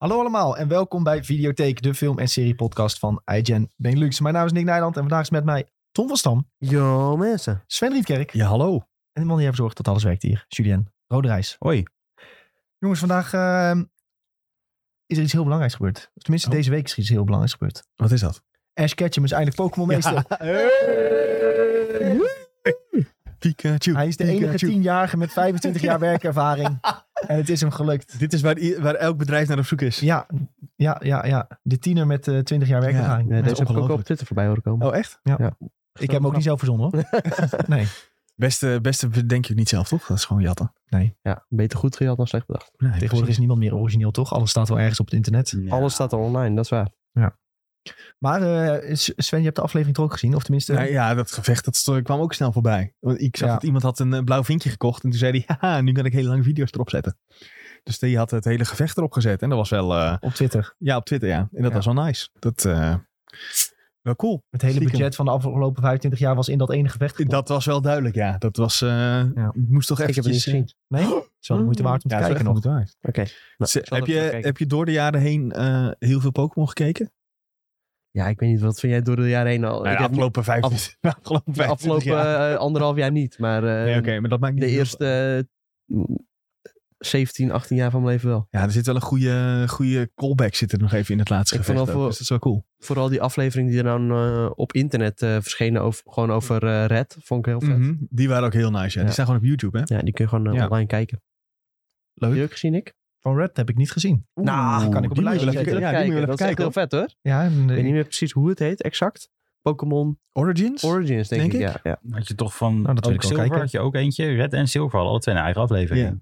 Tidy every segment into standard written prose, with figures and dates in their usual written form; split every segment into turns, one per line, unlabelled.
Hallo allemaal en welkom bij Videotheek, de film- en serie-podcast van iGen Benelux. Mijn naam is Nick Nijland en vandaag is met mij Tom van Stam.
Yo mensen.
Sven Rietkerk.
Ja, hallo.
En de man die ervoor zorgt dat alles werkt hier, Julien Roderijs.
Hoi.
Jongens, vandaag is er iets heel belangrijks gebeurd. Of tenminste, deze week is er iets heel belangrijks gebeurd.
Wat is dat?
Ash Ketchum is eindelijk Pokémon meester.
Pikachu.
Hij is de enige 10-jarige met 25 jaar werkervaring. En het is hem gelukt.
Dit is waar elk bedrijf naar op zoek is.
Ja. De tiener met 20 jaar werkervaring.
Ja,
Dat is
deze heb ik ook
ongelooflijk.
op Twitter voorbij horen komen.
Oh, echt?
Ja.
Ja.
Ik heb hem ook niet zelf verzonnen hoor. Nee.
Beste bedenk je niet zelf, toch? Dat is gewoon jatten.
Ja, beter goed gejat dan slecht bedacht.
Nee,
Tegenwoordig is niemand meer origineel, toch? Alles staat wel ergens op het internet.
Ja.
Alles staat al online, dat is waar.
Maar Sven, je hebt de aflevering toch ook gezien? Of tenminste...
Nou ja, dat gevecht kwam ook snel voorbij. Want ik zag
Ja.
dat iemand had een blauw vinkje gekocht. En toen zei hij, haha, nu kan ik hele lange video's erop zetten. Dus die had het hele gevecht erop gezet. En dat was wel...
op Twitter.
ja, op Twitter, ja. En dat
Ja.
was wel nice. Dat wel cool.
Het hele
Stiekem.
budget van de afgelopen 25 jaar was in dat ene gevecht gepompt.
Dat was wel duidelijk, ja. Dat was... moest toch
Ik heb het niet
eventjes...
gezien.
Nee? Het is wel de moeite waard om te
Ja, dat is
kijken
echt
nog.
goed waard.
Oké. Nou, zal
Heb
even kijken.
je door de jaren heen heel veel Pokémon gekeken?
Ja, ik weet niet, wat vind jij door de jaren heen al?
Nou,
Ik
de
heb
afgelopen 15
de afgelopen
jaar.
1,5 jaar niet, maar
Nee, oké, maar dat maakt niet
de
heel
eerste 17, 18 jaar van mijn leven wel.
Ja, er zit wel een goede callback zit er nog even in het laatste
Ik
gevecht.
vond al
ook,
voor-
dus dat is wel cool.
Vooral die aflevering die er dan op internet verschenen over Red, vond ik heel vet.
Mhm, die waren ook heel nice, ja.
Ja.
Die staan gewoon op YouTube, hè?
Ja, die kun je gewoon
Ja.
online kijken.
Leuk.
Heb je ook gezien, Nick?
Van Red heb ik niet gezien.
Nou,
kan ik op
die
een
moet je
lijstje
wel
zetten.
even- ja, die moet je wel
dat
even
is echt
kijken,
heel vet hoor.
Ja, en,
Ik weet niet meer precies hoe het heet, exact. Pokémon
Origins?
Origins, denk ik.
ik.
Ja.
Had je toch van
Nou, dat wil
ook
ik wel
Silver
kijken.
had je ook eentje. Red en Silver hadden alle twee een eigen aflevering.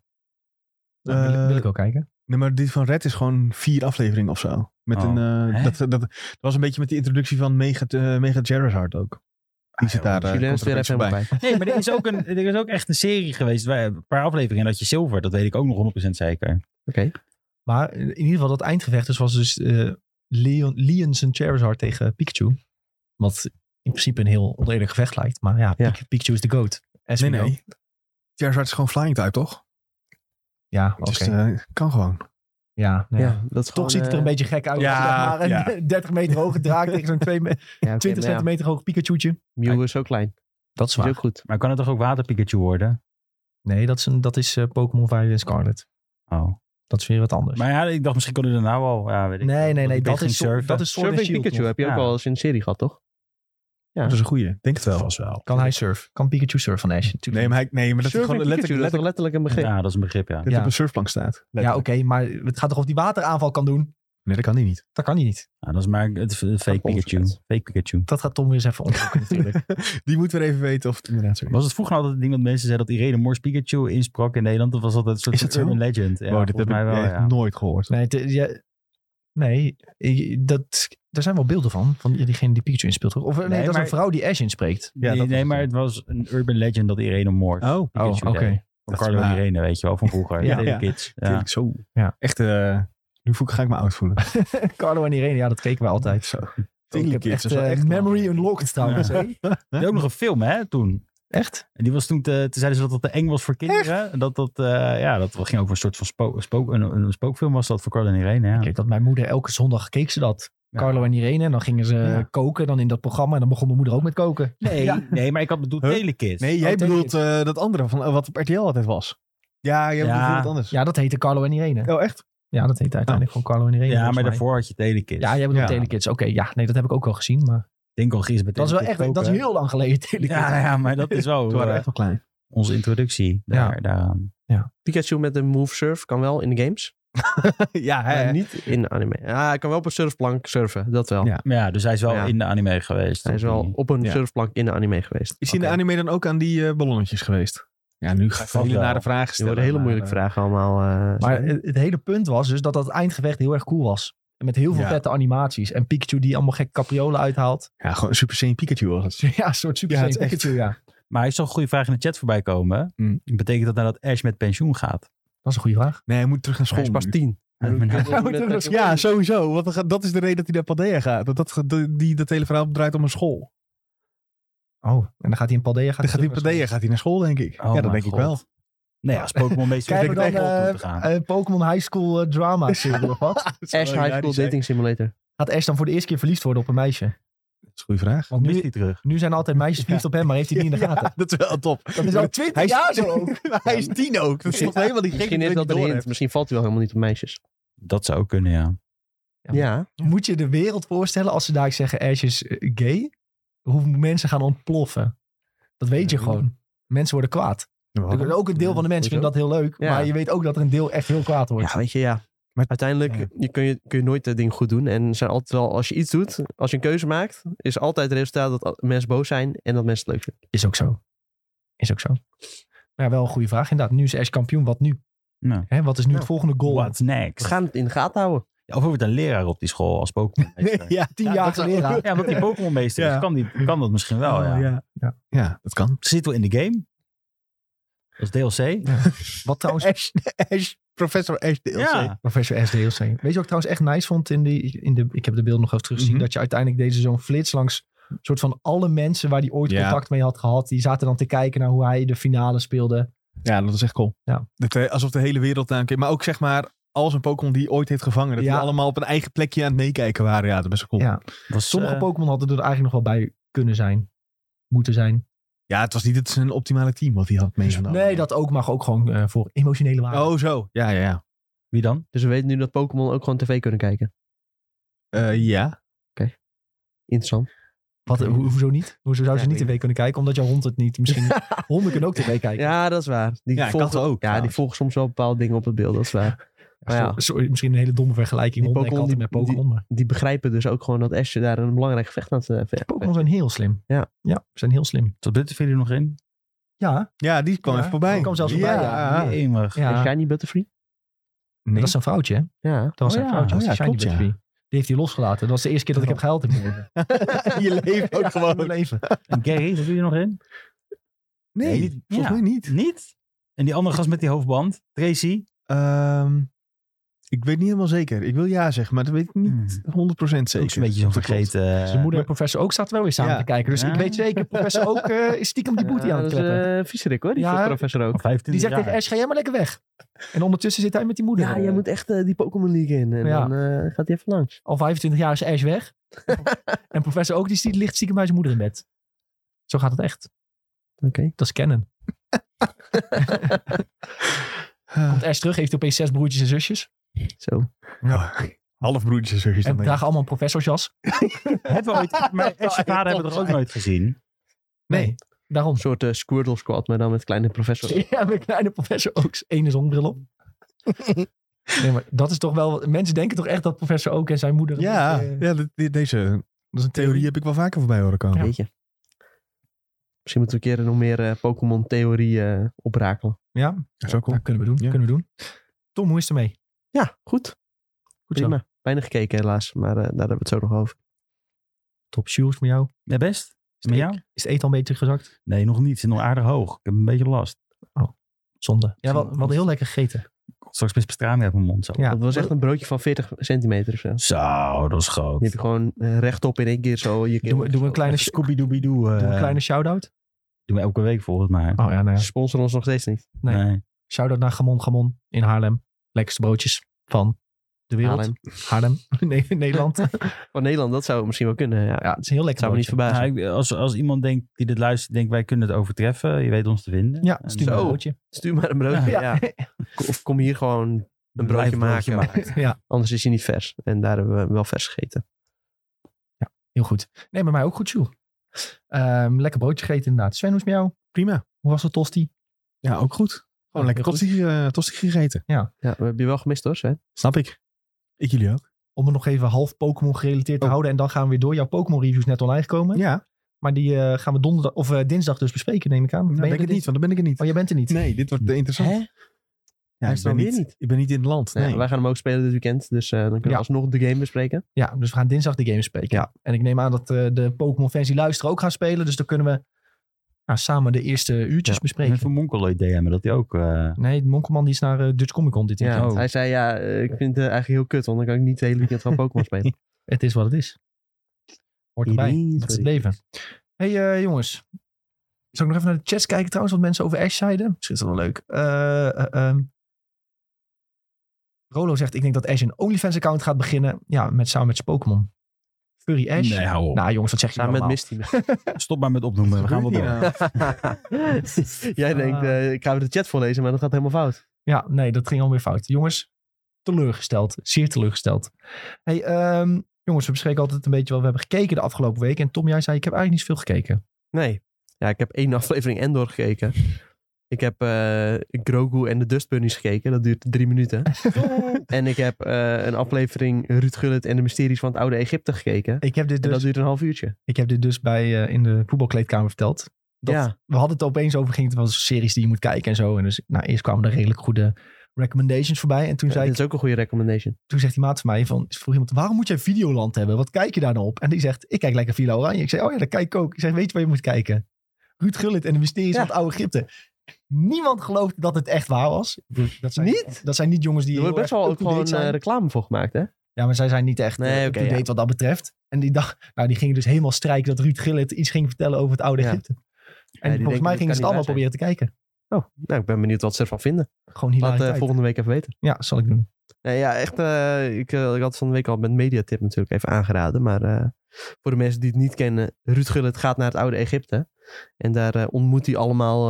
wil ik ook kijken.
Nee, maar dit van Red is gewoon 4 afleveringen of zo. Met
Oh.
een,
Hè?
dat was een beetje met die introductie van Mega Charizard ook. Die zit daar.
Julien
komt
is
er
weer
opeens
even helemaal
voorbij.
bij.
Nee, maar er is ook echt een serie geweest. Een paar afleveringen dat je Silver. Dat weet ik ook nog 100% zeker.
Oké.
Maar in ieder geval dat eindgevecht was dus Leon zijn Charizard tegen Pikachu. Wat in principe een heel oneerlijk gevecht lijkt. Maar ja,
Ja.
Pikachu is de GOAT. As we know.
Nee. Charizard is gewoon flying type, toch?
Ja, oké.
Dus kan gewoon.
Ja, nou ja.
Ja, dat is
Toch
gewoon,
ziet het er een beetje gek uit.
ja,
Zeg maar een 30 meter hoge draak tegen zo'n 20 centimeter hoog Pikachu'tje.
Mew is zo klein.
Dat is
Dat is
waar.
ook goed.
Maar kan het toch ook Water Pikachu worden?
Nee, dat is Pokémon Violet en Scarlet.
Oh.
Dat is weer wat anders.
Maar ja, ik dacht misschien kon hij er nou al. Ja, weet ik
nee,
veel.
dat
ging
is
surfen.
Sword and
Surfing
Shield
Pikachu
nog.
heb je ook
Ja.
al eens in een serie gehad, toch? Ja.
Dat is een goeie. Denk het wel.
wel.
Kan hij surfen? Kan Pikachu surfen van Ash? Natuurlijk.
Nee, maar dat hij
Surfing
gewoon
Pikachu, dat is toch letterlijk een begrip?
Ja, dat is een begrip, ja.
dat
Ja.
op een surfplank staat.
Ja, oké, maar het gaat toch of die wateraanval kan doen?
Nee, dat kan hij niet.
Dat kan hij niet.
Nou, dat is maar het fake Pikachu.
onbekend.
Fake Pikachu.
Dat gaat Tom weer eens even onderzoeken natuurlijk.
Die moeten we even weten of het inderdaad zo is.
Was het vroeger altijd het ding dat mensen zeiden dat Irene Morse Pikachu insprak in Nederland? Of was dat een soort
Is het
van
zo?
urban legend? Ja,
Wow, dit heb
volgens mij
ik
wel,
echt
ja.
nooit gehoord.
Daar zijn wel beelden van diegene die Pikachu inspeelt. Toch? Of nee,
Nee,
dat is
maar-
een vrouw die Ash inspreekt.
Ja,
Nee,
dat
nee,
was
maar
het.
het was een urban legend dat Irene Morse
Oh,
Pikachu
oké.
deed. Van
Dat is
Carlo en
waar.
Irene, weet je wel, van vroeger.
Ja,
Ja,
ja.
kids. Ja.
Tuurlijk, zo.
Ja.
Echt, nu ga ik me oud voelen.
Carlo en Irene, ja, dat keken we altijd.
Zo.
Ik heb
Kids,
echt,
dat is wel echt
memory unlocked trouwens.
Ja.
hè?
Die had ook nog een film, hè, toen.
Echt?
En die was toen zeiden ze dat dat te eng was voor kinderen. En dat ging over een soort van een spookfilm was dat voor Carlo en Irene. Ja.
Ik weet dat mijn moeder elke zondag keek ze dat.
Ja.
Carlo en Irene. En dan gingen ze
Ja.
koken dan in dat programma. En dan begon mijn moeder ook met koken.
Nee,
Ja.
nee, maar ik had bedoeld
Huh?
Telekids.
Nee, jij
tegen
bedoelt dat andere van wat op RTL altijd was. Ja, jij bedoelt wat anders.
Ja, dat heette Carlo en Irene.
Oh, echt?
Ja, dat heette uiteindelijk gewoon Carlo en Irene.
Ja,
volgens
maar
mij.
daarvoor had je Telekids.
Ja, jij bedoelt
Ja.
Telekids. Oké, ja. Nee, dat heb ik ook wel gezien. Maar
Ik denk al gisteren
dat is wel echt, dat is heel lang geleden, Telekids.
Ja, maar dat is wel
Toen waren we echt wel klein.
onze introductie daaraan.
Pikachu met een move surf kan wel in de games.
Ja,
Maar niet in de anime. Ja, hij kan wel op een surfplank surfen, dat wel.
Ja.
Maar ja, dus hij is wel
Ja.
in de anime geweest.
Hij is wel op een
Ja.
surfplank in de anime geweest.
Is hij in de
Oké.
anime dan ook aan die ballonnetjes geweest? Ja, nu ga ik
Vast
hele
wel.
nare vragen
Die
stellen.
worden hele
maar,
moeilijke vragen allemaal.
Maar
Sven.
het hele punt was dus dat eindgevecht heel erg cool was. En met heel veel
Ja.
vette animaties. En Pikachu die allemaal gekke capriolen uithaalt.
Ja, gewoon een Super Saiyan Pikachu was het.
Ja, een soort Super
Ja,
Saiyan
het is echt-
Pikachu, ja.
Maar ik zag een goede vraag in de chat voorbij komen. Betekent dat nou dat Ash met pensioen gaat?
Dat is een goede vraag.
Nee, hij moet terug naar
Hij
school
is pas
nu.
10.
Ja, sowieso. Want dat is de reden dat hij naar Paldea gaat. Dat hele verhaal draait om een school.
Oh, en dan gaat hij in Paldea
Dan gaat hij in Paldea gaat hij naar school, denk ik.
Oh
ja, dat
mijn
denk ik
God.
wel.
Nee, als Pokémon meester
Krijgen
vind
we
ik het echt
dan
wel toe te gaan.
Pokémon High School drama serie of wat?
Ash High School Dating Simulator.
Gaat Ash dan voor de eerste keer verliefd worden op een meisje?
Dat is een goede vraag.
Want
Mist
nu,
hij terug.
nu zijn altijd meisjes verliefd op hem, maar heeft hij het niet in de gaten.
Ja, dat is wel top.
Dat is al 20
Hij is-
jaar zo ook.
Hij is 10 ook. Dat is nog helemaal niet gek.
Misschien is dat een hint. Misschien valt hij wel helemaal niet op meisjes.
Dat zou ook kunnen, ja.
Ja.
Moet je de wereld voorstellen als ze daar zeggen Ash is gay? Hoeveel mensen gaan ontploffen? Dat weet je gewoon. Mensen worden kwaad. Ook een deel van de mensen vinden dat heel leuk.
Ja.
Maar je weet ook dat er een deel echt heel kwaad wordt.
Ja, weet je, ja.
Maar-
Uiteindelijk kun je nooit het ding goed doen. En er zijn altijd wel, als je iets doet, als je een keuze maakt, is altijd het resultaat dat mensen boos zijn en dat mensen het leuk vinden.
Is ook zo. Is ook zo. Maar ja, wel een goede vraag. Inderdaad, nu is Ash kampioen. Wat nu?
Nou,
Hè, wat is nu het volgende goal?
what's next?
We gaan het in de gaten houden.
Ja, of wordt een leraar op die school als Pokémon meester?
Ja,
10 jaar geleden.
Ja, omdat die Pokémon meester is,
Ja.
kan dat misschien wel, ja.
ja, dat kan.
Ze zit wel in de game. Dat is DLC.
Wat trouwens,
Professor Ash DLC.
Ja.
Professor S. DLC. Weet je wat ik trouwens echt nice vond ik heb de beelden nog even teruggezien,
Mhm.
dat je uiteindelijk deze zo'n flits langs soort van alle mensen waar hij ooit
Ja.
contact mee had gehad, die zaten dan te kijken naar hoe hij de finale speelde.
Ja, dat is echt cool.
Ja.
Alsof de hele wereld aan keek. Maar ook zeg maar, als een Pokémon die ooit heeft gevangen. Dat
Ja.
die allemaal op een eigen plekje aan het meekijken waren. Ja, dat is best wel cool.
Ja.
Was,
Sommige Pokémon hadden er eigenlijk nog wel bij kunnen zijn. Moeten zijn.
Ja, het was niet zijn optimale team wat hij had meegenomen.
Nee, dat ook mag ook gewoon voor emotionele waarde.
Oh, zo. Ja.
Wie dan?
Dus we weten nu dat Pokémon ook gewoon tv kunnen kijken.
Ja.
Interessant.
Hoezo niet? Hoezo zou ze
Ja,
niet
weet
tv kunnen kijken? Omdat jouw hond het niet. Misschien honden kunnen ook tv kijken.
Ja, dat is waar. Die
Ja,
volgen,
katten ook,
Ja, die
trouwens.
volgen soms wel bepaalde dingen op het beeld. Dat is waar. Maar ja,
Sorry, misschien een hele domme vergelijking.
Die
Honden en
Pokémon,
katten met Pokémon. Maar
die begrijpen dus ook gewoon dat Ash daar een belangrijk gevecht aan het vechten.
Pokémon zijn heel slim.
Ja.
Ja, ze zijn heel slim.
Zat Butterfree er nog in?
Ja,
Ja, die kwam
Ja,
even voorbij.
die kwam zelfs voorbij, ja.
Jemig.
ja.
En Shiny Butterfree?
Nee.
Dat is zijn vrouwtje, hè?
Ja.
Dat was zijn
ja.
vrouwtje.
Oh
Dat is
ja,
Shiny
klopt, ja.
Butterfree. Die heeft hij losgelaten. Dat was de eerste keer dat ik heb gehuild in mijn leven.
Je leeft ook
In
gewoon.
mijn leven.
En Gary, zat die er nog in?
Nee,
niet.
volgens
Ja.
mij niet.
Niet? En die andere gast met die hoofdband? Tracy?
Ik weet niet helemaal zeker. Ik wil ja zeggen, maar dat weet ik niet 100% zeker.
Ook een beetje zo'n
Of dat klopt.
vergeten...
Zijn moeder en professor ook zaten wel weer samen
Ja.
te kijken. Dus
Ja.
ik weet zeker, professor ook is stiekem die boetie aan
dat
het
is
kleppen.
viezerik hoor, die
Ja.
professor ook.
25
Die zegt
jaar.
tegen Ash, ga jij maar lekker weg. En ondertussen zit hij met die moeder.
Ja, jij moet echt die Pokémon League in. En
Ja.
dan gaat hij even langs.
Al 25 jaar is Ash weg. En professor ook, die ligt stiekem bij zijn moeder in bed. Zo gaat het echt.
Oké.
Dat is kennen. Komt Ash terug, heeft hij opeens 6 broertjes en zusjes.
Zo.
Halfbroertjes en zusjes.
En
dan
dragen allemaal een professorsjas.
Hebben we ooit... Maar Ash en vader hebben we toch ook nooit gezien?
Nee, daarom.
Een soort Squirtle Squad, maar dan met kleine professor.
Ja, met kleine professor ook ene zonnebril op. Nee, maar dat is toch wel... Mensen denken toch echt dat professor ook en zijn moeder...
Ja,
een beetje-
deze dat is een theorie heb ik wel vaker voorbij horen komen.
Weet je. Misschien moeten we een keer nog meer Pokémon theorie oprakelen.
Ja,
Dat is ook cool.
dat kunnen we doen.
Ja.
Kunnen we doen. Tom, hoe is het ermee?
Ja, goed.
Goed zo.
Prima. Weinig gekeken helaas, maar daar hebben we het zo nog over.
Top shoes met jou.
Ja, best. Is het met jou?
Is het eten al een beetje gezakt?
Nee, nog niet. Het zit nog aardig hoog. Ik heb een beetje last.
Zonde. Ja, we hadden heel lekker gegeten.
Straks best bestraling uit mijn mond. Zo.
Ja.
Dat was echt een broodje van 40 centimeter of zo.
Zo, dat is groot.
Die heb je gewoon rechtop in één keer zo.
Doen we een kleine,
Scooby-Dooby-Doo.
doen we een kleine shout-out?
Doen we elke week volgens mij.
Oh ja, nou ja.
Sponsoren ons nog steeds niet.
Nee.
Nee.
Shout-out naar Gamon in Haarlem. Lekkerste broodjes van de wereld. Haarlem. Nee, in Nederland.
Van Nederland, dat zou misschien wel kunnen. Ja,
Ja, het is een heel lekker
zou me niet
broodje.
verbazen.
Nou, als iemand denkt die dit luistert, denkt wij kunnen het overtreffen. Je weet ons te vinden.
Ja,
En
stuur maar
zo.
een broodje.
Stuur maar een broodje.
Ja.
Ja. Of kom hier gewoon een broodje maken.
Ja,
Anders is hij niet vers. En daar hebben we hem wel vers gegeten.
heel goed. Nee, bij mij ook goed, Sjoel. Lekker broodje gegeten inderdaad. Sven, hoe is het met jou?
Prima.
Hoe was het tosti?
Ja, ook goed. Gewoon lekker tosti gegeten.
Ja, we hebben je wel gemist hoor, Sven.
Snap ik. Ik jullie ook.
Om het nog even half Pokémon gerelateerd te houden. En dan gaan we weer door. Jouw Pokémon reviews net online gekomen.
Ja,
Maar die gaan we dinsdag dus bespreken, neem ik aan.
nou,
Ben je
denk
er
ik niet, want dan ben ik er niet.
Oh, jij bent er niet?
Nee, dit wordt interessant.
Hè?
Ja,
Hij is er weer niet.
Ik ben niet in het land.
Nee.
Nee.
Wij gaan hem ook spelen dit weekend. Dus dan kunnen we
Ja.
alsnog de game bespreken.
Ja, dus we gaan dinsdag de game spreken.
Ja.
En ik neem aan dat de Pokémon fans die luisteren ook gaan spelen. Dus dan kunnen we samen de eerste uurtjes bespreken.
Even Monkel idee hebben dat hij ook...
Nee, de Monkelman die is naar Dutch Comic Con dit
Ja,
weekend.
Hij zei ik vind het eigenlijk heel kut. Want dan kan ik niet het hele weekend van Pokémon spelen.
Het is wat het is. Hoort erbij.
It is
Dat is het
what it
leven. Hey jongens. Zal ik nog even naar de chats kijken trouwens, wat mensen over Ash zeiden? Misschien is dat wel leuk. Rolo zegt, ik denk dat Ash een OnlyFans-account gaat beginnen. Ja, samen met zijn Pokémon. Furry Ash.
Nee, hou op.
Nou jongens, wat zeg je
Samen met
allemaal?
Misty.
Stop maar met opnoemen. We gaan wel door.
Jij denkt, ik ga de chat voorlezen, maar dat gaat helemaal fout.
Ja, nee, dat ging alweer fout. Jongens, teleurgesteld. Zeer teleurgesteld. Hey, jongens, we bespreken altijd een beetje wat we hebben gekeken de afgelopen week. En Tom, jij zei, ik heb eigenlijk niet zoveel gekeken.
Nee. Ja, ik heb 1 aflevering Endor gekeken. Ik heb Grogu en de Dust Bunnies gekeken. Dat duurt 3 minuten. En ik heb een aflevering Ruud Gullit en de mysteries van het oude Egypte gekeken.
Ik heb dit
En
dus,
dat duurt een half uurtje.
ik heb dit dus in de voetbalkleedkamer verteld.
Ja.
We hadden het er opeens over, ging het wel series die je moet kijken en zo. En dus, eerst kwamen er redelijk goede recommendations voorbij. En toen zei
Dit is ook een goede recommendation.
toen zegt die maat van mij, vroeg iemand, waarom moet jij Videoland hebben? Wat kijk je daar nou op? En die zegt, ik kijk lekker Villa Oranje. Ik zei, oh ja, dat kijk ik ook. Ik zeg, weet je waar je moet kijken? Ruud Gullit en de mysteries van het oude Egypte. Niemand geloofde dat het echt waar was. Dat zijn niet jongens die
Er wordt best wel ook gewoon reclame voor gemaakt, hè?
Ja, maar zij zijn niet echt up-to-date wat dat betreft. En die gingen dus helemaal strijken dat Ruud Gullit iets ging vertellen over het oude Egypte. En volgens mij gingen ze het allemaal proberen te kijken.
Oh, nou, ik ben benieuwd wat ze ervan vinden.
Gewoon hilariteit.
Laat volgende week even weten.
Ja, zal ik doen.
Nee, ja, echt. Ik had van de week al met Mediatip natuurlijk even aangeraden. Maar voor de mensen die het niet kennen, Ruud Gullit gaat naar het oude Egypte. En daar ontmoet hij allemaal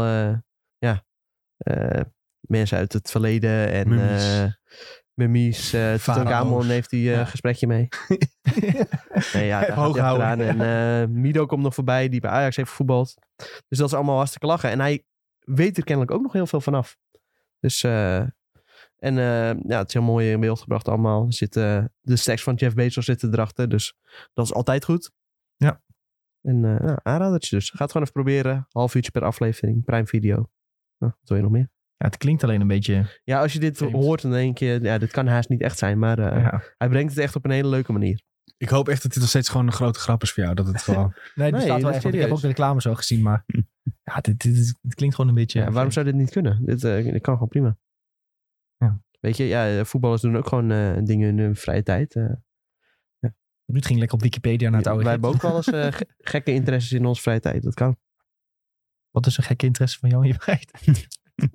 mensen uit het verleden. En mummies. Tutankhamon heeft hij een gesprekje mee. Nee, ja, daar gaat hij achteraan. En Mido komt nog voorbij, die bij Ajax heeft gevoetbald. Dus dat is allemaal hartstikke lachen. En hij weet er kennelijk ook nog heel veel vanaf. Dus... het is heel mooi in beeld gebracht allemaal. Er zitten de stacks van Jeff Bezos zitten erachter. Dus dat is altijd goed.
Ja.
En aanradertje dus. Ga het gewoon even proberen. Half uurtje per aflevering. Prime Video. Nou, wat wil je nog meer?
Ja, het klinkt alleen een beetje...
Ja, als je dit hoort, dan denk je... Ja, dit kan haast niet echt zijn. Maar hij brengt het echt op een hele leuke manier.
Ik hoop echt dat dit nog steeds gewoon een grote grap is voor jou. Dat het gewoon...
Nee, het bestaat wel echt. Want ik heb ook de reclame zo gezien. Maar ja, dit klinkt gewoon een beetje...
Ja, waarom zou dit niet kunnen? Dit kan gewoon prima.
Ja.
Weet je, ja, voetballers doen ook gewoon dingen in hun vrije tijd.
Ruud ging lekker op Wikipedia naar het oude
Wij hebben ook wel eens gekke interesses in onze vrije tijd. Dat kan.
Wat is een gekke interesse van jou in je vrije tijd?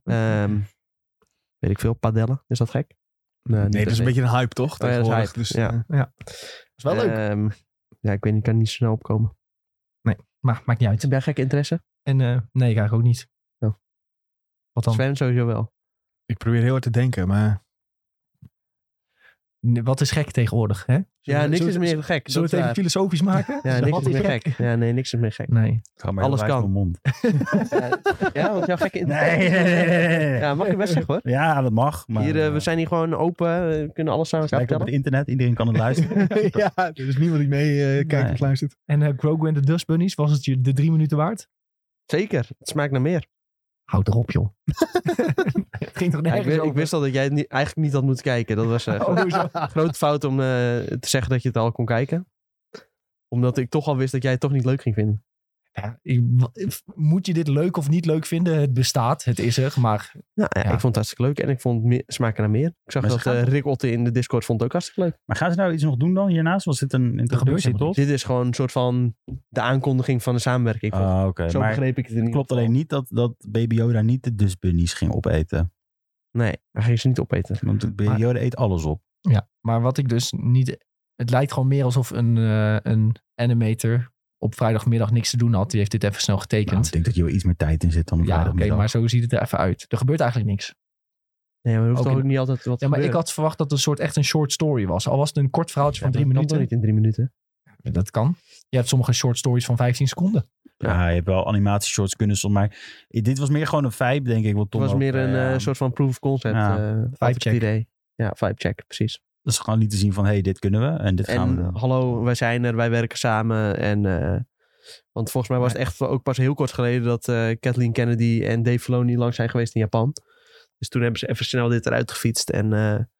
Weet ik veel, padellen. Is dat gek?
Nee, dat is een beetje een hype, toch?
Oh, ja, dat is hype.
Dus,
ja.
Dat is wel leuk.
Ja, ik weet niet, ik kan niet zo snel opkomen.
Maar maakt niet uit.
Heb jij gekke interesse?
En nee, ik eigenlijk ook niet.
Oh.
Wat dan?
Sven sowieso wel.
Ik probeer heel hard te denken, maar...
Wat is gek tegenwoordig, hè?
Niks is meer gek.
Zullen we het even filosofisch maken?
Ja, niks is meer gek. Ja, nee, niks is meer gek.
Nee.
Alles kan.
Mond.
Ja, want jouw gekke interesse...
Nee.
Ja, mag je best zeggen, hoor.
Ja, dat mag. Maar,
Hier, we zijn hier gewoon open. We kunnen alles aan elkaar
Kijk op het
vertellen.
internet. Iedereen kan het luisteren.
ja, er is niemand die mee kijkt of luistert.
En Grogu en de Dust Bunnies, was het je de 3 minuten waard?
Zeker. Het smaakt naar meer.
Houd erop, joh. Het ging toch nergens over?
Ik wist al dat jij het eigenlijk niet had moeten kijken. Dat was een grote fout om te zeggen dat je het al kon kijken. Omdat ik toch al wist dat jij het toch niet leuk ging vinden.
Ja, moet je dit leuk of niet leuk vinden? Het bestaat, het is er, maar...
Nou, ja, ik vond het hartstikke leuk en ik vond het smaken naar meer. Ik zag
Maar
dat Rick Otte in de Discord vond het ook hartstikke leuk.
Maar gaan ze nou iets nog doen dan hiernaast? Was dit een introductie tot?
Dit is gewoon een soort van de aankondiging van de samenwerking.
Oké.
Zo
Maar
begreep ik het in ieder
klopt
geval.
alleen niet dat Baby Yoda niet de Dust Bunnies ging opeten.
Nee, hij ging ze niet opeten.
Want Baby Yoda eet alles op.
Ja, maar wat ik dus niet... Het lijkt gewoon meer alsof een animator op vrijdagmiddag niks te doen had. Die heeft dit even snel getekend.
Nou, ik denk dat je wel iets meer tijd in zit dan op
Ja, oké,
vrijdagmiddag.
maar zo ziet het er even uit. Er gebeurt eigenlijk niks.
Nee, maar er hoeft
Ook
toch
in-
ook niet altijd wat te
Ja, maar ik
gebeuren?
had verwacht dat het echt een short story was. Al was het een kort verhaaltje van 3
Dat kan toch
minuten.
niet in 3 minuten?
Dat kan. Je hebt sommige short stories van 15 seconden.
Ja, je hebt wel animatieshorts kunnen soms, maar dit was meer gewoon een vibe, denk ik. Wat
Het
Tom
was
ook,
meer een soort van proof of concept.
Ja,
had ik het idee. Ja, vibe check, precies.
Dat is gewoon niet te zien van, hey, dit kunnen we en dit gaan we
En
doen.
hallo, wij zijn er, wij werken samen. En, want volgens mij was het echt ook pas heel kort geleden dat Kathleen Kennedy en Dave Filoni langs zijn geweest in Japan. Dus toen hebben ze even snel dit eruit gefietst. En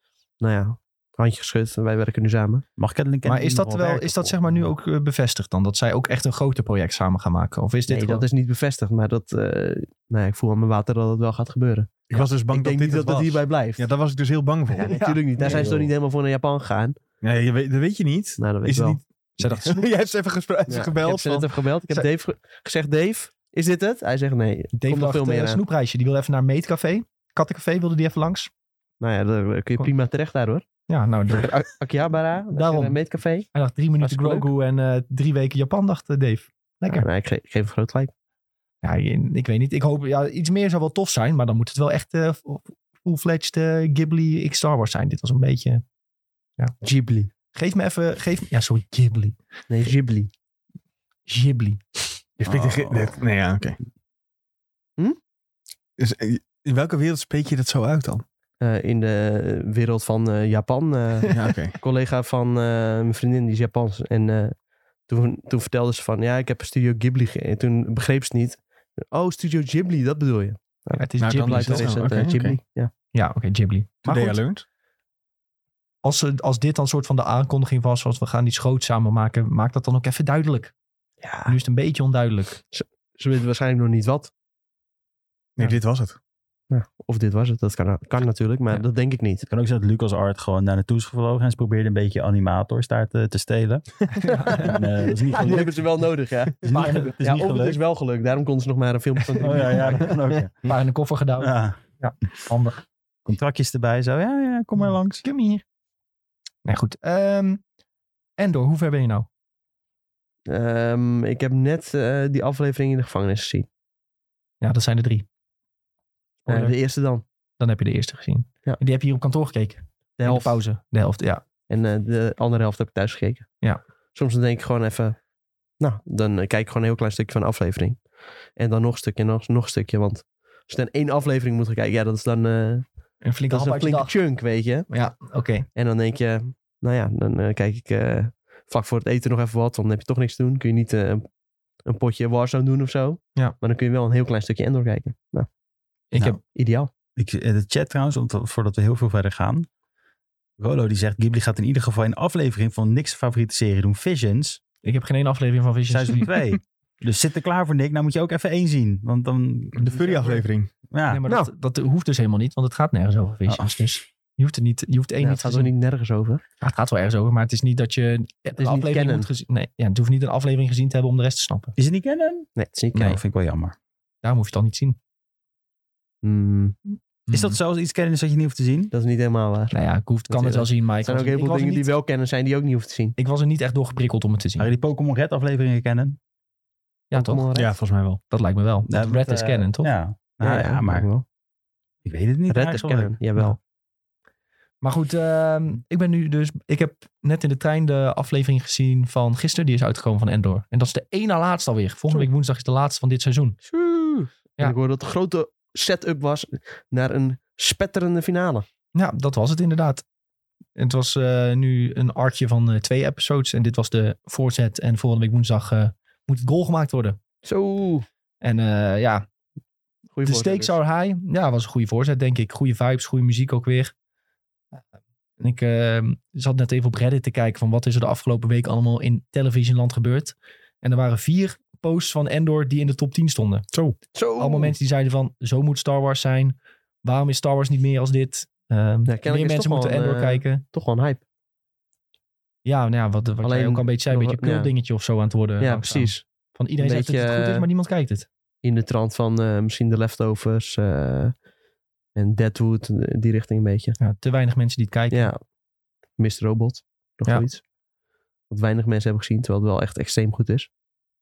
handje geschud. Wij werken nu samen.
Mag Kathleen
Maar is dat zeg maar nu ook bevestigd dan? Dat zij ook echt een groter project samen gaan maken? Of is dit
Nee,
gewoon...
dat is niet bevestigd. Maar dat, ik voel aan mijn water dat het wel gaat gebeuren.
Ik was dus bang
Ik
dat
denk
dit
niet dat het
was.
hierbij blijft.
Ja, daar was ik dus heel bang voor.
Ja, natuurlijk niet. Daar zijn ze toch niet helemaal voor naar Japan gegaan?
Nee, dat weet je niet.
Nou, dat weet
Is
ik
het
wel.
niet... Jij hebt ze even
Ja,
gebeld.
Ik heb ze net even gebeld. Ik heb Dave gezegd, Dave, is dit het? Hij zegt nee.
Dave
Komt nog veel meer aan.
snoepreisje. Die wil even naar Meetcafé. Kattencafé wilde die even langs.
Nou ja, daar kun je prima terecht daar hoor.
Ja, nou...
Akihabara,
Daarom.
Meetcafé.
Hij dacht 3 minuten
Hartstikke
Grogu en 3 weken Japan, dacht Dave. Lekker.
Ja, nee, ik geef een groot gelijk.
Ja, ik weet niet. Ik hoop, iets meer zou wel tof zijn, maar dan moet het wel echt full-fledged Ghibli X Star Wars zijn. Dit was een beetje... Ja.
Ghibli.
Geef me even... Ja, sorry, Ghibli.
Nee, Ghibli.
Ghibli.
Je spreekt nee, ja, oké. Dus in welke wereld spreek je dat zo uit dan?
In de wereld van Japan.
Ja, oké.
Een collega van mijn vriendin, die is Japans. En toen vertelde ze van, ja, ik heb een Studio Ghibli. En toen begreep ze niet. Oh, Studio Ghibli, dat bedoel je?
Ja, het is
Nou, dan
Ghibli,
is het
toch?
is het
Oké,
Ghibli.
oké.
Ja.
Ja, oké, Ghibli. Maar
Today I
goed,
learned.
als dit dan soort van de aankondiging was, zoals we gaan die schoot samen maken, maak dat dan ook even duidelijk.
Ja,
Nu is het een beetje onduidelijk.
ze weten waarschijnlijk nog niet wat.
Nee,
Ja.
dit was het.
Ja, of dit was het, dat kan natuurlijk, maar
Ja.
dat denk ik niet.
Het kan ook zijn dat LucasArts gewoon daar naartoe is gevlogen en ze probeerden een beetje animators daar te stelen. En, dat is niet
Die
gelukt.
hebben ze wel nodig, ja.
Het is niet, het is
Ja,
niet
of het
gelukt.
is wel gelukt, daarom konden ze nog maar een film van
Oh ja, dat kan ook. Ja.
Maar in de koffer gedouwd.
Ja.
Handig.
Contractjes erbij, zo. Ja, kom maar langs.
Kom hier. Nee, goed. Endor, hoe ver ben je nou?
Ik heb net die aflevering in de gevangenis gezien.
Ja, dat zijn er 3.
De eerste dan.
Dan heb je de eerste gezien.
Ja.
En die heb je hier op kantoor gekeken.
De
In
helft.
de pauze. De helft, ja.
En de andere helft heb ik thuis gekeken.
Ja.
Soms dan denk ik gewoon even... Nou, dan kijk ik gewoon een heel klein stukje van de aflevering. En dan nog een stukje en nog een stukje. Want als je dan 1 aflevering moet gaan kijken... Ja, dat is dan
Een flinke
dat is
hap
een
uit je
flinke
dag.
chunk, weet je.
Ja, oké.
En dan denk je... Nou ja, dan kijk ik vlak voor het eten nog even wat. Want dan heb je toch niks te doen. Kun je niet een potje Warzone doen of zo.
Ja.
Maar dan kun je wel een heel klein stukje Endor kijken. Nou,
Ik heb...
ideaal.
De chat trouwens, voordat we heel veel verder gaan. Rolo die zegt, Ghibli gaat in ieder geval een aflevering van Nick's favoriete serie doen. Visions,
Ik heb geen één aflevering van Visions
seizoen 2. Dus zit er klaar voor Nick. Nou moet je ook even 1 zien. Want dan...
De Furry-aflevering.
Ja,
Nee, maar dat hoeft dus helemaal niet, want het gaat nergens over Visions. Dus je hoeft één
Ja,
niet
het
te
gaat
zien.
er niet nergens over.
Ja, het gaat wel ergens over, maar het is niet dat je een
niet
aflevering
canon.
moet gezien... Nee, ja, het hoeft niet een aflevering gezien te hebben om de rest te snappen.
Is het niet kennen?
Nee, het is niet
Nee,
canon.
vind ik wel jammer.
Daarom hoef je het al niet te zien.
Is dat zoals iets kennen dat je niet hoeft te zien?
Dat is niet helemaal waar.
Nou ja, ik kan het wel zien, maar
Er zijn ook heel veel dingen die wel kennen zijn die ook niet hoeft te zien.
ik was er niet echt door geprikkeld om het te zien.
Waren die Pokémon Red afleveringen kennen?
Ja, toch?
Pokémon Red?
Ja, volgens mij wel.
Dat lijkt me wel.
Ja,
Want Red is canon, toch?
Ja, nou, ja, maar
wel.
ik weet het niet.
Red is
eigenlijk.
canon, jawel.
Maar goed, ik heb net in de trein de aflevering gezien van gisteren. Die is uitgekomen van Endor. En dat is de één na laatste alweer. Volgende week woensdag is de laatste van dit seizoen. Ja.
En ik hoorde dat het een grote setup was naar een spetterende finale.
Ja, dat was het inderdaad. En het was nu een arcje van 2 episodes. En dit was de voorzet. En volgende week woensdag moet het goal gemaakt worden.
Zo.
En ja,
Goeie
de stakes are high. Ja, was een goede voorzet, denk ik. Goede vibes, goede muziek ook weer. En ik zat net even op Reddit te kijken van wat is er de afgelopen week allemaal in televisieland gebeurd. En er waren 4 posts van Endor die in de top 10 stonden.
Zo.
Allemaal mensen die zeiden van, zo moet Star Wars zijn. Waarom is Star Wars niet meer als dit?
kennelijk
Meer
is
mensen
toch
moeten
wel
Endor
een,
kijken.
Toch wel een hype.
Ja, nou ja, wat
Alleen
jij ook al een beetje zei, een
nog-
beetje een cult dingetje of zo aan het worden.
Ja,
langzaam.
precies.
Van iedereen
Een
zegt dat het
beetje,
goed is, maar niemand kijkt het.
In de trant van misschien de Leftovers en Deadwood, die richting een beetje.
Ja, te weinig mensen die het kijken.
Ja. Mr. Robot, nog
Ja.
zoiets. Wat weinig mensen hebben gezien, terwijl het wel echt extreem goed is.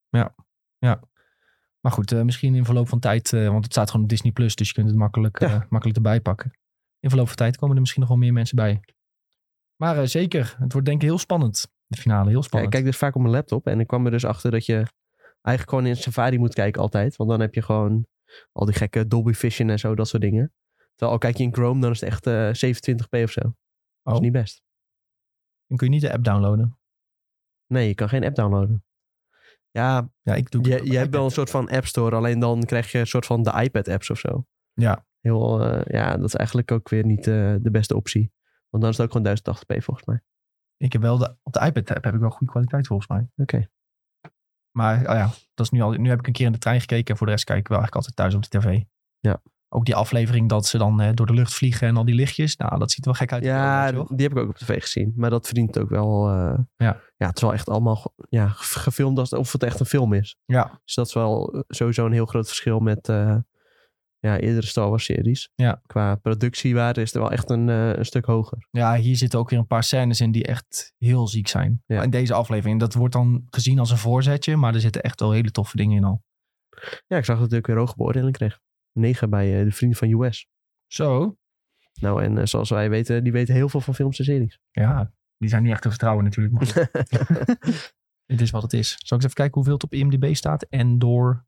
Maar goed, misschien in verloop van tijd, want het staat gewoon op Disney Plus, dus je kunt het makkelijk erbij pakken. In verloop van tijd komen er misschien nog wel meer mensen bij. Maar zeker, het wordt denk ik heel spannend. De finale, heel
Ja, ik
spannend.
kijk dus vaak op mijn laptop en ik kwam er dus achter dat je eigenlijk gewoon in Safari moet kijken altijd. Want dan heb je gewoon al die gekke Dolby Vision en zo, dat soort dingen. Terwijl al kijk je in Chrome, dan is het echt 27p of zo. Dat is niet best.
Dan kun je niet de app downloaden.
Nee, je kan geen app downloaden. Ja,
Ja, ik doe het op
je hebt wel een
iPad.
soort van App Store, alleen dan krijg je een soort van de iPad apps of zo.
Ja.
Heel, ja, dat is eigenlijk ook weer niet de beste optie. Want dan is het ook gewoon 1080p volgens mij.
Ik heb wel op de iPad app heb ik wel goede kwaliteit volgens mij.
Oké.
Maar ja, dat is nu heb ik een keer in de trein gekeken. En voor de rest kijk ik wel eigenlijk altijd thuis op de tv.
Ja.
Ook die aflevering dat ze dan door de lucht vliegen en al die lichtjes. Nou, dat ziet er wel gek uit.
Ja, die heb ik ook op tv gezien. Maar dat verdient ook wel... ja, het is wel echt allemaal gefilmd alsof het echt een film is.
Ja.
Dus dat is wel sowieso een heel groot verschil met eerdere Star Wars series.
Ja.
Qua productiewaarde is er wel echt een stuk hoger.
Ja, hier zitten ook weer een paar scènes in die echt heel ziek zijn. Ja. In deze aflevering. Dat wordt dan gezien als een voorzetje, maar er zitten echt wel hele toffe dingen in al.
Ja, ik zag dat ik weer hoge beoordeling kreeg. 9 bij de vrienden van US.
Zo.
Nou, en zoals wij weten, die weten heel veel van films en series.
Ja, die zijn niet echt te vertrouwen natuurlijk. Maar het is wat het is. Zal ik eens even kijken hoeveel het op IMDb staat? En door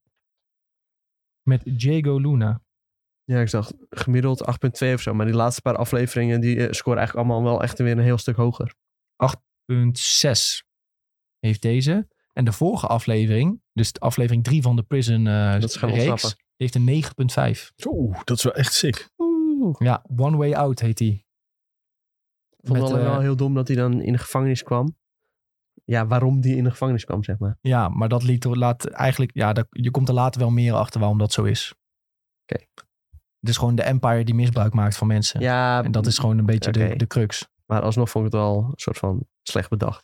met Diego Luna.
Ja, ik zag gemiddeld 8,2 of zo. Maar die laatste paar afleveringen, die scoren eigenlijk allemaal wel echt weer een heel stuk hoger.
8,6 heeft deze. En de vorige aflevering, dus de aflevering 3 van de Prison reeks, heeft een 9,5.
Zo, dat is wel echt sick.
Ja, One Way Out heet die.
Ik vond het wel heel dom dat hij dan in de gevangenis kwam. Ja, waarom die in de gevangenis kwam, zeg maar.
Ja, maar dat laat eigenlijk... Ja, je komt er later wel meer achter waarom dat zo is.
Oké.
Het is gewoon de Empire die misbruik maakt van mensen.
Ja.
En dat is gewoon een beetje de crux.
Maar alsnog vond ik het wel een soort van slecht bedacht.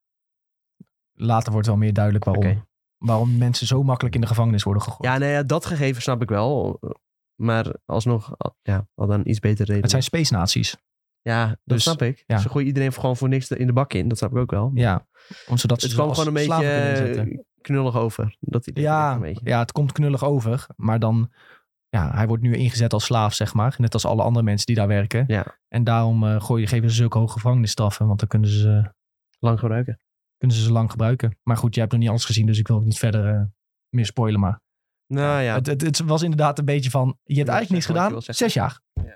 Later wordt wel meer duidelijk waarom. Okay. Waarom mensen zo makkelijk in de gevangenis worden gegooid.
Ja, nee, dat gegeven snap ik wel. Maar alsnog, al dan iets beter reden.
Het zijn space nazi's.
Ja, dat snap ik. Ja. Ze gooien iedereen gewoon voor niks in de bak in. Dat snap ik ook wel.
Ja. Zodat
het kwam gewoon een beetje knullig over. Dat
ja, het komt knullig over. Maar dan... Ja, hij wordt nu ingezet als slaaf, zeg maar. Net als alle andere mensen die daar werken.
Ja.
En daarom geven ze zulke hoge gevangenisstraffen. Want dan kunnen ze
lang gebruiken.
Kunnen ze lang gebruiken. Maar goed, jij hebt nog niet alles gezien. Dus ik wil ook niet verder meer spoilen. Maar
nou ja.
Het was inderdaad een beetje van... Je hebt eigenlijk niks gedaan. 6 jaar.
Ja.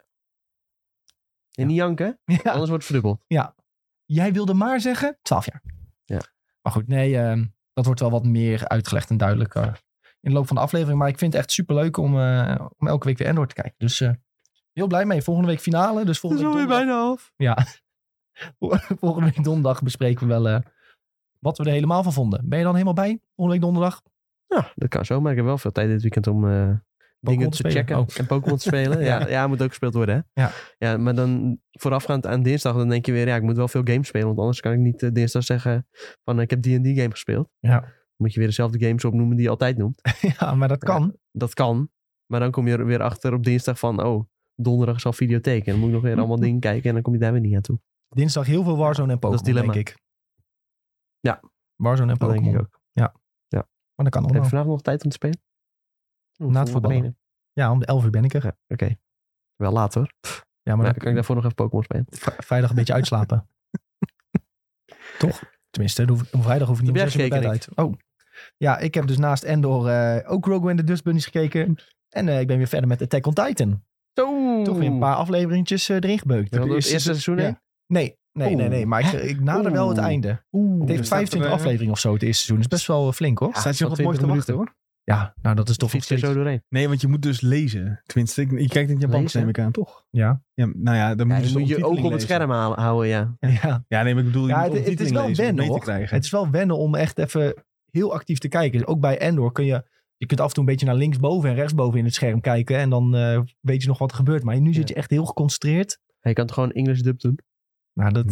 En niet janken. Ja. Anders wordt het verdubbeld.
Ja. Jij wilde maar zeggen 12 jaar.
Ja.
Maar goed, nee. Dat wordt wel wat meer uitgelegd en duidelijker in de loop van de aflevering. Maar ik vind het echt superleuk om elke week weer Andor te kijken. Dus heel blij mee. Volgende week finale. Dus volgende week
donderdag... bijna af.
Ja. Volgende week donderdag bespreken we wel wat we er helemaal van vonden. Ben je dan helemaal bij? Volgende week donderdag?
Ja, dat kan zo. Maar ik heb wel veel tijd dit weekend om dingen te checken. En Pokémon te spelen. Ja, moet ook gespeeld worden. Hè? Ja, maar dan voorafgaand aan dinsdag, dan denk je weer, ik moet wel veel games spelen. Want anders kan ik niet dinsdag zeggen van ik heb die en die game gespeeld.
Ja.
Dan moet je weer dezelfde games opnoemen die je altijd noemt.
Ja, maar dat kan.
Ja, dat kan. Maar dan kom je er weer achter op dinsdag van, donderdag is al videotheek. En dan moet ik nog weer allemaal dingen kijken en dan kom je daar weer niet aan toe.
Dinsdag heel veel Warzone en Pokémon, denk ik.
Ja.
Warzone en Pokémon.
Denk ik ook.
Ja. Maar dat kan ook.
Heb je vanavond nog tijd om te spelen?
Na het voetballen. Ja, om 11 uur ben ik er.
Ja, Oké. Wel laat hoor.
Ja, maar dan
kan ik daarvoor nog even Pokémon spelen.
Vrijdag een beetje uitslapen. Toch? Tenminste, om vrijdag hoef ik niet meer te bed uit. Oh. Ja, ik heb dus naast Andor ook Rogue and the Dust Bunnies gekeken. En ik ben weer verder met Attack on Titan. Toch weer een paar afleveringetjes erin gebeukt.
Heb je het eerste seizoen in?
Nee. Maar ik nader wel het einde. Het heeft 25 afleveringen of zo het eerste seizoen. Dat is best wel flink hoor.
Staat je nog wat moois te wachten hoor?
Ja, nou dat is toch
nog steeds zo doorheen.
Nee, want je moet dus lezen. Tenminste, je kijkt in het Japans neem ik aan, toch?
Ja.
Nou ja, dan moet
je ook op het scherm houden, ja.
Ja, nee, maar ik bedoel,
het is wel wennen hoor. Het is wel wennen om echt even heel actief te kijken. Ook bij Andor kun je kunt af en toe een beetje naar linksboven en rechtsboven in het scherm kijken. En dan weet je nog wat er gebeurt. Maar nu zit je echt heel geconcentreerd.
Je kan het gewoon English dub doen.
Nou, dat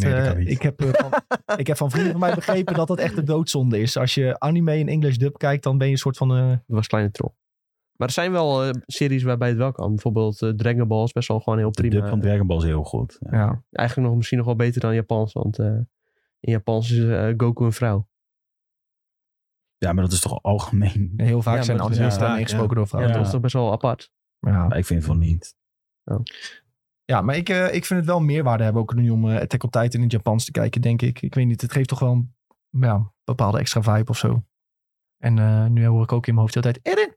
ik heb van vrienden van mij begrepen dat dat echt de doodzonde is. Als je anime in English dub kijkt, dan ben je een soort van...
Dat was kleine troll. Maar er zijn wel series waarbij het wel kan. Bijvoorbeeld Dragon Ball is best wel gewoon heel prima.
De dub van Dragon Ball is heel goed.
Ja.
Eigenlijk misschien nog wel beter dan Japans. Want in Japans is Goku een vrouw.
Ja, maar dat is toch algemeen?
Heel vaak zijn anime's dan ingesproken door vrouwen.
Ja, dat is toch best wel apart.
Ja.
Maar ik vind het wel niet.
Oh.
Ja, maar ik vind het wel meerwaarde hebben ook nu om Attack on Titan in het Japans te kijken, denk ik. Ik weet niet, het geeft toch wel een bepaalde extra vibe of zo. En nu hoor ik ook in mijn hoofd de hele tijd, Erin!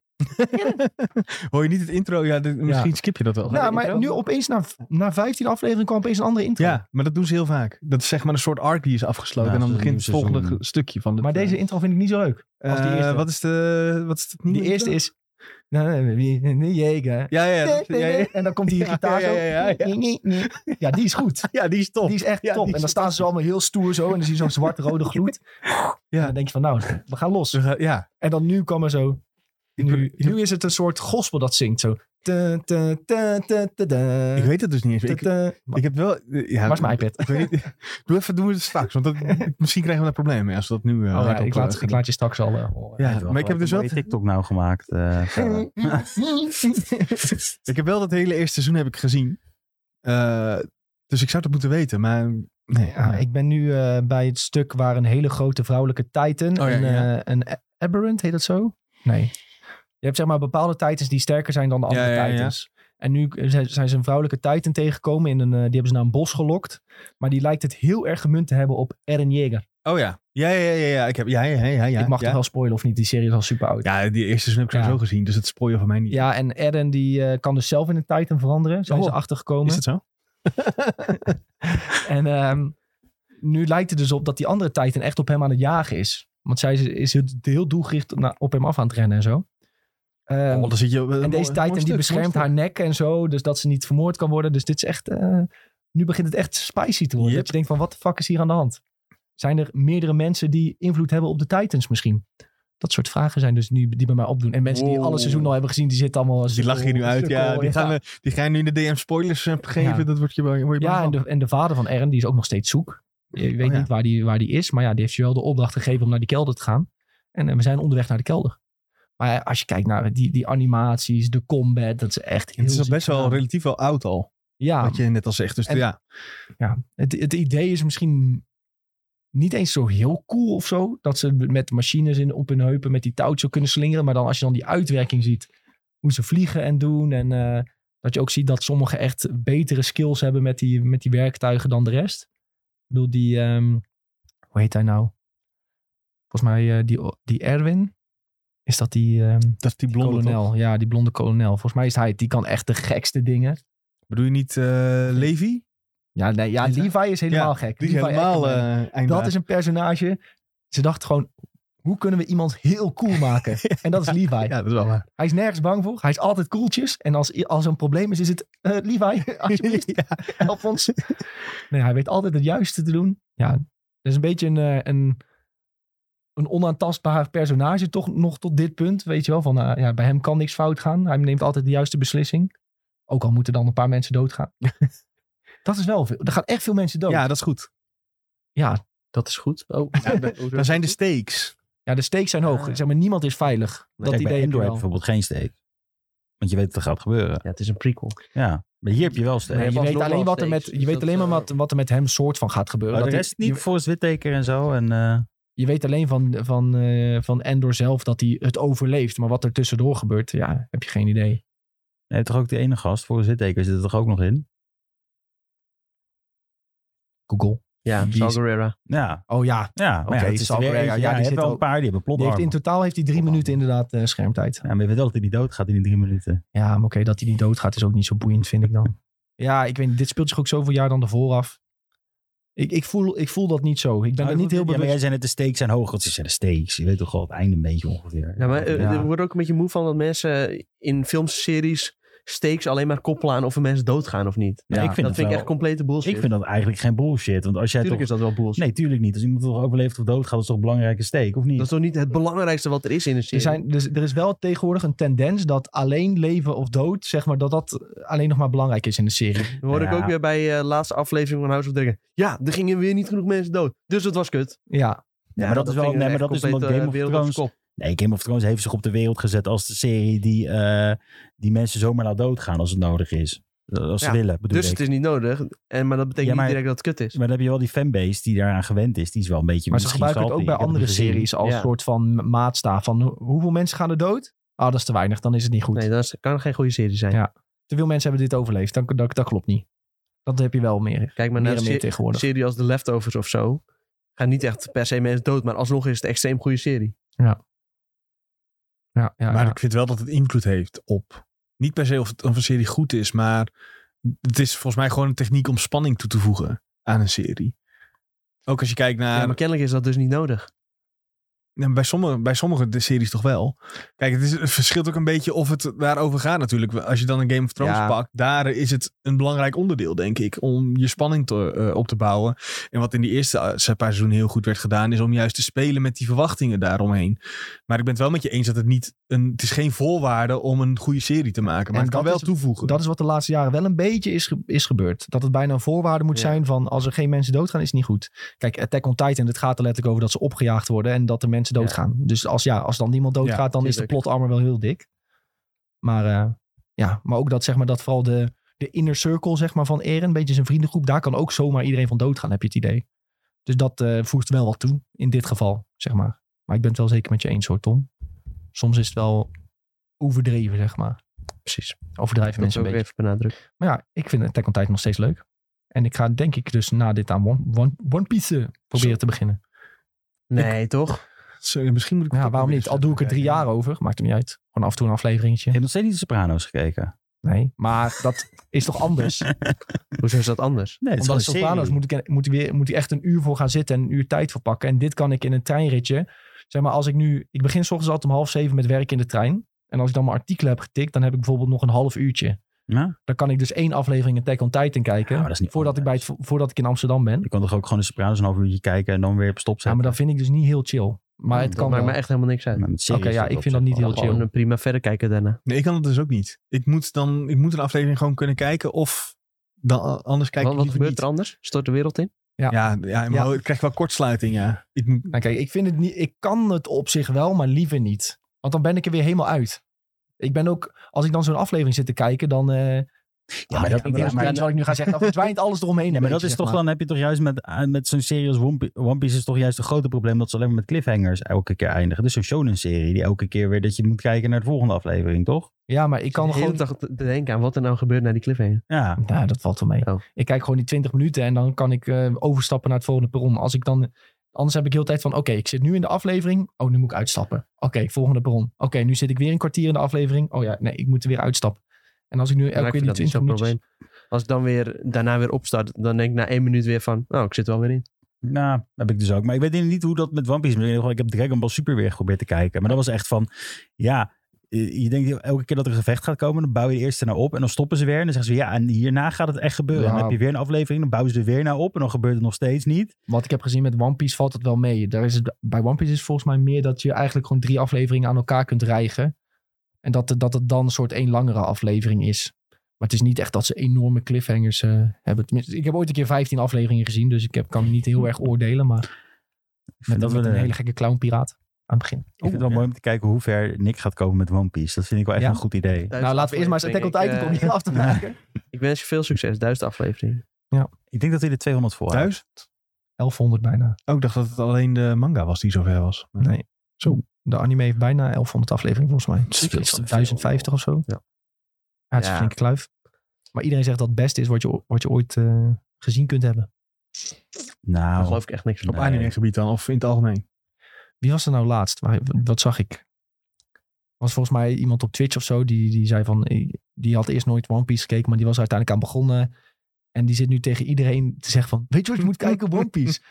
Hoor je niet het intro? Ja, misschien skip je dat wel.
Nou, maar nu opeens na 15 afleveringen kwam opeens een andere intro.
Ja, maar dat doen ze heel vaak. Dat is zeg maar een soort arc die is afgesloten. En dan begint het volgende stukje van de.
Maar deze intro vind ik niet zo leuk. Als die eerste.
Wat is het
die eerste is... Jäger.
Ja.
En dan komt die gitaar zo. Ja, die is goed.
Ja, die is top.
Die is echt top. En dan staan ze allemaal heel stoer zo. En dan zie je zo'n zwart-rode gloed. Ja. En dan denk je van, nou, we gaan los.
Ja.
En dan nu kwam er zo... Nu is het een soort gospel dat zingt zo.
Ik weet het dus niet eens. Ik heb wel...
Waar is mijn iPad?
Ik weet niet. Doen we het straks. Want misschien krijgen we daar problemen mee als we dat nu...
ik laat je straks al horen.
Maar ik heb dus wel...
TikTok nou gemaakt.
Ik heb wel dat hele eerste seizoen heb ik gezien. Dus ik zou dat moeten weten. Maar... Nee,
ik ben nu bij het stuk waar een hele grote vrouwelijke titan... een aberrant, heet dat zo? Nee. Je hebt zeg maar bepaalde titans die sterker zijn dan de andere titans. Ja. En nu zijn ze een vrouwelijke titan tegengekomen. Die hebben ze naar een bos gelokt. Maar die lijkt het heel erg gemunt te hebben op Eren Yeager.
Oh ja. Ja.
Ik mag toch wel spoilen of niet? Die serie is al super oud.
Ja, die eerste seizoen heb ik sowieso gezien. Dus het spoilen van mij niet.
Ja, en Eren die kan dus zelf in een titan veranderen. Zijn ze achtergekomen.
Is dat zo?
En nu lijkt het dus op dat die andere titan echt op hem aan het jagen is. Want zij is heel doelgericht op hem af aan het rennen en zo.
Dan zit je,
en deze titan die beschermt haar nek en zo. Dus dat ze niet vermoord kan worden. Dus dit is echt... nu begint het echt spicy te worden.
Yep.
Dat je denkt van, wat de fuck is hier aan de hand? Zijn er meerdere mensen die invloed hebben op de titans misschien? Dat soort vragen zijn dus nu die bij mij opdoen. En mensen die alle seizoenen al hebben gezien, die zitten allemaal...
Die lachen hier nu uit. Ja, die gaan nu in de DM spoilers geven. Ja. Dat wordt je
en de vader van Eren, die is ook nog steeds zoek. Je weet niet waar die is. Maar ja, die heeft je wel de opdracht gegeven om naar die kelder te gaan. En we zijn onderweg naar de kelder. Maar als je kijkt naar die animaties, de combat, dat is echt heel...
Het is al best wel relatief wel oud al.
Ja.
Wat je net al zegt. Dus
het idee is misschien niet eens zo heel cool of zo. Dat ze met machines op hun heupen met die touwtjes kunnen slingeren. Maar dan als je dan die uitwerking ziet, hoe ze vliegen en doen. En dat je ook ziet dat sommigen echt betere skills hebben met die werktuigen dan de rest. Ik bedoel, hoe heet hij nou? Volgens mij die Erwin. Is dat die...
dat is die blonde
kolonel.
toch?
Ja, die blonde kolonel. Volgens mij is hij... Die kan echt de gekste dingen.
Bedoel je niet Levi?
Ja, nee, Levi is helemaal gek.
Die is helemaal
dat is een personage. Ze dachten gewoon... Hoe kunnen we iemand heel cool maken? En dat is Levi.
Ja, dat is wel waar.
Hij is nergens bang voor. Hij is altijd cooltjes. En als er een probleem is het... Levi, alsjeblieft. Help ons. Nee, hij weet altijd het juiste te doen. Ja, dat is een beetje een onaantastbaar personage toch nog tot dit punt. Weet je wel, van bij hem kan niks fout gaan. Hij neemt altijd de juiste beslissing. Ook al moeten dan een paar mensen doodgaan. Dat is wel veel. Er gaan echt veel mensen dood.
Ja, dat is goed.
Ja,
dat is goed.
Daar zijn de stakes.
Ja, de stakes zijn hoog. Zeg maar, niemand is veilig.
Dat idee bij Andor heb je bijvoorbeeld geen steek. Want je weet wat er gaat gebeuren.
Ja, het is een prequel.
Ja, maar hier heb je wel steek.
Nee, je weet alleen wat er met hem soort van gaat gebeuren.
Maar de rest niet voor Whittaker en zo. En...
Je weet alleen van Andor zelf dat hij het overleeft. Maar wat er tussendoor gebeurt, ja, heb je geen idee.
Nee, toch ook die ene gast voor Whittaker zit er toch ook nog in?
Google.
Ja, Saw Gerrera.
Ja.
Oh ja.
Ja,
oké.
Saw Gerrera. Ja, die zit wel een paar, die hebben plotarmen.
In totaal heeft hij 3 minuten inderdaad schermtijd.
Ja, maar je weet wel dat hij niet doodgaat in die 3 minuten.
Ja, maar oké, dat hij niet doodgaat is ook niet zo boeiend, vind ik dan. Ja, ik weet niet, dit speelt zich ook zoveel jaar dan ervoor af. Ik voel dat niet zo. Ik ben er niet heel bewust.
Ja, maar jij zei net de stakes zijn hoog. Wat zijn de stakes? Je weet toch wel het einde een beetje ongeveer.
Ja, maar er wordt ook een beetje moe van dat mensen in filmseries stakes alleen maar koppelen aan of er mensen doodgaan of niet.
Ja, dat vind ik
echt complete bullshit.
Ik vind dat eigenlijk geen bullshit. Want als jij
tuurlijk is dat wel bullshit.
Nee, tuurlijk niet. Als iemand toch overleeft of doodgaat, dat is toch een belangrijke stake, of niet?
Dat is toch niet het belangrijkste wat er is in een serie?
Er is wel tegenwoordig een tendens dat alleen leven of dood, zeg maar, dat alleen nog maar belangrijk is in de serie.
Dan hoor ik ook weer bij de laatste aflevering van House of Dragon. Ja, er gingen weer niet genoeg mensen dood. Dus het was kut.
Ja.
Ja, maar dat is wel... Nee, maar dat is omdat Game of Thrones... Nee, Game of Thrones heeft zich op de wereld gezet als de serie die mensen zomaar laat doodgaan als het nodig is. Als ze willen, bedoel
dus
ik.
Het is niet nodig. Maar dat betekent niet direct dat het kut is.
Maar dan heb je wel die fanbase die daaraan gewend is. Die is wel een beetje...
Maar ze gebruiken het ook bij andere series als soort van maatstaaf. Van hoeveel mensen gaan er dood? Dat is te weinig. Dan is het niet goed.
Nee, dat kan geen goede serie zijn.
Ja. Te veel mensen hebben dit overleefd. Dat klopt niet. Dat heb je wel meer.
Kijk maar naar een serie als The Leftovers of zo. Gaan niet echt per se mensen dood. Maar alsnog is het een extreem goede serie.
Ja.
Maar ik vind wel dat het invloed heeft op... Niet per se of een serie goed is, maar het is volgens mij gewoon een techniek om spanning toe te voegen aan een serie. Ook als je kijkt naar...
Ja, maar kennelijk is dat dus niet nodig.
Ja, bij sommige de series toch wel. Kijk, het verschilt ook een beetje of het daarover gaat natuurlijk. Als je dan een Game of Thrones pakt, daar is het een belangrijk onderdeel, denk ik, om je spanning op te bouwen. En wat in die eerste paar seizoenen heel goed werd gedaan, is om juist te spelen met die verwachtingen daaromheen. Maar ik ben het wel met je eens dat het is geen voorwaarde om een goede serie te maken. Maar het kan wel toevoegen.
Dat is wat de laatste jaren wel een beetje is gebeurd. Dat het bijna een voorwaarde moet zijn van als er geen mensen doodgaan, is het niet goed. Kijk, Attack on Titan, het gaat er letterlijk over dat ze opgejaagd worden en dat de mensen doodgaan. Dus als dan niemand doodgaat, dan is de plot armor wel heel dik. Maar maar ook dat, zeg maar, dat vooral de inner circle, zeg maar, van Eren, een beetje zijn vriendengroep, daar kan ook zomaar iedereen van doodgaan, heb je het idee. Dus dat voegt wel wat toe, in dit geval, zeg maar. Maar ik ben het wel zeker met je eens, hoor, Tom. Soms is het wel overdreven, zeg maar.
Precies.
Overdrijven mensen een beetje.
Even benadrukken.
Maar ja, ik vind Attack on Titan nog steeds leuk. En ik ga, denk ik, dus na dit aan One Piece proberen te beginnen.
Nee, toch?
Misschien moet ik...
Ja, waarom niet? Al doe ik er 3 jaar over. Maakt het niet uit. Gewoon af en toe een afleveringetje.
Je hebt nog steeds niet de Sopranos gekeken.
Nee, maar dat is toch anders?
Hoezo is dat anders?
Nee, omdat de Sopranos moet ik echt een uur voor gaan zitten en een uur tijd voor pakken. En dit kan ik in een treinritje. Zeg maar, ik begin 's ochtends altijd om 6:30 met werk in de trein. En als ik dan mijn artikelen heb getikt, dan heb ik bijvoorbeeld nog een half uurtje. Ja? Dan kan ik dus 1 aflevering Attack on Titan kijken. Voordat ik in Amsterdam ben.
Je kan toch ook gewoon de Sopranos een half uurtje kijken en dan weer op stop zetten.
Ja, maar dat vind ik dus niet heel chill. Maar het kan
maakt me echt helemaal niks uit.
Oké, ik vind dat niet heel chill.
Gewoon prima verder kijken daarna.
Nee, ik kan dat dus ook niet. Ik moet een aflevering gewoon kunnen kijken of dan anders kijken.
Wat gebeurt er anders? Stort de wereld in?
Ja, maar ik krijg wel kortsluiting, ja.
Nou, kijk, ik vind het niet. Ik kan het op zich wel, maar liever niet. Want dan ben ik er weer helemaal uit. Ik ben ook, als ik dan zo'n aflevering zit te kijken, dan... maar wat ik nu ga zeggen, dan verdwijnt alles eromheen.
Ja, maar dat is toch dan, heb je toch juist met zo'n serie als One Piece is toch juist een grote probleem dat ze alleen maar met cliffhangers elke keer eindigen. Dus zo'n shonen-serie die elke keer weer dat je moet kijken naar de volgende aflevering, toch?
Ja, maar ik kan
gewoon... dag te denken aan wat er nou gebeurt naar die cliffhanger.
Ja, dat valt wel mee. Oh. Ik kijk gewoon die 20 minuten en dan kan ik overstappen naar het volgende perron. Anders heb ik heel de tijd van, oké, ik zit nu in de aflevering. Oh, nu moet ik uitstappen. Oké, volgende perron. Oké, nu zit ik weer een kwartier in de aflevering. Oh ja, nee, ik moet er weer uitstappen. En als ik nu elke keer die 20 minuten...
Als ik dan daarna weer opstart, dan denk ik na 1 minuut weer van, ik zit er wel weer in.
Nou, heb ik dus ook. Maar ik weet niet hoe dat met One Piece is. Ik heb Dragon Ball Super weer geprobeerd te kijken. Maar dat was echt van, je denkt elke keer dat er een gevecht gaat komen, dan bouw je de eerste naar op en dan stoppen ze weer. En dan zeggen ze, en hierna gaat het echt gebeuren. Ja. En dan heb je weer een aflevering, dan bouwen ze er weer naar op en dan gebeurt het nog steeds niet.
Wat ik heb gezien met One Piece valt het wel mee. Bij One Piece is volgens mij meer dat je eigenlijk gewoon 3 afleveringen aan elkaar kunt rijgen. En dat het dan een soort 1 langere aflevering is. Maar het is niet echt dat ze enorme cliffhangers hebben. Tenminste, ik heb ooit een keer 15 afleveringen gezien, dus ik kan niet heel erg oordelen. Maar met een hele gekke clownpiraat aan het begin.
Ik vind het wel mooi om te kijken hoe ver Nick gaat komen met One Piece. Dat vind ik wel echt een goed idee.
Nou, laten we eerst maar eens Attack on Titan proberen af te maken.
Ik wens je veel succes. 1000 afleveringen.
Ja.
Ik denk dat hij de 200 voor
1000?
1100 bijna.
Oh, ik dacht dat het alleen de manga was die zover was.
Nee. Zo. De anime heeft bijna 1100 afleveringen volgens mij. Dat is 1050 of zo. Ja. Het is een flinke kluif. Maar iedereen zegt dat het beste is wat je ooit gezien kunt hebben.
Nou, daar geloof ik echt niks van.
Op anime-gebied dan, of in het algemeen?
Wie was er nou laatst? Wat zag ik? Was volgens mij iemand op Twitch of zo. Die zei van, die had eerst nooit One Piece gekeken, maar die was uiteindelijk aan begonnen. En die zit nu tegen iedereen te zeggen van, weet je wat je moet kijken op One Piece?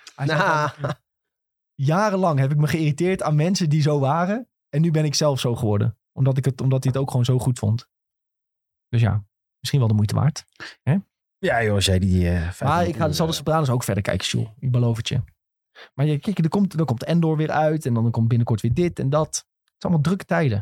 Jarenlang heb ik me geïrriteerd aan mensen die zo waren. En nu ben ik zelf zo geworden. Omdat hij het ook gewoon zo goed vond. Dus ja, misschien wel de moeite waard. Hè?
Ja joh, als jij die...
maar ik zal de Sopranos ook verder kijken, Sjoel. Ik beloof het je. Maar kijk, er komt Endor weer uit. En dan komt binnenkort weer dit en dat. Het is allemaal drukke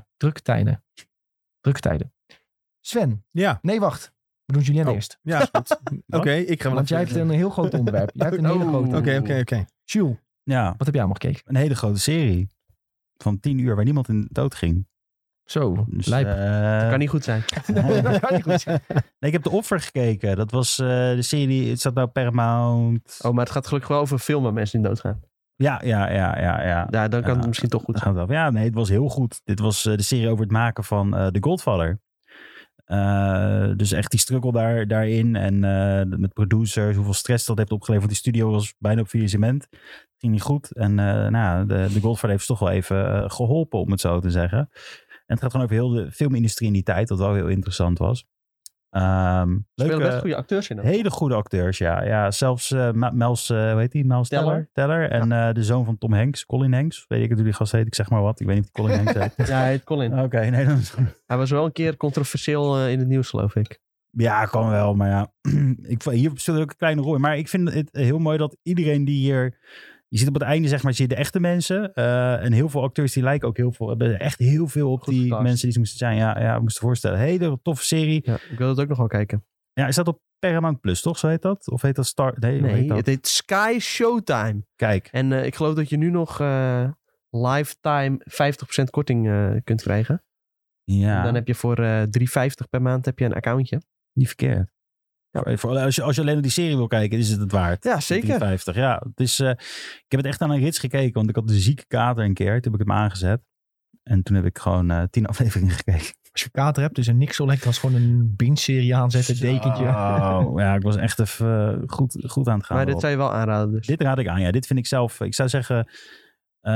tijden. Sven.
Ja.
Nee, wacht. We doen Julien eerst.
Ja, is goed. Oké, ik ga wel.
Want jij hebt een heel groot onderwerp. Jij hebt een hele grote...
Oké.
Jules, wat heb jij allemaal gekeken?
Een hele grote serie. Van 10 uur waar niemand in dood ging.
Zo,
dus, dat kan niet goed zijn.
Dat kan niet goed zijn.
Nee, ik heb The Offer gekeken. Dat was de serie, het staat nou Paramount.
Oh, maar het gaat gelukkig wel over een film waar mensen in doodgaan.
Ja.
Dan kan het misschien toch goed zijn.
Ja, nee, het was heel goed. Dit was de serie over het maken van The Godfather. Dus echt die struggle daarin. En met producers, hoeveel stress dat heeft opgeleverd. Die studio was bijna op faillissement. Ging niet goed. En de Godfather heeft toch wel even geholpen, om het zo te zeggen. En het gaat gewoon over heel de filmindustrie in die tijd, wat wel heel interessant was.
Spelen best goede acteurs in.
Hele goede acteurs, ja. Zelfs Miles, hoe heet die? Miles Teller. En de zoon van Tom Hanks, Colin Hanks. Weet ik hoe die gast heet, ik zeg maar wat. Ik weet niet of Colin Hanks heet.
Ja, hij heet Colin.
Oké, nee. Dan...
Hij was wel een keer controversieel in het nieuws, geloof ik.
Ja, kan wel, maar ja. Hier speelt ook een kleine rol. Maar ik vind het heel mooi dat iedereen die hier... Je ziet op het einde, zeg maar, zie je de echte mensen. En heel veel acteurs die lijken ook heel veel. Hebben echt heel veel op die mensen die ze moesten zijn. Ja, moesten voorstellen. Hele toffe serie.
Ja, ik wil het ook nog wel kijken.
Ja, is dat op Paramount Plus, toch? Zo heet dat? Of heet dat Star... Nee, heet dat?
Het heet Sky Showtime.
Kijk.
En ik geloof dat je nu nog lifetime 50% korting kunt krijgen.
Ja.
En dan heb je voor $3,50 per maand heb je een accountje.
Niet verkeerd. Ja, als je alleen naar die serie wil kijken, is het waard.
Ja, zeker.
$3,50. Ja, het is, ik heb het echt aan een rits gekeken, want ik had een zieke kater een keer. Toen heb ik hem aangezet. En toen heb ik gewoon 10 afleveringen gekeken.
Als je kater hebt, dus niks zo lekker als gewoon een binge-serie aanzetten, dekentje.
Oh, ja, ik was echt even goed aan het gaan.
Maar dit zou je wel aanraden dus?
Dit raad ik aan, ja. Dit vind ik zelf, ik zou zeggen 4,5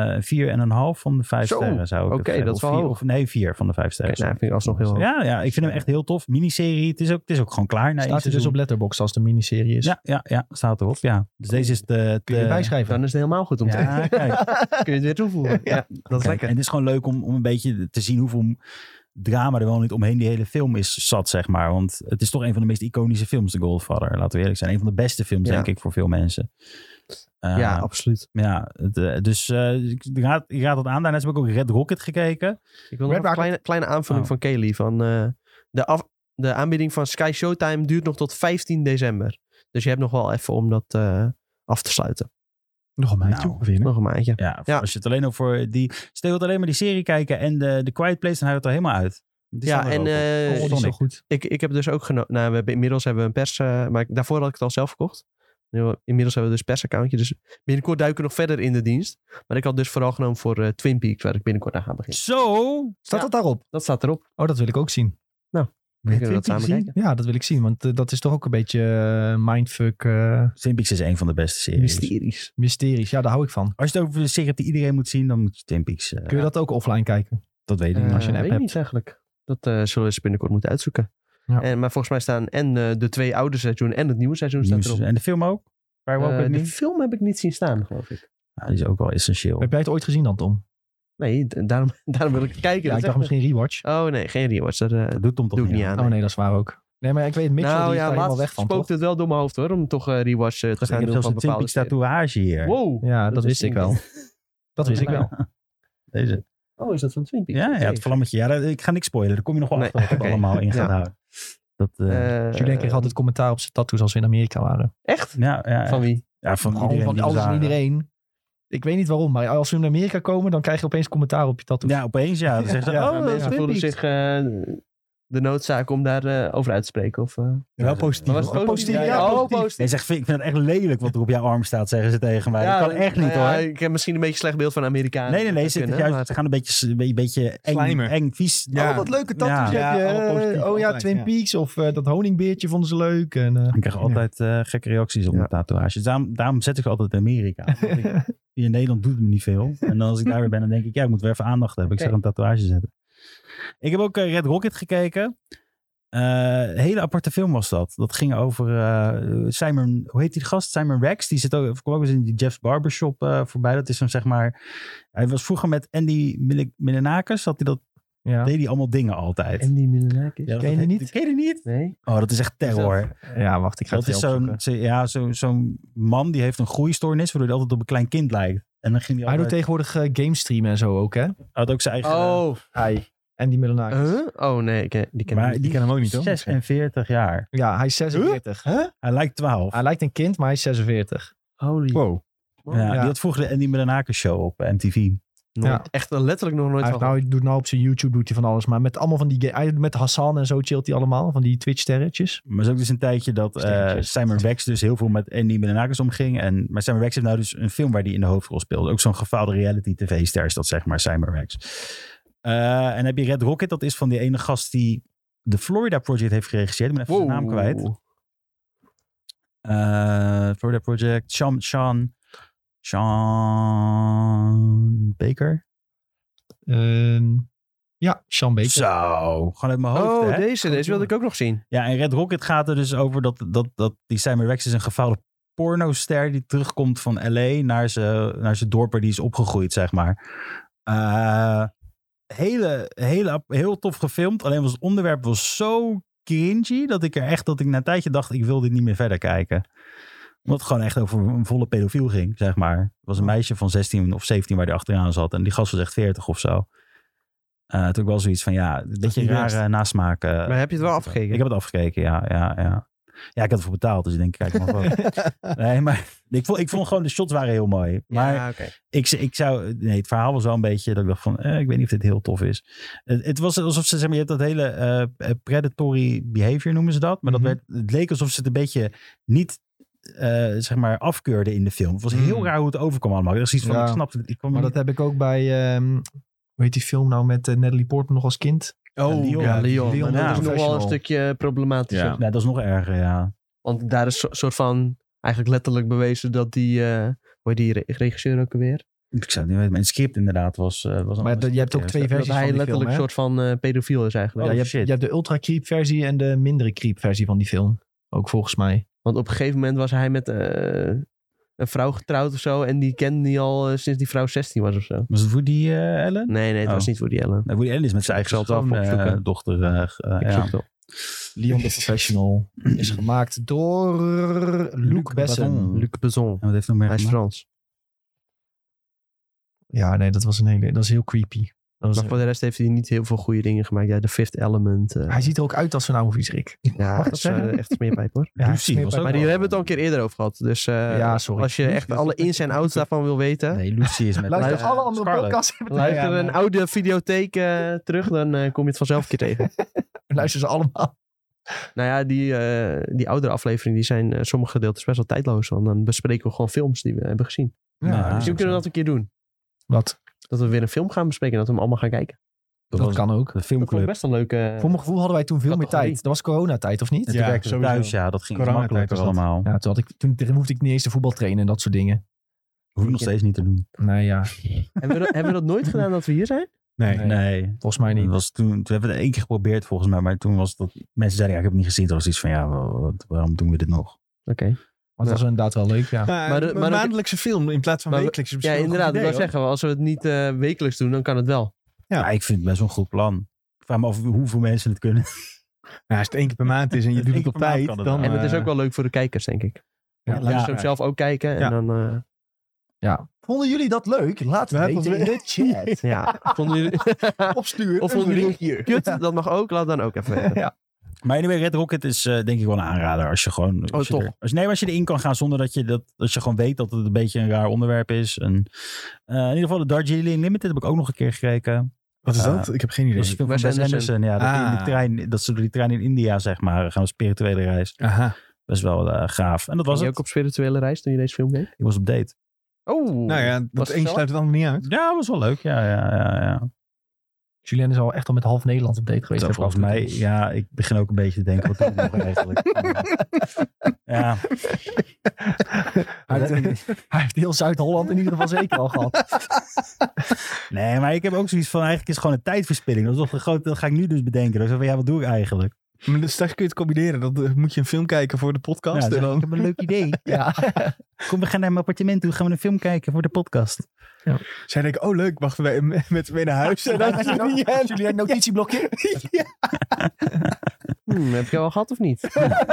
van de 5 sterren zou ik
Oké, dat is wel hoog.
Nee, 4 van de 5 sterren.
Okay, nou, vind ik alsnog heel hoog.
Ja, ik vind hem echt heel tof. Miniserie, het is ook gewoon klaar.
Staat er dus op Letterboxd als de miniserie is?
Ja, staat erop. Ja. Dus deze is
kun je bijschrijven?
Dan is het helemaal goed om te
kijken.
Kun je het weer toevoegen. Ja, dat is lekker.
En het is gewoon leuk om een beetje te zien hoeveel drama er wel niet omheen die hele film is zat, zeg maar. Want het is toch een van de meest iconische films, The Godfather. Laten we eerlijk zijn. Een van de beste films, denk ik, voor veel mensen.
Ja, absoluut.
Ja, dus ik raad dat aan. Daarnaast heb ik ook Red Rocket gekeken.
Ik wil nog een kleine aanvulling van Kelly. Van, de aanbieding van Sky Showtime duurt nog tot 15 december. Dus je hebt nog wel even om dat af te sluiten.
Nog een maandje ongeveer.
Nog een maandje.
Ja, als je het alleen over stel je alleen maar die serie kijken en de Quiet Place, dan houdt het er helemaal uit.
Ja, en
is zo goed.
Ik heb dus ook genoten. Inmiddels hebben we een pers... maar daarvoor had ik het al zelf verkocht. Inmiddels hebben we dus een persaccountje. Dus binnenkort duiken we nog verder in de dienst. Maar ik had dus vooral genomen voor Twin Peaks, waar ik binnenkort aan ga beginnen.
Zo!
Staat dat daarop?
Dat staat erop.
Oh, dat wil ik ook zien.
Nou, we kunnen dat samen kijken.
Ja, dat wil ik zien. Want dat is toch ook een beetje mindfuck.
Twin Peaks is een van de beste series.
Mysteries, ja, daar hou ik van.
Als je het over de serie hebt die iedereen moet zien, dan moet je Twin Peaks...
Kun je dat ook offline kijken?
Dat weet ik niet.
Als je een app
weet
hebt.
niet eigenlijk. Dat zullen we eens binnenkort moeten uitzoeken.
Ja.
Maar volgens mij staan de 2 oude seizoenen en het nieuwe seizoen staat erop.
En de film ook?
De film heb ik niet zien staan, geloof ik.
Ja, die is ook wel essentieel.
Heb jij het ooit gezien dan, Tom?
Nee, daarom wil ik het kijken.
Ja, ik dacht misschien rewatch.
Oh nee, geen rewatch. Dat
doet Tom toch
doe ik niet aan.
Oh nee, dat is waar ook. Nee, maar ik weet Mitchell, die is daar helemaal weg van,
spookt het wel door mijn hoofd hoor, om toch rewatch te gaan doen.
Ik heb zelfs een Twin Peaks tatoeage hier.
Wow.
Ja, dat wist ik wel. Dat wist ik wel.
Deze.
Oh, is dat van Twin Peaks?
Ja, het vlammetje. Ja, ik ga niks spoilen. Daar kom je nog wel achter wat het allemaal in gaat houden.
Julien kreeg altijd commentaar op zijn tattoos als we in Amerika waren.
Echt?
Ja.
Van wie?
Ja, van iedereen.
Van alles en iedereen. Ik weet niet waarom, maar als we in Amerika komen, dan krijg je opeens commentaar op je tattoo.
Ja, opeens ja. Dan zeggen ze,
mensen voelen zich de noodzaak om daar over uit te spreken. Of,
wel positief.
Maar was het positief?
Ja,
positief.
Nee, zeg, ik vind het echt lelijk wat er op jouw arm staat, zeggen ze tegen mij.
Ja,
dat kan echt niet hoor.
Ik heb misschien een beetje een slecht beeld van Amerikanen.
Nee. Ze gaan een beetje eng, vies.
Ja. Oh, wat leuke tattoos heb je. Twin Peaks of dat honingbeertje vonden ze leuk. En,
ik krijg altijd gekke reacties op mijn tatoeages. Daarom zet ik ze altijd in Amerika. Hier in Nederland doet het me niet veel. En dan als ik daar weer ben, dan denk ik, ik moet weer even aandacht hebben. Ik zeg een tatoeage zetten. Ik heb ook Red Rocket gekeken. Een hele aparte film was dat. Dat ging over Simon, hoe heet die gast? Simon Rex. Die zit ook eens in die Jeff's Barbershop voorbij. Dat is zo'n zeg maar... Hij was vroeger met Andy Milonakis. Deed hij allemaal dingen altijd.
Andy Milonakis?
Ja, ken je die niet?
Ken je die niet? Nee.
Oh, dat is echt terror.
Ja, wacht. Ik ga het
is zo'n man die heeft een groeistoornis, waardoor hij altijd op een klein kind lijkt. En dan ging
hij doet tegenwoordig gamestreamen en zo ook, hè?
Hij had ook zijn eigen...
Oh, hij. En die Milonakis.
Oh nee, die ken
hem ook niet, toch?
46 jaar.
Ja, hij is 46.
Hij lijkt 12.
Hij lijkt een kind, maar hij is 46.
Holy.
Wow.
Ja, die had vroeger de Andy Milonakis show op MTV.
Echt letterlijk nog nooit van.
Hij doet nou op zijn YouTube doet hij van alles. Maar met allemaal van die... Met Hassan en zo chillt hij allemaal. Van die Twitch-sterretjes.
Maar het is ook dus een tijdje dat Simon Rex dus heel veel met Andy Milonakis omging. Maar Simon Rex heeft nou dus een film waar hij in de hoofdrol speelt. Ook zo'n gefaalde reality tv-ster is dat, zeg maar, Simon Rex. En dan heb je Red Rocket. Dat is van die ene gast die de Florida Project heeft geregisseerd. Ik ben even zijn naam kwijt. Florida Project. Sean Baker.
Ja, Sean Baker.
Zo, gewoon uit mijn hoofd.
Oh, deze wilde ik ook nog zien.
Ja, en Red Rocket gaat er dus over dat die Samuel Rex is een gevouwen pornoster die terugkomt van LA naar zijn dorp waar die is opgegroeid, zeg maar. Heel tof gefilmd. Alleen was het onderwerp zo cringy dat ik na een tijdje dacht, ik wil dit niet meer verder kijken. Omdat het gewoon echt over een volle pedofiel ging, zeg maar. Het was een meisje van 16 of 17 waar die achteraan zat. En die gast was echt 40 of zo. Toen ik wel zoiets van, een beetje rare nasmaak.
Maar heb je het wel afgekeken?
Ik heb het afgekeken, ja. Ja, ik had ervoor betaald, dus ik denk, kijk maar wel. Nee, maar ik vond gewoon, de shots waren heel mooi. Maar het verhaal was wel een beetje, dat ik dacht van, ik weet niet of dit heel tof is. Het was alsof ze, zeg maar, je hebt dat hele predatory behavior noemen ze dat. Maar het leek alsof ze het een beetje niet, zeg maar, afkeurden in de film. Het was heel raar hoe het overkwam allemaal. Dat is iets van, ik snapte het.
Maar dat heb ik ook bij, hoe heet die film nou met Natalie Portman nog als kind?
Leon. Dat is nog wel een stukje problematisch.
Ja, dat is nog erger, ja.
Want daar is een soort van eigenlijk letterlijk bewezen dat die, hoe heet die regisseur ook alweer?
Ik zou het niet weten, maar het script inderdaad was
maar je hebt ook twee versies van die film,
letterlijk een soort van pedofiel is eigenlijk.
Je hebt de ultra creep versie en de mindere creep versie van die film. Ook volgens mij.
Want op een gegeven moment was hij met een vrouw getrouwd of zo. En die kende die al sinds die vrouw 16 was of zo.
Was het Woody Allen?
Nee, het was niet Woody Allen.
Nee, Woody Allen is met zijn eigen dochter.
Leon the Professional is gemaakt door Luc Besson.
Luc Besson.
En wat heeft nog meer
Hij is Frans.
Ja, nee, dat is heel creepy.
Maar voor de rest heeft hij niet heel veel goede dingen gemaakt. Ja, The Fifth Element.
Hij ziet er ook uit als een oude viezerik.
Ja, dat is echt smeerpijp hoor.
Ja,
maar hier hebben we het al een keer eerder over gehad. Dus sorry. Als je echt alle ins en outs daarvan wil weten.
Nee, Lucy is met
luister alle andere podcasts.
Luister een oude videotheek terug. Dan kom je het vanzelf een keer tegen.
Luister ze allemaal.
Nou ja, die oudere afleveringen die zijn sommige gedeeltes best wel tijdloos. Want dan bespreken we gewoon films die we hebben gezien.
Ja,
misschien kunnen we dat een keer doen.
Wat?
Dat we weer een film gaan bespreken en dat we hem allemaal gaan kijken.
Dat kan ook.
De filmclub.
Best een leuke.
Voor mijn gevoel hadden wij toen veel meer tijd. Dat was coronatijd, of niet?
En toen werkte thuis, dat ging makkelijker allemaal.
Ja, toen hoefde ik niet eens de voetbal trainen en dat soort dingen.
Hoef ik nog steeds niet te doen.
Nee, ja.
Hebben we dat nooit gedaan dat we hier zijn?
Nee.
Volgens mij niet.
Toen hebben we het 1 keer geprobeerd volgens mij. Maar toen was het dat mensen zeiden, ik heb het niet gezien. Toen was iets van, waarom doen we dit nog?
Oké.
Maar dat was inderdaad wel leuk, ja.
Maar een maandelijkse film in plaats van wekelijks.
Ja, inderdaad. Ik wil zeggen, als we het niet wekelijks doen, dan kan het wel.
Ja, ik vind het best wel een goed plan. Ik vraag me af hoeveel mensen het kunnen.
Nou, als het 1 keer per maand is en je doet het op tijd, dan...
En het is ook wel leuk voor de kijkers, denk ik. Laten ze hem zelf ook kijken en dan...
Ja. Vonden jullie dat leuk? Laat het weten in de chat.
Ja. Vonden jullie...
Opsturen.
Of vonden jullie kut? Dat mag ook. Laat dan ook even weten.
Ja.
Maar anyway, Red Rocket is denk ik wel een aanrader. Als je gewoon... Als je erin kan gaan zonder dat je gewoon weet dat het een beetje een raar onderwerp is. En, in ieder geval de Darjeeling Limited heb ik ook nog een keer gekeken.
Wat is dat? Ik heb geen idee.
Dat is film van Wes Anderson. Ja, dat ze door die trein in India, zeg maar, gaan een spirituele reis.
Aha.
Best wel gaaf. En dat was
je ook op spirituele reis toen je deze film deed?
Ik was op date.
Oh.
Nou ja, dat één sluit het ander niet uit.
Ja, was wel leuk. Ja.
Julien is al echt al met half Nederland op date geweest.
Volgens mij, ja, ik begin ook een beetje te denken, wat doen we nog eigenlijk? Ja.
Hij heeft heel Zuid-Holland in ieder geval zeker al gehad.
Nee, maar ik heb ook zoiets van, eigenlijk is het gewoon een tijdverspilling. Dat is toch een groot, dat ga ik nu dus bedenken. Dus van, wat doe ik eigenlijk?
Maar dus straks kun je het combineren. Dan moet je een film kijken voor de podcast.
Ja,
en dan...
Ik heb een leuk idee.
Ja.
Kom, we gaan naar mijn appartement toe. Gaan we een film kijken voor de podcast.
Ja. Zij denken, leuk, wachten wij met mee naar huis. En dan
jullie een notitieblokje?
Ja. Heb je al gehad of niet?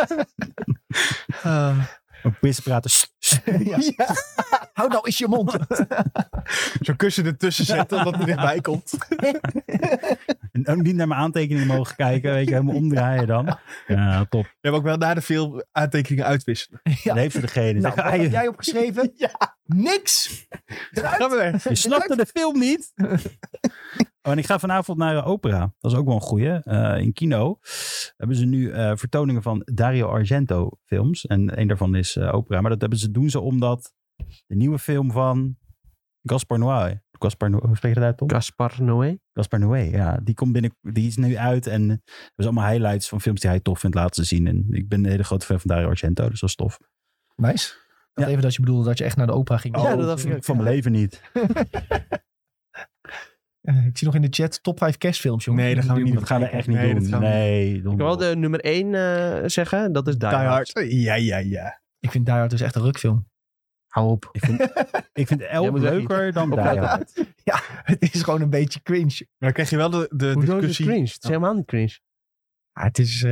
Een pissen praten.
Ja. Hou nou eens je mond.
Zo'n kussen ertussen zetten, omdat hij dichtbij komt.
En ook niet naar mijn aantekeningen mogen kijken. Weet je, helemaal omdraaien dan. Ja, top.
We hebben ook wel na de film aantekeningen uitwisselen.
Ja.
Dat heeft ze degene.
Nou, wat heb jij opgeschreven? Ja. Niks.
Gaan we weg.
Je snapte de film niet. En ik ga vanavond naar de opera. Dat is ook wel een goeie. In Kino hebben ze nu vertoningen van Dario Argento films. En een daarvan is opera. Maar dat doen ze omdat de nieuwe film van Gaspar Noé. Hoe spreek je dat uit, Tom? Gaspar Noé, ja. Die is nu uit. En er zijn allemaal highlights van films die hij tof vindt laten zien. En ik ben een hele grote fan van Dario Argento. Dus dat is tof.
Nice.
Ja.
Even dat je bedoelde dat je echt naar de opera ging.
Ja, dat dacht ik van mijn leven niet.
Ik zie nog in de chat top 5 kerstfilms, jongen.
Nee, dat gaan we niet.
Dat gaan we echt niet doen. Nee.
Ik wil wel de nummer 1 zeggen. Dat is Die Hard.
Ja.
Ik vind Die Hard dus echt een rukfilm.
Hou op.
Ik vind Elf leuker dan Die Hard.
Ja, het is gewoon een beetje cringe.
Maar dan krijg je wel de
Hoezo
discussie.
is het cringe? Het is helemaal niet cringe.
Ja, het is...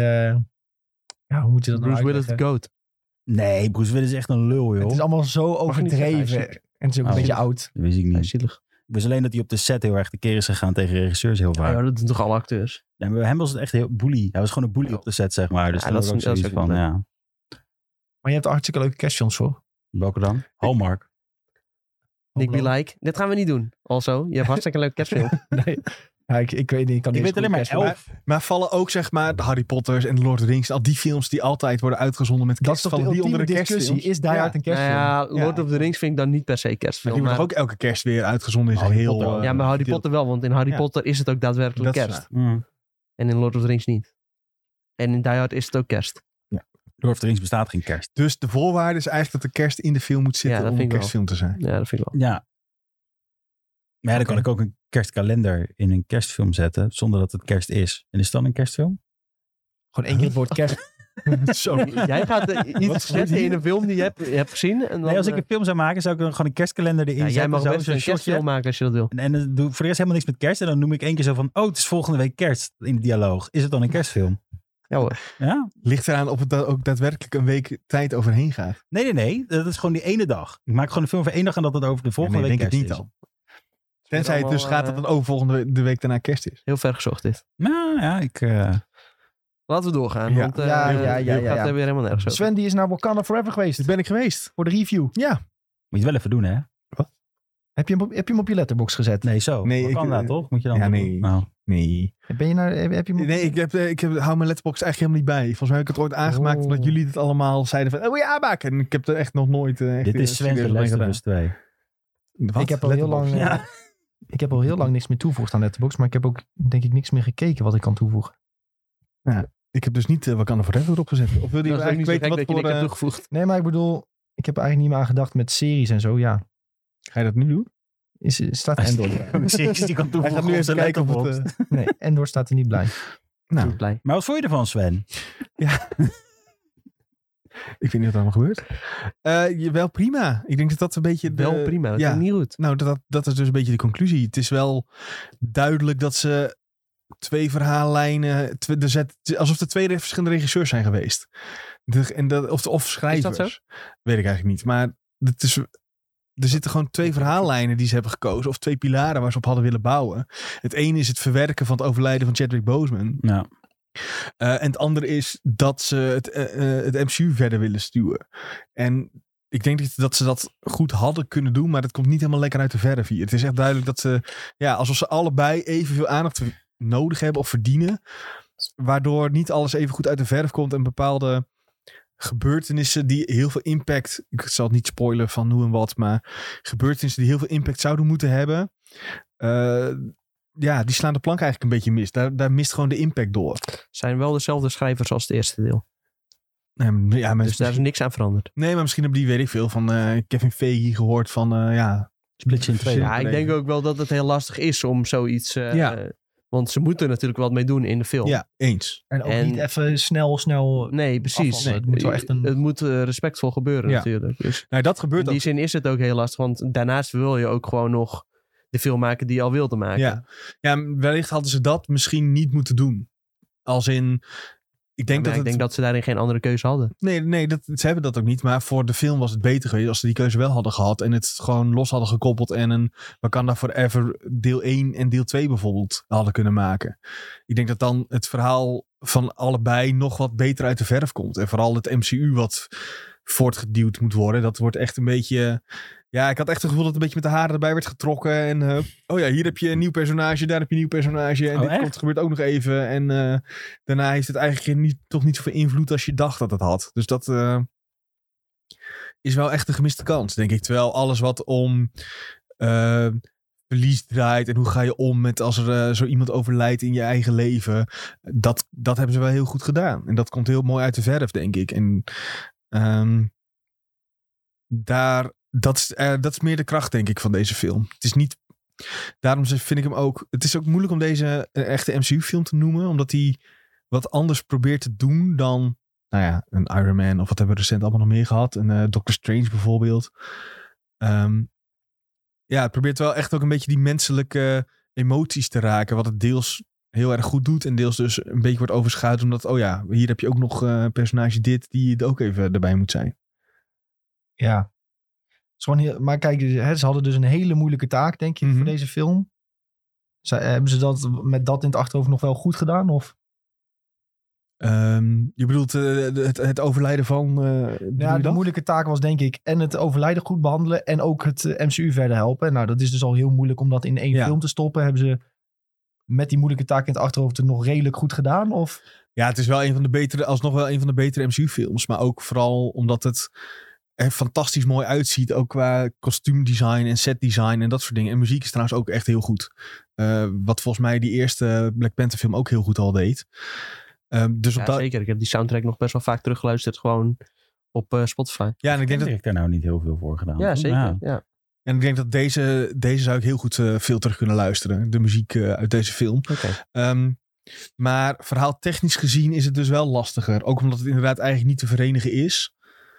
hoe moet je dat
Bruce
nou
Willis de
uitleggen?
GOAT.
Nee, Bruce Willis is echt een lul, joh.
Het is allemaal zo
Mag je niet zeggen, hij is
overdreven. En het is ook een beetje oud.
Dat wist ik
Hij is
niet.
zielig.
Ik wist alleen dat hij op de set heel erg tekeer is gegaan tegen regisseurs heel vaak.
Ja, dat doen toch alle acteurs?
Ja, maar bij hem was het echt heel bully. Hij was gewoon een bully op de set, zeg maar. Dus
Ja,
dat
dat
was ook
is- dat is
zoiets
ook
van,
niet
ja.
Maar je hebt hartstikke leuke kerstfilms voor.
Welke dan? Hallmark.
Nick Be Like. Dit gaan we niet doen. Also, je hebt hartstikke een leuke kerstfilm.
Nee. Ja, ik weet niet. Ik kan
Ik
niet
weet alleen maar
kerstfilm.
11.
Maar vallen ook zeg maar de Harry Potters en de Lord of the Rings. Al die films die altijd worden uitgezonden met
Dat is
kerst.
toch de
Vallen die
ultieme
onder de
discussie?
kerstfilms?
Is Die Hard een
Nou
kerstfilm?
ja, Lord
Ja.
of the Rings vind ik dan niet per se
Maar
kerstfilm.
die wordt
Maar,
toch ook elke kerst weer uitgezonden. Is
Harry
heel,
Potter.
ja, maar Harry
deel-
Potter wel. Want in Harry
Ja.
Potter is het ook daadwerkelijk
Dat is
kerst.
Mm.
En in Lord of the Rings niet. En in Die Hard is het ook kerst.
Lord of the Rings bestaat geen kerst.
Dus de voorwaarde is eigenlijk dat de kerst in de film moet
Ja,
zitten
dat
om een
vind ik
kerstfilm te zijn.
Ja, dat vind ik wel.
Ja. Maar ja, dan kan ik ook een kerstkalender in een kerstfilm zetten, zonder dat het kerst is. En is het dan een kerstfilm?
Gewoon één keer het woord kerst.
Zo.
Jij gaat iets zetten in een film die je hebt gezien. En dan,
Nee, als ik een film zou maken, zou ik dan gewoon een kerstkalender erin
ja, jij
zetten.
mag
zo,
best
zo'n
een
shotje.
kerstfilm maken als je dat wil.
En dan doe ik voor de rest helemaal niks met kerst. En dan noem ik één keer zo van, oh, het is volgende week kerst in de dialoog. Is het dan een kerstfilm?
Ja hoor.
Ja?
Ligt eraan of het ook daadwerkelijk een week tijd overheen gaat.
Nee. Dat is gewoon die ene dag. Ik maak gewoon een film voor één dag en dat het over de volgende
nee,
week
denk ik
kerst
niet
is.
dan. Tenzij het dus gaat dat het over volgende week daarna kerst is.
Heel ver gezocht dit.
Nou ja, ik...
Laten we doorgaan.
Ja.
Want
Ja,
het gaat er weer helemaal nergens over.
Sven die is naar Wakanda Forever geweest.
Dus ben ik geweest.
Voor de review.
Ja.
Moet je het wel even doen, hè?
Heb je hem op je letterbox gezet?
Nee, zo.
Nee,
Nee,
ik-
kan dat toch? Moet je dan
Ja,
doen?
nee.
Nou.
Nee.
Ben je heb je hem op-
Nee, hou mijn letterbox eigenlijk helemaal niet bij. Volgens mij heb ik het ooit aangemaakt
Oh.
omdat jullie het allemaal zeiden van, oh ja, maken. En ik heb er echt nog nooit... echt,
Dit is Sven
serieus
de
mee gedaan.
Last of Us 2.
Wat?
Ik heb al heel lang...
Letterboxd?
Ik heb al heel lang niks meer toegevoegd aan Letterboxd. Maar ik heb ook denk ik niks meer gekeken wat ik kan toevoegen.
Ik heb dus niet Wakanda Forever erop gezet. Of wil je
Dat is ook niet
eigenlijk
zo
weten
gek
wat
dat je
voor...
niks hebt toegevoegd.
Nee, maar ik bedoel... Ik heb er eigenlijk niet meer aan gedacht met series en zo. Ja.
Ga je dat nu doen?
Staat Endor.
Series die kan
Hij
toevoegen
gaat nu
op
even
zijn
kijken of
letterbox.
het...
Nee, Endor staat er niet bij.
nou,
Blij.
Maar wat vond je ervan, Sven?
ik weet niet wat er allemaal gebeurt. Wel prima. Ik denk dat dat een beetje...
Wel prima. Dat
ja.
vind ik niet goed.
Nou, dat is dus een beetje de conclusie. Het is wel duidelijk dat ze twee verhaallijnen... alsof er twee verschillende regisseurs zijn geweest. Of schrijvers.
Is dat zo?
Weet ik eigenlijk niet. Maar het is... Er zitten gewoon twee verhaallijnen die ze hebben gekozen. Of twee pilaren waar ze op hadden willen bouwen. Het ene is het verwerken van het overlijden van Chadwick Boseman.
Ja.
En het andere is dat ze het MCU verder willen stuwen. En ik denk dat ze dat goed hadden kunnen doen. Maar dat komt niet helemaal lekker uit de verf hier. Het is echt duidelijk dat ze... Ja, alsof ze allebei evenveel aandacht nodig hebben of verdienen. Waardoor niet alles even goed uit de verf komt. En bepaalde gebeurtenissen die heel veel impact... Ik zal het niet spoilen van hoe en wat. Maar gebeurtenissen die heel veel impact zouden moeten hebben... ja, die slaan de plank eigenlijk een beetje mis. Daar mist gewoon de impact door.
Zijn wel dezelfde schrijvers als het eerste deel.
Ja, maar
Dus daar is niks aan veranderd.
nee, maar misschien hebben die, weet ik veel, van Kevin Feige gehoord van, ja...
Splitje in twee.
Ja,
Ja, ik denk ook wel dat het heel lastig is om zoiets...
Ja.
Want ze moeten natuurlijk wat mee doen in de film.
Ja, eens.
En ook
En-
niet even snel...
Nee, precies.
Afvallen. Het moet wel echt een-
Het moet respectvol gebeuren
Ja.
natuurlijk. Dus
Nou, dat
in
gebeurt
die
ook.
zin is het ook heel lastig. Want daarnaast wil je ook gewoon nog de film maken die je al wilde maken.
Ja. Ja, wellicht hadden ze dat misschien niet moeten doen. Als in... Ik denk
Maar
dat
ik denk dat ze daarin geen andere keuze hadden.
Nee, ze hebben dat ook niet. Maar voor de film was het beter geweest als ze die keuze wel hadden gehad. En het gewoon los hadden gekoppeld. En een Wakanda Forever deel 1 en deel 2 bijvoorbeeld hadden kunnen maken. Ik denk dat dan het verhaal van allebei nog wat beter uit de verf komt. En vooral het MCU wat voortgeduwd moet worden. Dat wordt echt een beetje... Ja, ik had echt het gevoel dat het een beetje met de haren erbij werd getrokken. En oh ja, hier heb je een nieuw personage, daar heb je een nieuw personage. En
Oh, echt?
gebeurt ook nog even. En daarna heeft het eigenlijk toch niet zoveel invloed als je dacht dat het had. Dus dat is wel echt een gemiste kans, denk ik. Terwijl alles wat om verlies draait en hoe ga je om met als er zo iemand overlijdt in je eigen leven. Dat hebben ze wel heel goed gedaan. En dat komt heel mooi uit de verf, denk ik. En dat is meer de kracht, denk ik, van deze film. Het is niet daarom vind ik hem ook... Het is ook moeilijk om deze een echte MCU-film te noemen. Omdat hij wat anders probeert te doen dan... Nou ja, een Iron Man of wat hebben we recent allemaal nog meer gehad. Een Doctor Strange bijvoorbeeld. Het probeert wel echt ook een beetje die menselijke emoties te raken. Wat het deels heel erg goed doet. En deels dus een beetje wordt overschaduwd. Omdat, hier heb je ook nog een personage die er ook even erbij moet zijn.
Ja. Maar kijk, ze hadden dus een hele moeilijke taak, denk je, voor deze film. Hebben ze dat met dat in het achterhoofd nog wel goed gedaan? Of?
Je bedoelt het overlijden van...
de moeilijke taak was denk ik en het overlijden goed behandelen en ook het MCU verder helpen. Nou, dat is dus al heel moeilijk om dat in één film te stoppen. Hebben ze met die moeilijke taak in het achterhoofd het nog redelijk goed gedaan? Of? Ja,
het is wel alsnog wel een van de betere MCU-films. Maar ook vooral omdat het er fantastisch mooi uitziet. Ook qua kostuumdesign en setdesign en dat soort dingen. En muziek is trouwens ook echt heel goed. Wat volgens mij die eerste Black Panther film ook heel goed al deed.
Zeker. Ik heb die soundtrack nog best wel vaak teruggeluisterd. Gewoon op Spotify.
Ja, en ik denk dat
ik daar nou niet heel veel voor gedaan.
Ja, zeker. Ja.
En ik denk dat deze zou ik heel goed veel terug kunnen luisteren. De muziek uit deze film.
Okay.
Maar verhaaltechnisch gezien is het dus wel lastiger. Ook omdat het inderdaad eigenlijk niet te verenigen is.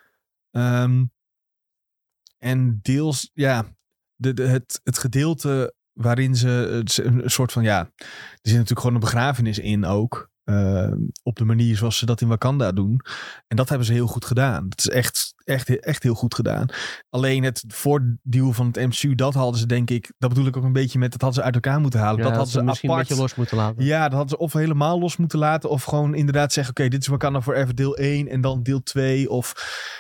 En deels, het gedeelte waarin ze een soort van, er zit natuurlijk gewoon een begrafenis in ook. Op de manier zoals ze dat in Wakanda doen. En dat hebben ze heel goed gedaan. Dat is echt heel goed gedaan. Alleen het voortduwen van het MCU, dat hadden ze denk ik, dat bedoel ik ook een beetje met, dat hadden ze uit elkaar moeten halen.
Ja,
dat hadden ze
misschien
apart
een beetje los moeten laten.
Ja, dat hadden ze of helemaal los moeten laten. Of gewoon inderdaad zeggen, oké, dit is Wakanda Forever deel 1 en dan deel 2. Of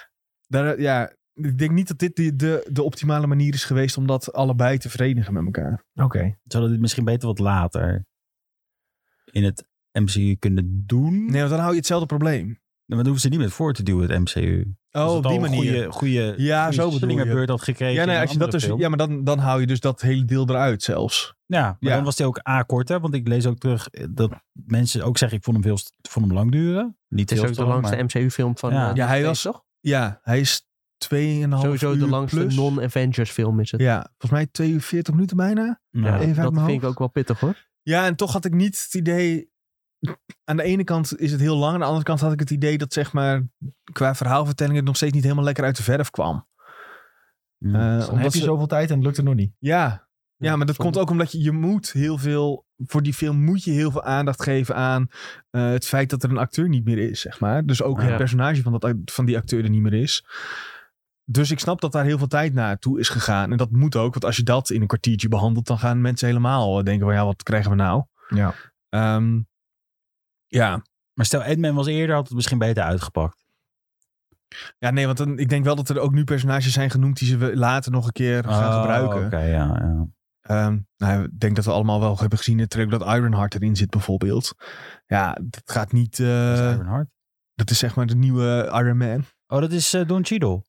ik denk niet dat dit de optimale manier is geweest om dat allebei te verenigen met elkaar.
Oké.
Zouden dit misschien beter wat later in het MCU kunnen doen?
Nee, want dan hou je hetzelfde probleem.
Maar dan hoeven ze niet meer voor te duwen, het MCU.
Op die manier.
Goede slingerbeurt had gekregen.
Ja, nee, als je dat dus, maar dan hou je dus dat hele deel eruit zelfs.
Ja, maar dan was hij ook kort, hè? Want ik lees ook terug dat mensen ook zeggen, ik vond hem lang duren. Niet
het is
heel
ook de langste MCU-film van...
hij was toch? Ja, hij is 2,5
Sowieso
uur
de langste
plus.
non-Avengers film is het.
Ja, volgens mij 42 minuten bijna.
Ja, dat vind ik ook wel pittig hoor.
Ja, en toch had ik niet het idee... Aan de ene kant is het heel lang. Aan de andere kant had ik het idee dat zeg maar qua verhaalvertelling het nog steeds niet helemaal lekker uit de verf kwam.
Dan heb je zoveel tijd en het lukt er nog niet.
Ja, maar dat komt ook omdat je moet heel veel... Voor die film moet je heel veel aandacht geven aan het feit dat er een acteur niet meer is, zeg maar. Dus ook het personage van die acteur er niet meer is. Dus ik snap dat daar heel veel tijd naartoe is gegaan. En dat moet ook, want als je dat in een kwartiertje behandelt, dan gaan mensen helemaal denken van wat krijgen we nou?
Ja.
Ja.
Maar stel Ant-Man was eerder, had het misschien beter uitgepakt.
Ja, nee, want ik denk wel dat er ook nu personages zijn genoemd die ze later nog een keer gaan gebruiken.
Oké, ja.
Ik denk dat we allemaal wel hebben gezien in het trailer dat Ironheart erin zit bijvoorbeeld. Ja, dat gaat niet...
Is Ironheart?
Dat is zeg maar de nieuwe Iron Man.
Oh, dat is Don Cheadle?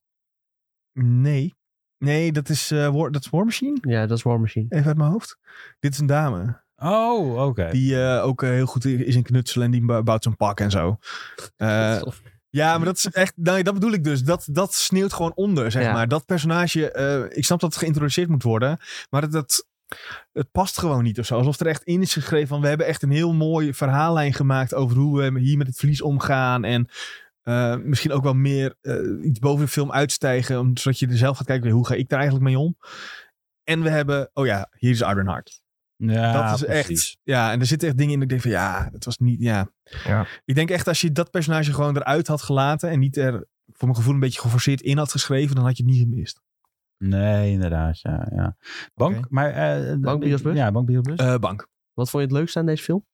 Nee, dat is War Machine?
Ja, dat is War Machine.
Even uit mijn hoofd. Dit is een dame.
Oh, oké.
Die ook heel goed is in knutselen en die bouwt zo'n pak en zo. Ja, maar dat is echt... Nou, dat bedoel ik dus. Dat sneeuwt gewoon onder, zeg maar. Dat personage... ik snap dat het geïntroduceerd moet worden. Maar het past gewoon niet of zo. Alsof er echt in is geschreven van... We hebben echt een heel mooi verhaallijn gemaakt... over hoe we hier met het verlies omgaan. En misschien ook wel meer iets boven de film uitstijgen. Zodat je er zelf gaat kijken... Hoe ga ik daar eigenlijk mee om? En we hebben... Oh ja, hier is Ironheart.
Ja,
dat is
precies.
Echt... Ja, en er zitten echt dingen in dat ik denk van... Ja, dat was niet... Ja. Ik denk echt als je dat personage gewoon eruit had gelaten... en niet er voor mijn gevoel een beetje geforceerd in had geschreven... dan had je het niet gemist.
Nee, inderdaad. Ja. Bank,
Okay.
maar...
Bank Biosbus?
Ja, Bank Biosbus.
Bank.
Wat vond je het leukste aan deze film?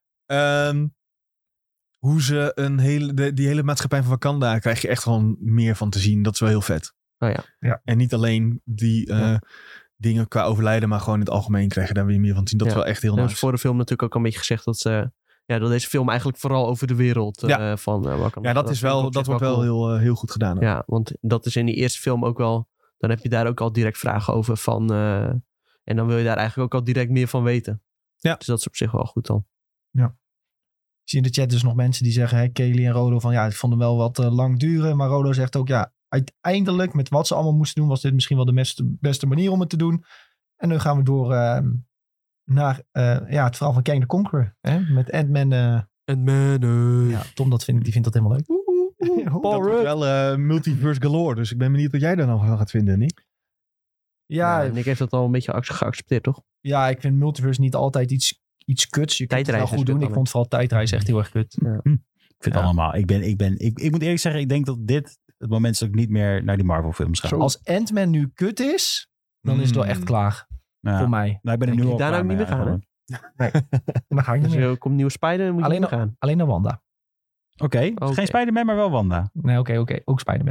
Hoe ze die hele maatschappij van Wakanda... krijg je echt gewoon meer van te zien. Dat is wel heel vet.
Oh ja.
En niet alleen die... dingen qua overlijden, maar gewoon in het algemeen krijg je daar weer meer van te zien. Dat is wel echt heel nice.
Voor de film natuurlijk ook een beetje gezegd dat dat deze film eigenlijk vooral over de wereld van Wakanda.
Ja, dat wordt wel heel goed gedaan. Ook.
Ja, want dat is in die eerste film ook wel... Dan heb je daar ook al direct vragen over van... en dan wil je daar eigenlijk ook al direct meer van weten.
Ja.
Dus dat is op zich wel goed dan.
Ja. Ik zie in de chat dus nog mensen die zeggen... Kelly en Rodo van... ik vond hem wel wat lang duren. Maar Rodo zegt ook... uiteindelijk met wat ze allemaal moesten doen... was dit misschien wel de beste manier om het te doen. En nu gaan we door naar het verhaal van Kang the Conqueror. Hè? Met Ant-Man. Ja, Tom die vindt dat helemaal leuk.
Dat is wel multiverse galore. Dus ik ben benieuwd wat jij daar nou gaat vinden, Nick.
Ja, Nick heeft dat al een beetje geaccepteerd, toch?
Ja, ik vind multiverse niet altijd iets kuts. Je kunt het wel goed doen. Ik vond vooral tijdreis echt heel erg kut.
Ja. Ik vind het allemaal. Ik moet eerlijk zeggen, ik denk dat dit het moment is dat ik niet meer naar die Marvel films ga.
Als Ant-Man nu kut is, dan is het wel echt klaar.
Ja.
Voor mij.
Nou, ik ben er nu al
daar ook niet meer gaan,
Nee, dan ga ik niet meer.
Er komt een nieuwe Spider-Man, moet je niet gaan.
Alleen naar Wanda.
Oké. Geen Spider-Man, maar wel Wanda.
Nee, oké. Ook Spider-Man.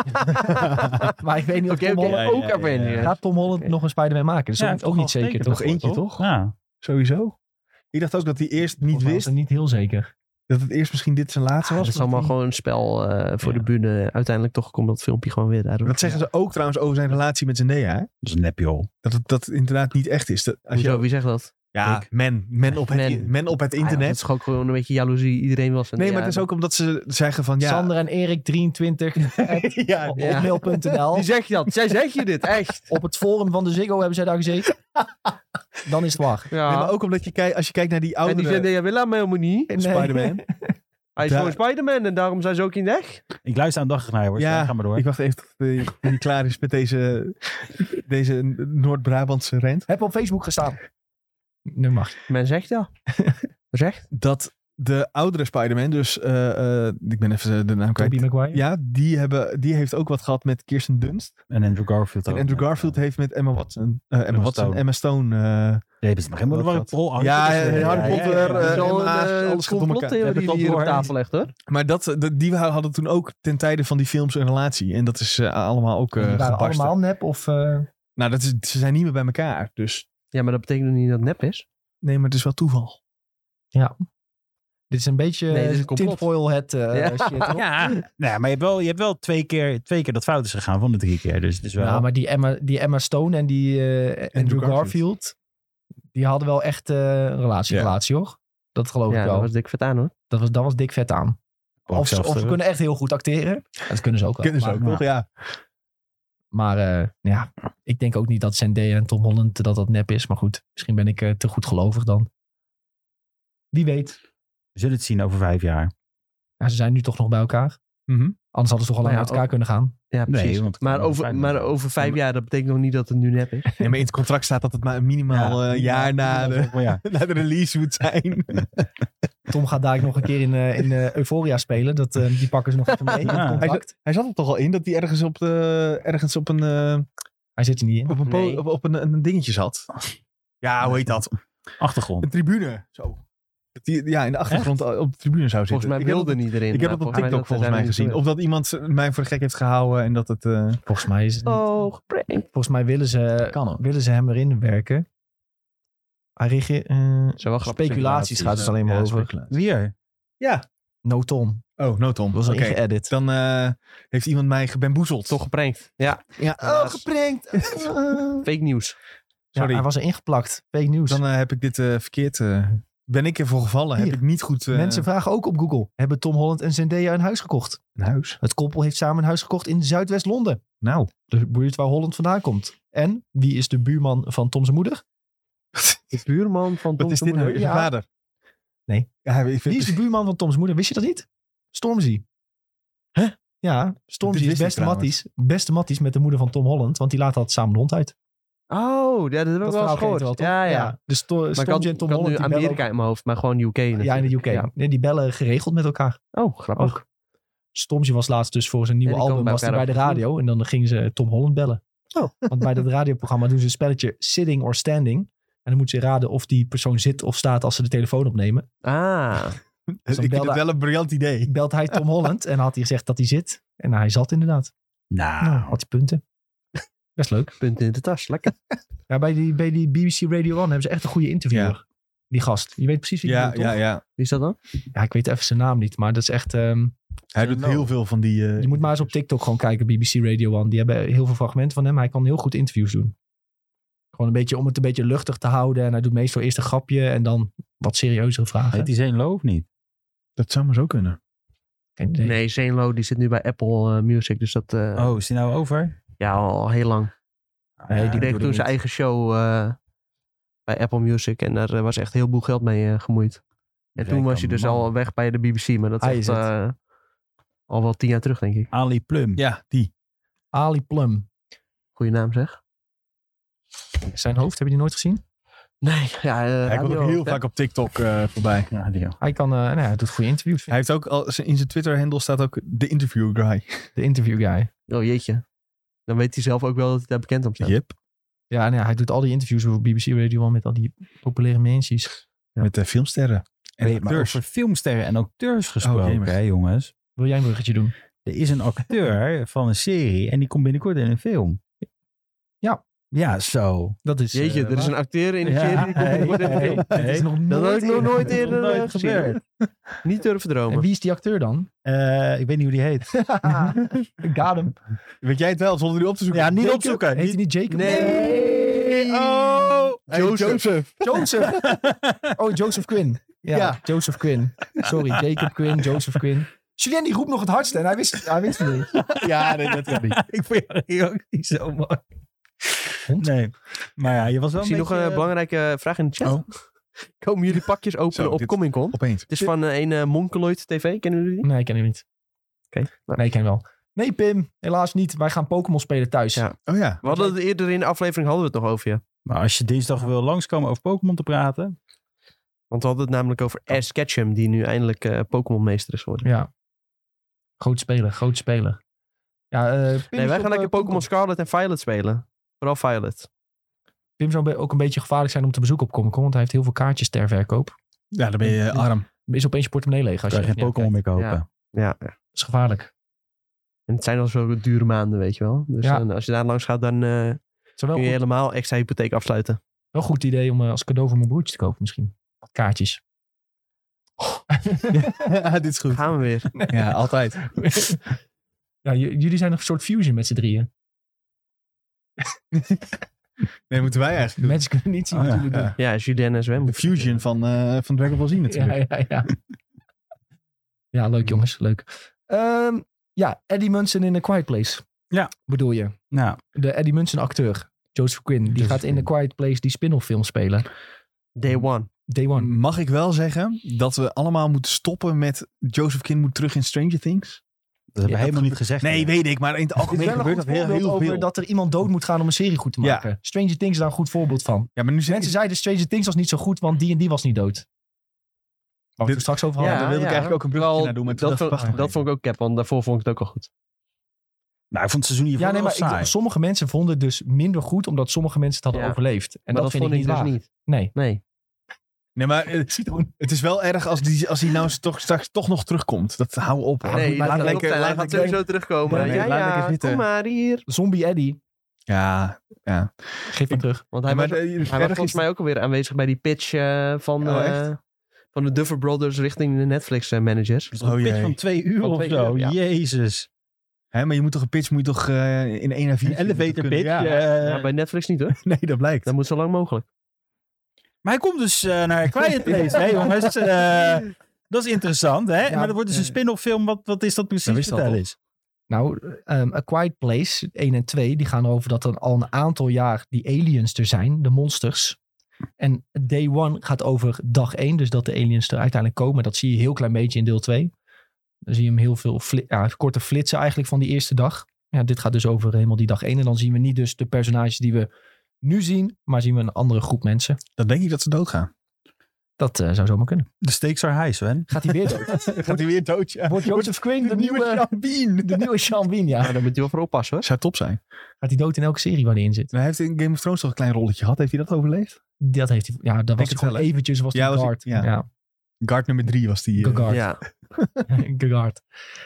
Maar ik weet niet of Tom Holland...
ook Avengers.
Gaat Tom Holland nog een Spider-Man maken? Dat is ook niet zeker, toch?
Nog eentje, toch?
Ja.
Sowieso. Ik dacht ook dat hij eerst niet wist.
Niet heel zeker.
Dat het eerst misschien dit zijn laatste was.
Het is allemaal gewoon een spel voor de bühne. Uiteindelijk toch komt dat filmpje gewoon weer daardoor.
Dat zeggen ze ook trouwens over zijn relatie met Zendaya. Hè?
Dat is een nepjoh.
Dat het inderdaad niet echt is.
Wie zegt dat?
Ja, men op het internet.
Het is gewoon een beetje jaloezie. Iedereen was
Nee, maar het is ook omdat ze zeggen van...
Sander en Erik 23 op mail.nl.
Wie zeg je dat? Zij zeg je dit, echt.
Op het forum van de Ziggo hebben zij daar gezeten. Dan is het waar.
Ja. Nee, maar ook omdat als je kijkt naar die oudere...
En die vinden, jij wil me helemaal niet.
Spider-Man.
Hij is gewoon Spider-Man en daarom zijn ze ook in weg.
Ik luister aan dag naar, hoor.
Ja,
ga maar door.
Ik wacht even tot hij klaar is met deze Noord-Brabantse rent.
Heb op Facebook gestaan. Nu mag.
Men zegt ja. Zegt
dat de oudere Spider-Man, dus ik ben even de naam kwijt.
Tobey Maguire?
Ja, die heeft ook wat gehad met Kirsten Dunst.
En Andrew Garfield ook.
En Andrew Garfield heeft met Emma Stone.
Nee, het is nog helemaal
Harry Potter, alles
complot theorie die hier op tafel legt, hoor.
Maar die hadden toen ook ten tijde van die films een relatie. En dat is allemaal ook
die waren
gebarsten.
allemaal nep of...
Nou, ze zijn niet meer bij elkaar, dus...
Ja, maar dat betekent nog niet dat het nep is.
Nee, maar het is wel toeval.
Ja. Dit is een beetje tinfoil shit.
Ja, nou, maar je hebt wel twee keer dat fout is gegaan van de 3 keer. Dus het is wel...
Ja, maar die Emma Stone en die Andrew Garfield, die hadden wel echt een relatie, hoor. Dat geloof ik wel.
Dat was dik vet aan, hoor.
Dat was dik vet aan. Of ze kunnen echt heel goed acteren. Dat kunnen ze ook wel.
Kunnen ze ook, toch? Ja.
Maar ik denk ook niet dat Zendaya en Tom Holland dat nep is. Maar goed, misschien ben ik te goed gelovig dan. Wie weet.
We zullen het zien over 5 jaar.
Ja, ze zijn nu toch nog bij elkaar. Anders hadden ze toch al lang uit elkaar kunnen gaan.
Ja, precies. Nee, maar over 5 jaar, dat betekent nog niet dat het nu nep is.
Nee, maar in het contract staat dat het maar minimaal een jaar na de release moet zijn.
Tom gaat daar nog een keer in Euphoria spelen. Die pakken ze nog even mee.
Ja. Hij zat er toch al in dat hij ergens op een...
Hij zit er niet in.
Op een dingetje zat. Ja, hoe heet dat?
Achtergrond.
Een tribune. Zo. Die in de achtergrond op de tribune zou zitten.
Volgens mij wilde niet erin.
Ik heb het op TikTok volgens mij gezien. Of dat iemand mij voor de gek heeft gehouden en dat het...
Volgens mij is het niet.
Geprankt.
Volgens mij willen ze hem erin werken. Speculaties gaat het alleen maar over.
Wie?
Ja.
No Tom.
Oh, no Tom.
Dat was ingeëdit.
Dan heeft iemand mij gebamboezeld.
Toch geprankt. Ja.
Geprankt.
Fake nieuws.
Sorry.
Ja, hij was er ingeplakt. Fake nieuws.
Dan heb ik dit verkeerd... ben ik ervoor gevallen? Hier. Heb ik niet goed...
Mensen vragen ook op Google. Hebben Tom Holland en Zendaya een huis gekocht?
Een huis?
Het koppel heeft samen een huis gekocht in Zuidwest-Londen.
Nou.
De buurt waar Holland vandaan komt. En wie is de buurman van Tom's moeder?
De buurman van Tom's moeder?
Wat is dit nou? Is je vader?
Nee.
Ja,
wie is de buurman van Tom's moeder? Wist je dat niet? Stormzy.
Huh?
Ja, Stormzy is beste matties met de moeder van Tom Holland. Want die laten altijd samen de hond uit.
Oh, ja, dat heb ik wel eens gehoord.
Ja. Dus Stormzy en Tom Holland...
Ik had nu Amerika in mijn hoofd, maar gewoon UK.
Ja, in de UK. Ja. Nee, die bellen geregeld met elkaar.
Oh, grappig.
Ook. Stormzy was laatst dus voor zijn nieuwe album was hij bij de radio. En dan gingen ze Tom Holland bellen.
Oh.
Want bij dat radioprogramma doen ze een spelletje Sitting or Standing. En dan moeten ze raden of die persoon zit of staat als ze de telefoon opnemen.
Dus ik vind het wel een briljant idee.
Belt hij Tom Holland en had hij gezegd dat hij zit. En hij zat inderdaad.
Nou,
had hij punten. Best leuk.
Punten in de tas, lekker.
Ja, bij die BBC Radio 1 hebben ze echt een goede interviewer. Ja. Die gast. Je weet precies wie die doet, toch?
Ja.
Wie is dat dan?
Ja, ik weet even zijn naam niet, maar dat is echt...
hij doet heel veel van die...
Je moet maar eens op TikTok gewoon kijken, BBC Radio 1. Die hebben heel veel fragmenten van hem. Hij kan heel goed interviews doen. Gewoon een beetje om het een beetje luchtig te houden. En hij doet meestal eerst een grapje en dan wat serieuzere vragen.
Heet die Zane Lowe of niet?
Dat zou maar zo kunnen.
Nee, Zane Lowe die zit nu bij Apple Music. Dus dat...
is die nou over?
Ja, al heel lang. Hij kreeg toen zijn eigen show bij Apple Music. En daar was echt heel veel geld mee gemoeid. En toen was hij dus al weg bij de BBC. Maar dat is al wel 10 jaar terug, denk ik.
Ali Plum.
Ja, die.
Ali Plum.
Goeie naam, zeg.
Zijn hoofd, heb je die nooit gezien?
Nee,
hij komt ook heel vaak op TikTok voorbij.
Ja,
hij doet goede interviews.
Hij heeft ook in zijn Twitter-handle staat ook de interview guy.
De interview guy.
Oh jeetje. Dan weet hij zelf ook wel dat hij daar bekend op staat.
Yep.
Ja, hij doet al die interviews voor BBC Radio met al die populaire mensen.
Ja. Met de filmsterren. En
maar over filmsterren en acteurs gesproken, hè, jongens.
Wil jij een bruggetje doen?
Er is een acteur van een serie en die komt binnenkort in een film.
Ja.
Ja, zo.
Dat is,
jeetje, er is een acteur in een serie die komt binnenkort in een film.
Dat is
dat had ik nog nooit eerder
gebeurd.
Niet durven dromen.
En wie is die acteur dan?
Ik weet niet hoe die heet.
Got him.
Weet jij het wel, zonder die op te zoeken?
Ja, niet
Jacob.
opzoeken.
Heet hij niet Jacob?
Nee.
Oh.
Joseph. Oh, Joseph Quinn. Ja, Joseph Quinn. Sorry, Jacob Quinn, Joseph Quinn. Julien die roept nog het hardste en hij wist het niet.
Ja, nee, dat kan niet.
Ik vond jou ook niet zo mooi. Nee, maar ja, je was wel
Ik zie nog een belangrijke vraag in de chat.
Oh.
Komen jullie pakjes openen op Comic-Con?
Opeens.
Het is van een Monkeloid TV, kennen jullie die?
Nee, ik ken hem niet.
Oké.
Nee, ik ken hem wel. Nee, Pim, helaas niet. Wij gaan Pokémon spelen thuis.
Ja.
Oh ja.
We hadden het eerder in de aflevering hadden we het nog over je.
Maar als je dinsdag wil langskomen over Pokémon te praten.
Want we hadden het namelijk over Ash Ketchum, die nu eindelijk Pokémon-meester is geworden.
Ja. Groot speler. Ja, Pim
nee, wij gaan lekker Pokémon Scarlet en Violet spelen. Vooral Violet.
Pim zou ook een beetje gevaarlijk zijn om te bezoeken op Comic-Con, want hij heeft heel veel kaartjes ter verkoop.
Ja, dan ben je arm.
Dan is opeens je portemonnee leeg. Als
Kan je geen Pokémon meer kopen.
Ja.
Dat is gevaarlijk.
En het zijn al zo dure maanden, weet je wel. Dus als je daar langs gaat, dan kun je helemaal extra hypotheek afsluiten.
Wel een goed idee om als cadeau voor mijn broertje te kopen misschien. Wat kaartjes.
Ja, dit is goed.
Gaan we weer.
Ja, altijd.
Ja, jullie zijn nog een soort fusion met z'n drieën.
Nee, moeten wij eigenlijk doen.
Mensen kunnen niet zien wat jullie doen.
Ja, Julien en Zwem.
De fusion van Dragon Ball Z natuurlijk.
Ja, leuk jongens. Leuk. Eddie Munson in A Quiet Place.
Ja.
Bedoel je?
Ja.
De Eddie Munson acteur. Joseph Quinn. Die gaat in A Quiet Place die spin-off film spelen.
Day One.
Mag ik wel zeggen dat we allemaal moeten stoppen met Joseph Quinn moet terug in Stranger Things?
Dat hebben we helemaal niet gezegd.
Nee, weet ik. Maar in het algemeen gebeurt dat heel veel.
Dat er iemand dood moet gaan om een serie goed te maken. Ja. Stranger Things is daar een goed voorbeeld van. Ja, maar nu mensen zeiden Stranger Things was niet zo goed, want die en die was niet dood. Waar we het straks over hadden.
Daar wilde ik eigenlijk ook een bruggetje naar doen. Maar
dat vond ik ook cap, want daarvoor vond ik het ook al goed.
Nou, ik vond het seizoen hiervoor wel saai.
Sommige mensen vonden het dus minder goed, omdat sommige mensen het hadden overleefd. En dat vind ik niet waar.
Niet.
Nee,
maar het is wel erg als hij nou straks toch nog terugkomt. Dat hou op.
Nee, laat gaat sowieso terugkomen. Ja, kom maar hier.
Zombie Eddie.
Ja.
Geef hem terug.
Want hij was volgens mij ook alweer aanwezig bij die pitch van de Duffer Brothers richting de Netflix managers.
Een pitch van 2 uur of zo. Ja. Jezus.
Hè, maar je moet toch een pitch in 1 à 4
een elevator pitch.
Ja, bij Netflix niet hoor.
Nee, dat blijkt.
Dat moet zo lang mogelijk.
Maar hij komt dus naar Quiet Place. Hè, jongens. Dat is interessant. Hè? Ja, maar er wordt dus een spin-off film. Wat is dat precies? Vertel eens.
Nou, A Quiet Place 1 en 2, die gaan erover dat er al een aantal jaar die aliens er zijn, de monsters. En Day One gaat over dag 1, dus dat de aliens er uiteindelijk komen. Dat zie je een heel klein beetje in deel 2. Dan zie je hem heel veel korte flitsen eigenlijk van die eerste dag. Ja, dit gaat dus over helemaal die dag 1. En dan zien we niet dus de personages die we nu zien, maar zien we een andere groep mensen.
Dan denk ik dat ze doodgaan.
Dat zou zomaar kunnen.
De stakes are high, Sven.
Gaat hij weer dood?
Ja.
Wordt Joseph Quinn de nieuwe Sean Bean? De nieuwe Sean Bean, ja.
Daar moet hij wel voor oppassen hoor.
Zou top zijn.
Gaat hij dood in elke serie waar hij in zit?
Hij heeft in Game of Thrones toch een klein rolletje gehad. Heeft hij dat overleefd?
Dat heeft hij. Ja, dat was het gewoon eventjes. Was die guard. Ja.
Guard nummer 3 was die.
Guard.
Ja.
Guard.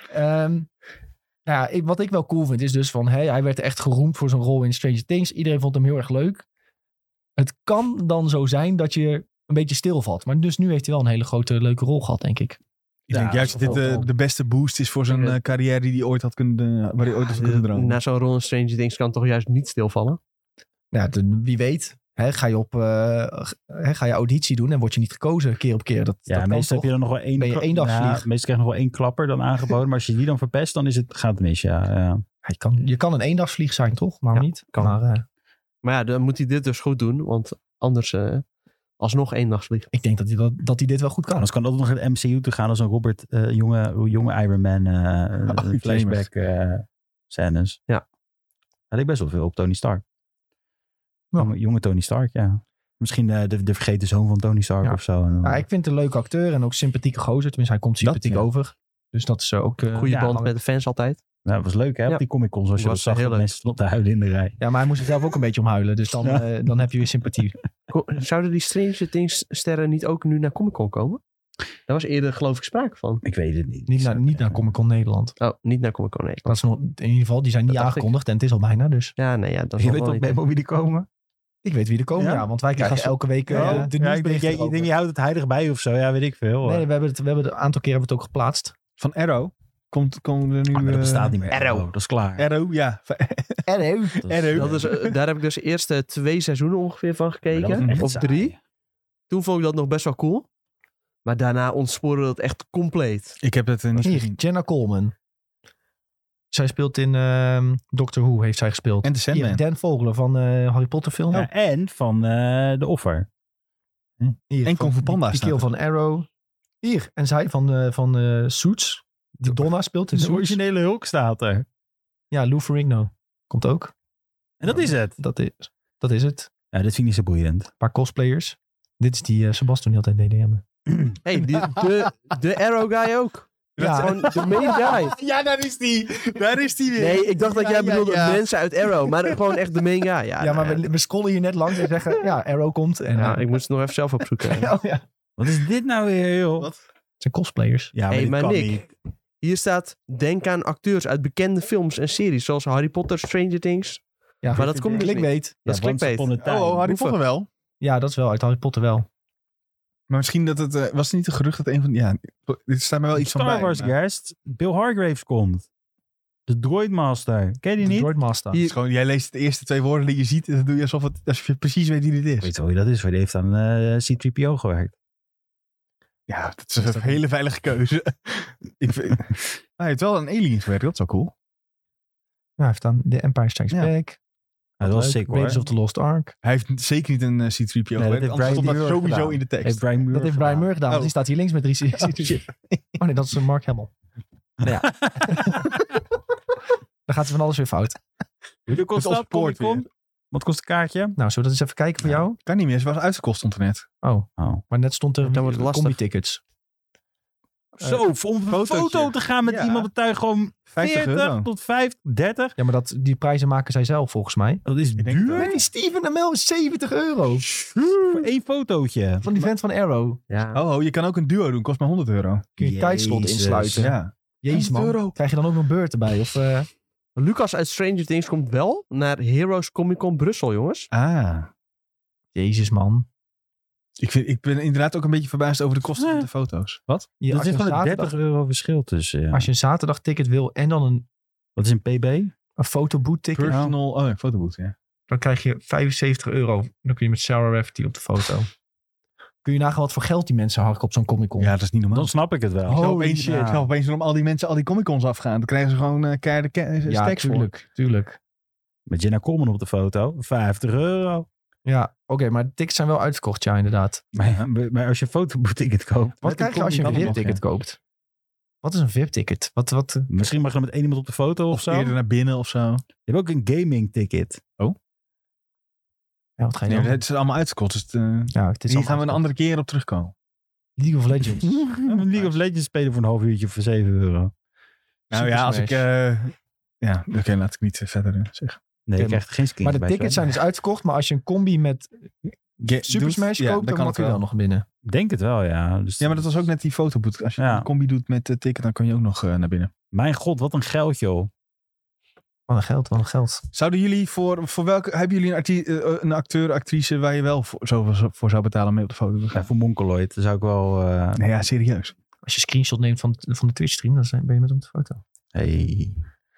Wat ik wel cool vind is dus van... hij werd echt geroemd voor zijn rol in Stranger Things. Iedereen vond hem heel erg leuk. Het kan dan zo zijn dat je een beetje stilvalt. Maar dus nu heeft hij wel een hele grote leuke rol gehad, denk ik.
Ik denk juist dat dit de beste boost is voor zijn carrière die hij ooit had kunnen dromen.
Na zo'n rol in Stranger Things kan toch juist niet stilvallen?
Ja, wie weet. Ga je auditie doen en word je niet gekozen keer op keer.
Meestal heb je dan nog wel één
dagvlieg.
Meestal krijg je nog wel 1 klapper dan aangeboden. Maar als je die dan verpest, dan gaat het mis. Ja.
Je kan een eendagsvlieg zijn, toch? Maar niet.
Maar ja, dan moet hij dit dus goed doen. Want anders alsnog 1 nacht vliegen.
Ik denk dat hij dit wel goed kan.
Anders kan dat ook nog in het MCU te gaan als een Robert, jonge Iron Man flashback scènes.
Ja.
Hij leek best wel veel op Tony Stark.
Ja.
Jonge Tony Stark, ja. Misschien de vergeten zoon van Tony Stark of zo.
Ja, ik vind het een leuke acteur en ook sympathieke gozer. Tenminste, hij komt sympathiek over. Dus dat is ook...
Goede band met de fans altijd.
Ja, dat was leuk hè, op die Comic-Con. Zoals je dat zag, dat mensen stonden te huilen in de rij.
Ja, maar hij moest er zelf ook een beetje om huilen. Dus dan heb je weer sympathie.
Zouden die Stranger Things sterren niet ook nu naar Comic-Con komen? Daar was eerder geloof ik sprake van.
Ik weet het niet.
Niet naar Comic-Con Nederland.
Oh, niet naar Comic-Con Nederland.
Dat is nog, in ieder geval, die zijn niet aangekondigd en het is al bijna dus.
Ja, nee, ja. Dat
Je weet toch Memo wie die komen?
Ik weet wie er komen, ja. Want wij krijgen elke week de nieuwsberichten
Je denkt, je houdt het heilig bij of zo. Ja, weet ik veel.
Nee, we hebben een aantal keer hebben we het ook geplaatst.
Van Arrow. Komt er nu...
Maar dat bestaat niet meer.
Arrow.
Dat is klaar.
Arrow, ja.
Daar heb ik dus de eerste 2 seizoenen ongeveer van gekeken. Of 3. Toen vond ik dat nog best wel cool. Maar daarna ontspoorde dat echt compleet.
Ik heb het niet gezien.
Jenna Coleman. Zij speelt in Doctor Who, heeft zij gespeeld.
En de Sandman.
Hier, Dan Vogler van Harry Potter film.
Ja, en van The Offer.
Hier,
en Kung Fu Panda
die kill van Arrow. Hier, en zij van Suits. Die Donna speelt in
De
Suits.
originele Hulk staat er.
Ja, Lou Ferrigno komt ook.
En dat is het.
Dat is het.
Ja, dit vind ik niet zo boeiend.
Een paar cosplayers. Dit is die Sebastian die altijd DDM.
Hey, de Arrow guy ook.
Ja.
Gewoon de main guy.
Ja, daar is die. Daar is die weer.
Nee, ik dacht dat jij bedoelde mensen uit Arrow. Maar gewoon echt de main guy. Ja,
maar we scrollen hier net langs en zeggen... Ja, Arrow komt. En,
ik moest het nog even zelf opzoeken.
Wat is dit nou weer, joh?
Wat?
Het zijn cosplayers.
Ja,
Hey,
dit
maar
kan
Nick,
niet.
hier staat... Denk aan acteurs uit bekende films en series. Zoals Harry Potter, Stranger Things.
Ja,
Maar dat komt dus niet.
clickbait.
Dat is
Once
clickbait.
Upon a Time.
Oh, Harry Potter wel.
Ja, dat is wel uit Harry Potter wel.
Maar misschien dat het... was het niet een gerucht dat een van... Ja, dit staat mij wel iets van bij.
Star Wars guest. Bill Hargraves komt. De Droidmaster. Ken je die niet?
Droidmaster.
Het is gewoon, jij leest de eerste 2 woorden die je ziet en dan doe je alsof je precies weet wie dit is.
Weet je wel wie dat is? Die heeft aan C-3PO gewerkt.
Ja, dat is een hele veilige keuze. Hij heeft wel een alien gewerkt, dat is wel cool.
Ja, hij heeft dan The Empire Strikes
Ja.
Back.
Ja, dat was sick hoor.
Raiders of the Lost Ark.
Hij heeft zeker niet een C-3PO
dat
gewerkt,
heeft
anders stond dat
Brian
sowieso
gedaan.
in de tekst.
Heeft Brian Muir
Dat heeft Brian Muir gedaan, want die staat hier links met 3
shit.
Oh nee, dat is Mark Hamill. Nou ja. Dan gaat er van alles weer fout.
Hoeveel kost
Met
dat?
ons poort
Comic-Con? Wat kost een kaartje?
Nou, zullen we dat eens even kijken voor jou?
Kan niet meer, ze was uitgekost stond er net.
Oh,
Oh.
maar net stond er
Dan wordt het lastig.
combi-tickets.
Zo, om een
fotootje.
foto te gaan met
Ja.
iemand betuigen gewoon
50
40
euro.
tot 50, 30.
Ja, maar die prijzen maken zij zelf volgens mij.
Dat is
Ik denk
duur.
het
Nee, Steven Amell is €70.
Voor 1 fotootje.
Van die vent van Arrow.
Ja.
Oh, je kan ook een duo doen, kost maar €100.
Kun je tijdslot
Jezus.
insluiten.
Ja.
Jezus man,
€100.
krijg je dan ook nog beurten bij? Of,
Lucas uit Stranger Things komt wel naar Heroes Comic Con Brussel, jongens.
Ah.
Jezus man.
Ik ben inderdaad ook een beetje verbaasd over de kosten van de foto's. Wat?
Ja,
Dat
als,
is
je een
gewoon een
zaterdag,
€30 verschil tussen. Ja.
als je een zaterdagticket wil en dan
Wat is een PB?
een fotoboot ticket,
Personal, oh ja, fotoboot, ja.
dan krijg je €75. Dan kun je met Sarah Rafferty op de foto. Kun je nagaan wat voor geld die mensen harken op zo'n Comic-Con?
Ja, dat is niet normaal.
Dan snap ik het wel.
Ik zou
Holy
opeens,
shit.
ik zou opeens om al die mensen al die Comic-Cons afgaan. Dan krijgen ze gewoon keiharde
Ja,
stacks voor.
tuurlijk.
Met Jenna Coleman op de foto. €50.
Ja, oké, maar de tickets zijn wel uitverkocht, ja, inderdaad.
Maar als je een fotoboekticket koopt.
Wat krijg je als je een VIP-ticket koopt? Wat is een VIP-ticket? Wat?
Misschien mag je dan met 1 iemand op de foto of
Of
zo.
eerder naar binnen of zo.
Je hebt ook een gaming ticket.
Ja, wat ga je
Nee,
dan?
het is allemaal uitgekost. Dus
Ja, het is
hier gaan we een
allemaal
andere keer op terugkomen.
League of Legends.
League of Legends spelen voor een half uurtje voor €7.
Nou ja, als ik... ja, oké, laat ik niet verder zeggen.
Nee, je krijgt geen skins
Maar de
bij
tickets zijn dus uitverkocht. Maar als je een combi met Super Smash koopt, dan mag je wel nog binnen.
Ik denk het wel, ja. Dus
Ja, maar dat was ook net die fotoboot. Als je
Ja.
een combi doet met de ticket, dan kun je ook nog naar binnen.
Mijn god, wat een geld, joh.
Wat een geld, wat een geld.
Zouden jullie voor welke... Hebben jullie een acteur, actrice waar je wel voor zou betalen om mee op de foto te gaan?
Ja, voor Mongoloid zou ik wel...
Nee, ja, serieus.
Als je screenshot neemt van de Twitch-stream, dan ben je met hem op de foto.
Hey.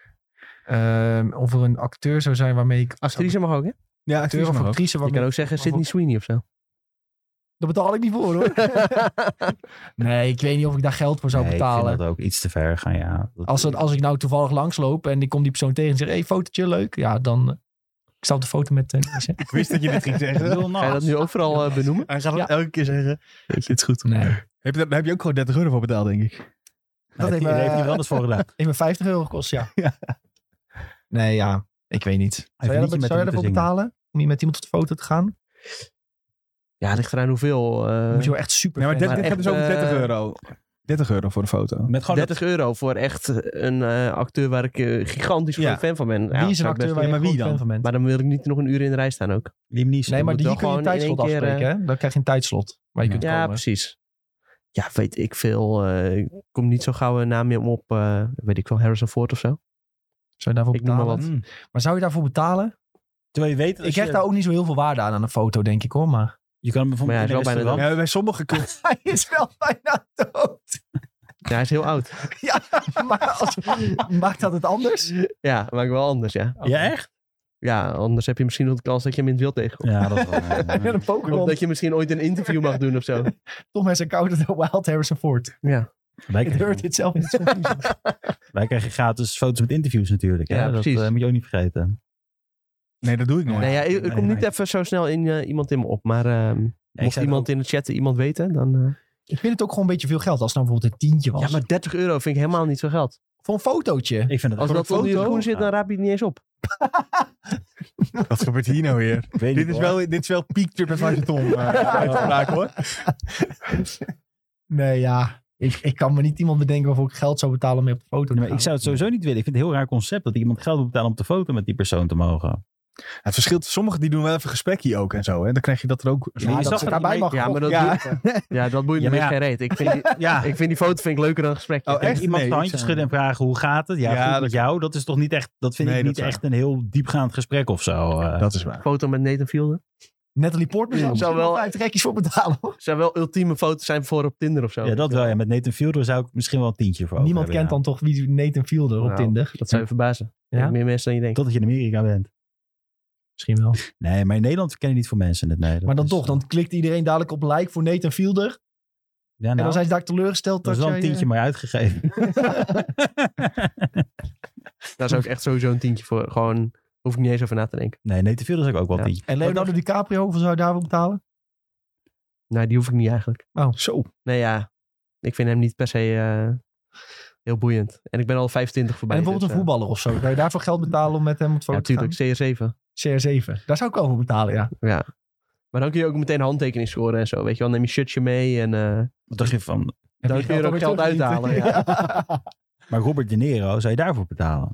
Of er een acteur zou zijn waarmee ik...
Actrice mag ook, hè?
Ja,
Acteur
actrice
of
mag ook.
actrice
Je
waarmee...
kan ook zeggen Sydney Sweeney of zo.
Daar betaal ik niet voor, hoor. Nee, ik weet niet of ik daar geld voor zou
Nee,
betalen.
ik vind dat ook iets te ver gaan, ja.
Als ik nou toevallig langsloop en ik kom die persoon tegen en zeg... Hey, fotootje, leuk. Ja, dan Ik sta op de foto met...
Ik wist dat je dit ging zeggen.
Ga je dat nu overal benoemen?
Hij gaat het elke keer zeggen. Dit is goed.
Nee.
Daar heb je ook gewoon €30 voor betaald, denk ik.
Dat heeft
heeft hij er anders voor gedaan.
me €50 gekost, ja. Nee, ja. Ik weet niet. Zou
heeft
jij ervoor betalen? Om hier met iemand op de foto te gaan?
Ja, ligt eraan hoeveel.
Moet je wel echt super...
Ja, maar dit gaat dus over
€30.
€30 voor de foto.
Met gewoon
€30 voor echt een acteur waar ik gigantisch groot fan van ben.
Wie is een acteur waar je een fan van bent?
Maar dan wil ik niet nog een uur in de rij staan ook.
Liam Neeson.
Nee, maar die
moet
kun je een
wel gewoon
tijdslot
in één keer,
afspreken, hè? Dan krijg je een tijdslot waar je kunt komen.
Ja, precies. Ja, weet ik veel. Ik kom niet zo gauw een naam meer op, weet ik veel, Harrison Ford of zo.
Zou je daarvoor
Ik noem maar
betalen?
wat.
Maar zou je daarvoor betalen?
Terwijl je weet...
Ik krijg daar ook niet zo heel veel waarde aan een foto, denk ik hoor. Maar
Je kan hem
Maar ja,
bijvoorbeeld
hij is wel bijna
Ja, bij sommige
hij is wel bijna dood.
Ja, hij is heel oud.
Ja, maar maakt dat het anders?
Ja, maar wel anders, ja.
Ja, echt?
Ja, anders heb je misschien nog de kans dat je hem in het wild tegenkomt.
Ja, dat is wel...
En een
Of
Pokémon.
dat je misschien ooit een interview mag doen of zo.
Toch met zijn koude Wild Harrison Ford.
Ja,
Het hoort dit zelf in het conclusie.
Wij krijgen gratis foto's met interviews natuurlijk.
Ja,
Hè? Dat
precies.
moet je ook niet vergeten.
Nee, dat doe ik nooit.
nee, ja, ik kom niet even zo snel in iemand in me op. Maar mocht
zei
iemand in de chat iemand weten, dan...
Ik vind het ook gewoon een beetje veel geld. Als het nou bijvoorbeeld een tientje was.
Ja, maar €30 vind ik helemaal niet zo geld.
Voor een fotootje.
Ik vind het
Als
voor
dat
een
onder je
foto-
schoen zit, dan raap je het niet eens op.
Wat gebeurt hier nou weer?
Ik weet niet,
Dit is wel peak TripAdvisor Tom uitspraak hoor.
Nee, ja. Ik kan me niet iemand bedenken waarvoor ik geld zou betalen om mee op de foto te
Nee, maar
gaan.
ik zou het sowieso niet willen. Ik vind het een heel raar concept dat iemand geld moet betalen om op de foto met die persoon te mogen.
Het verschilt. Sommigen die doen wel even gesprekje ook en zo. Hè? Dan krijg je dat er ook.
Ja,
je
dat
zag
ze
het-
daarbij mag.
Ja, maar dat,
Ja.
dat boeit me
Ja, maar
dus
ja.
geen reet. Ik vind die foto vind ik leuker dan een gesprek.
Oh, echt?
Iemand
Nee,
de handjes
ik-
schudden en vragen hoe gaat het? Ja,
Ja,
goed
dat-
met jou. Dat is toch niet echt. Dat vind
Nee,
ik
dat
niet
is
echt een heel diepgaand gesprek of zo.
Dat is waar.
Foto met Nathan Fielder.
Natalie Portman zou
Zou
wel
wel-
50 rekjes voor betalen. Hoor.
Zou wel ultieme foto's zijn voor op Tinder of zo.
Ja, dat wel. Ja. Met Nathan Fielder zou ik misschien wel een tientje voor over
Niemand
hebben,
kent
ja.
dan toch wie Nathan Fielder op
Nou,
Tinder.
Dat zou je verbazen.
Ja?
Meer mensen dan je denkt.
Totdat je in Amerika bent.
Misschien wel.
Nee, maar in Nederland ken je niet veel mensen. Nee, dat
Maar dan
is-
toch, dan klikt iedereen dadelijk op like voor Nathan Fielder.
Ja,
En
nou,
dan zijn ze daar teleurgesteld
dat
dat
is wel een
jij...
tientje maar uitgegeven.
Daar zou ik echt sowieso een tientje voor. Gewoon, hoef ik niet eens over na te denken.
Nee, Nathan Fielder zou ik ook wel een
Ja.
tientje.
En Leonardo DiCaprio, hoeveel zou je daarvoor betalen?
Nou, die hoef ik niet eigenlijk.
Oh,
Zo.
Nee, ja. Ik vind hem niet per se heel boeiend. En ik ben al 25 voorbij.
En bijvoorbeeld een voetballer of zo. Zou je daarvoor geld betalen om met hem op de
Ja,
foto te gaan?
natuurlijk. CR7.
CR7. Daar zou ik wel voor betalen, ja.
Ja. Maar dan kun je ook meteen handtekening scoren en zo. Weet je wel, neem je shirtje mee en
Wat dacht je van...
Heb
Dan
je
kun je er ook
alweer
geld
terugverdiend?
uithalen,
Maar Robert De Niro, zou je daarvoor betalen?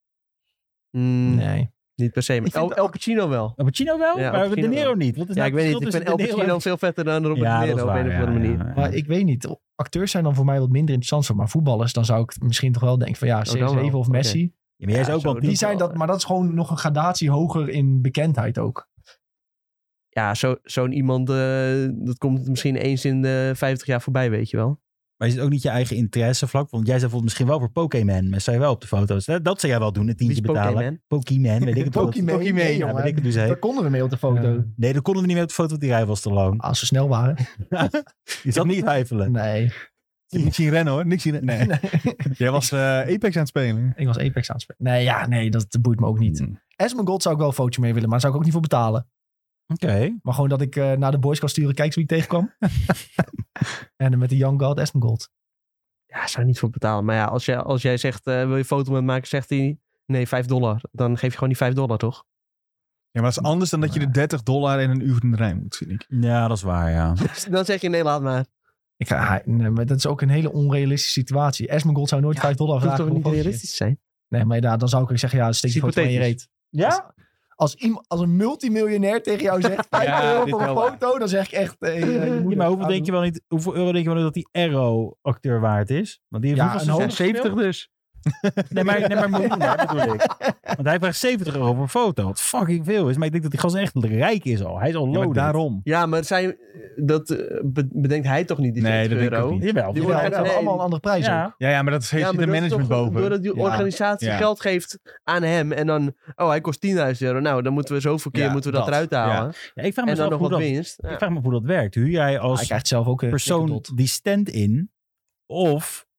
Nee.
niet per se. Maar
Ik vind
El Pacino wel.
Al Pacino wel?
Ja, Al
maar
Pacino
De Niro
wel.
niet. Wat is
Ja,
nou
ik weet
het
niet. Ik
verschil
vind El
tussen De Niro
Pacino
en-
veel vetter dan Robert
Ja,
De
dat is
Niro op
waar,
een of andere
ja,
manier.
ja.
Maar ik weet niet. Acteurs zijn dan voor mij wat minder interessant. Maar voetballers, dan zou ik misschien toch wel denken van ja,
dan
CR7
wel.
of Messi.
Ja, maar jij is
Ja,
ook wel
zo,
een
Die
tientje.
zijn dat, maar dat is gewoon nog een gradatie hoger in bekendheid ook.
Ja, zo'n iemand, dat komt misschien eens in de 50 jaar voorbij, weet je wel.
Maar is het ook niet je eigen interessevlak? Want jij zou bijvoorbeeld misschien wel voor Pokémon. Maar zou je wel op de foto's. Dat zou jij wel doen, een tientje
Wie is
betalen.
Pokémon?
Weet ik het wel.
Pokémon,
Ja,
jongen.
weet ik het dus
Daar
heet.
konden we mee op de foto.
Nee, daar konden we niet meer op de foto, want die rij was te lang.
Als ze snel waren.
Je zat niet twijfelen.
Nee.
Niet zien rennen hoor. Niks zien rennen. Nee. Jij was Apex aan het spelen.
Ik was Apex aan het spelen. Nee, dat boeit me ook niet. Esmond zou ik wel een fotootje mee willen, maar daar zou ik ook niet voor betalen.
Oké.
Maar gewoon dat ik naar de boys kan sturen, kijk eens wie ik tegenkwam. En met de Young God, Esmond.
Ja, zou er niet voor betalen. Maar ja, als jij zegt, wil je een foto met maken, zegt hij, nee, $5. Dan geef je gewoon die $5, toch?
Ja, maar dat is anders dan dat je de $30 in een uur in de rij moet, vind ik.
Ja, dat is waar, ja.
Dan zeg je, nee, laat maar.
Nee, maar dat is ook een hele onrealistische situatie. Esmond zou nooit $5
Dat
vragen.
hoeft toch
voor een
niet
fotootje.
realistisch te zijn?
Nee, maar dan zou ik zeggen, ja, steek die foto van je reet.
Ja?
Als een multimiljonair tegen jou zegt, €5
Ja, dit
voor een
wel waar.
foto, dan zeg ik echt...
Ja, maar hoeveel euro denk je wel niet dat die Arrow-acteur waard is? Want die heeft
Ja,
hoeveel
een
seizoenen
70
gespeeld?
dus.
Nee, maar miljoenen bedoel ik. Want hij vraagt €70 voor een foto. Wat fucking veel is. Maar ik denk dat die gast echt rijk is al. Hij is al
Ja, maar
loaded.
daarom.
Ja, maar dat bedenkt hij toch niet, die
Nee,
70
dat denk ik
euro?
ook niet.
Jawel.
Die
Ja,
worden
dat hebben
nee.
allemaal een andere prijs
Ja.
ook.
Ja, maar dat heeft
Ja,
je
maar
de
dat is
management
toch
boven.
Doordat die
Ja.
organisatie
Ja.
geld geeft aan hem en dan, hij kost €10.000. Nou, dan moeten we zoveel keer
Ja,
moeten we dat
dat.
eruit halen.
Ja, ik vraag me
En dan
af
nog
hoe
wat
dat,
winst. Ja.
ik vraag me af hoe dat werkt. Huur jij
Hij
als
krijgt zelf ook een
persoon
dot.
die stand-in of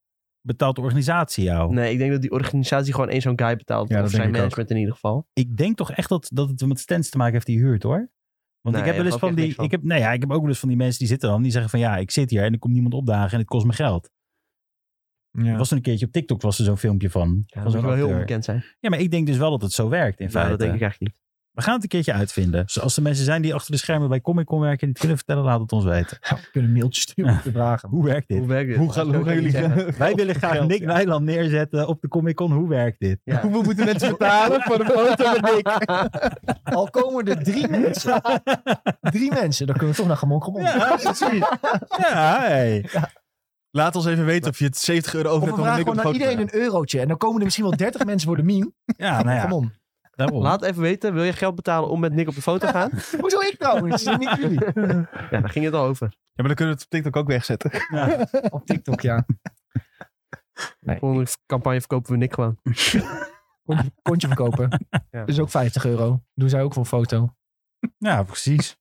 betaalt de organisatie jou?
Nee, ik denk dat die organisatie gewoon één zo'n guy betaalt.
Ja,
of
dat
zijn
denk ik
management in ieder geval.
Ik denk toch echt dat het met stands te maken heeft die huurt, hoor. Want
Nee,
ik heb wel eens
daar
van
geloof
die...
ik echt niks
Ik heb ook wel eens van die mensen die zitten dan. Die zeggen van ja, ik zit hier en er komt niemand opdagen en het kost me geld.
Ja.
Er was er een keertje op TikTok was er zo'n filmpje van.
Ja,
van
dat
zo'n
moet wel heel
acteur.
onbekend zijn.
Ja, maar ik denk dus wel dat het zo werkt in feite.
Dat denk ik eigenlijk niet.
We gaan het een keertje uitvinden. Dus als er mensen zijn die achter de schermen bij Comic-Con werken en die het kunnen vertellen, laat het ons weten.
Ja, we kunnen een mailtje sturen om te vragen.
Hoe werkt dit?
Hoe werkt dit?
Hoe gaan jullie...
Wij willen graag Nick Nijland neerzetten op de Comic-Con. Hoe werkt dit?
Ja.
Hoeveel moeten mensen betalen voor de foto met Nick?
Al komen er 3 mensen. 3 mensen, dan kunnen we toch naar Gamon.
Ja, precies. Ja, hey.
Laat ons even weten of je het €70 over
Of we
hebt om
vragen
Nick op
gewoon
de
naar
foto te
iedereen een eurotje. En dan komen er misschien wel 30 mensen voor de meme.
Ja, nou ja.
Kom on.
Daarom.
Laat even weten, wil je geld betalen om met Nick op de foto te gaan?
Hoezo ik trouwens? Niet jullie.
Ja, daar ging het al over.
Ja, maar dan kunnen we het op TikTok ook wegzetten.
Ja.
Op TikTok, ja.
Volgende campagne verkopen we Nick gewoon.
Kontje verkopen.
Ja.
Dus ook €50. Doen zij ook voor een foto.
Ja, precies.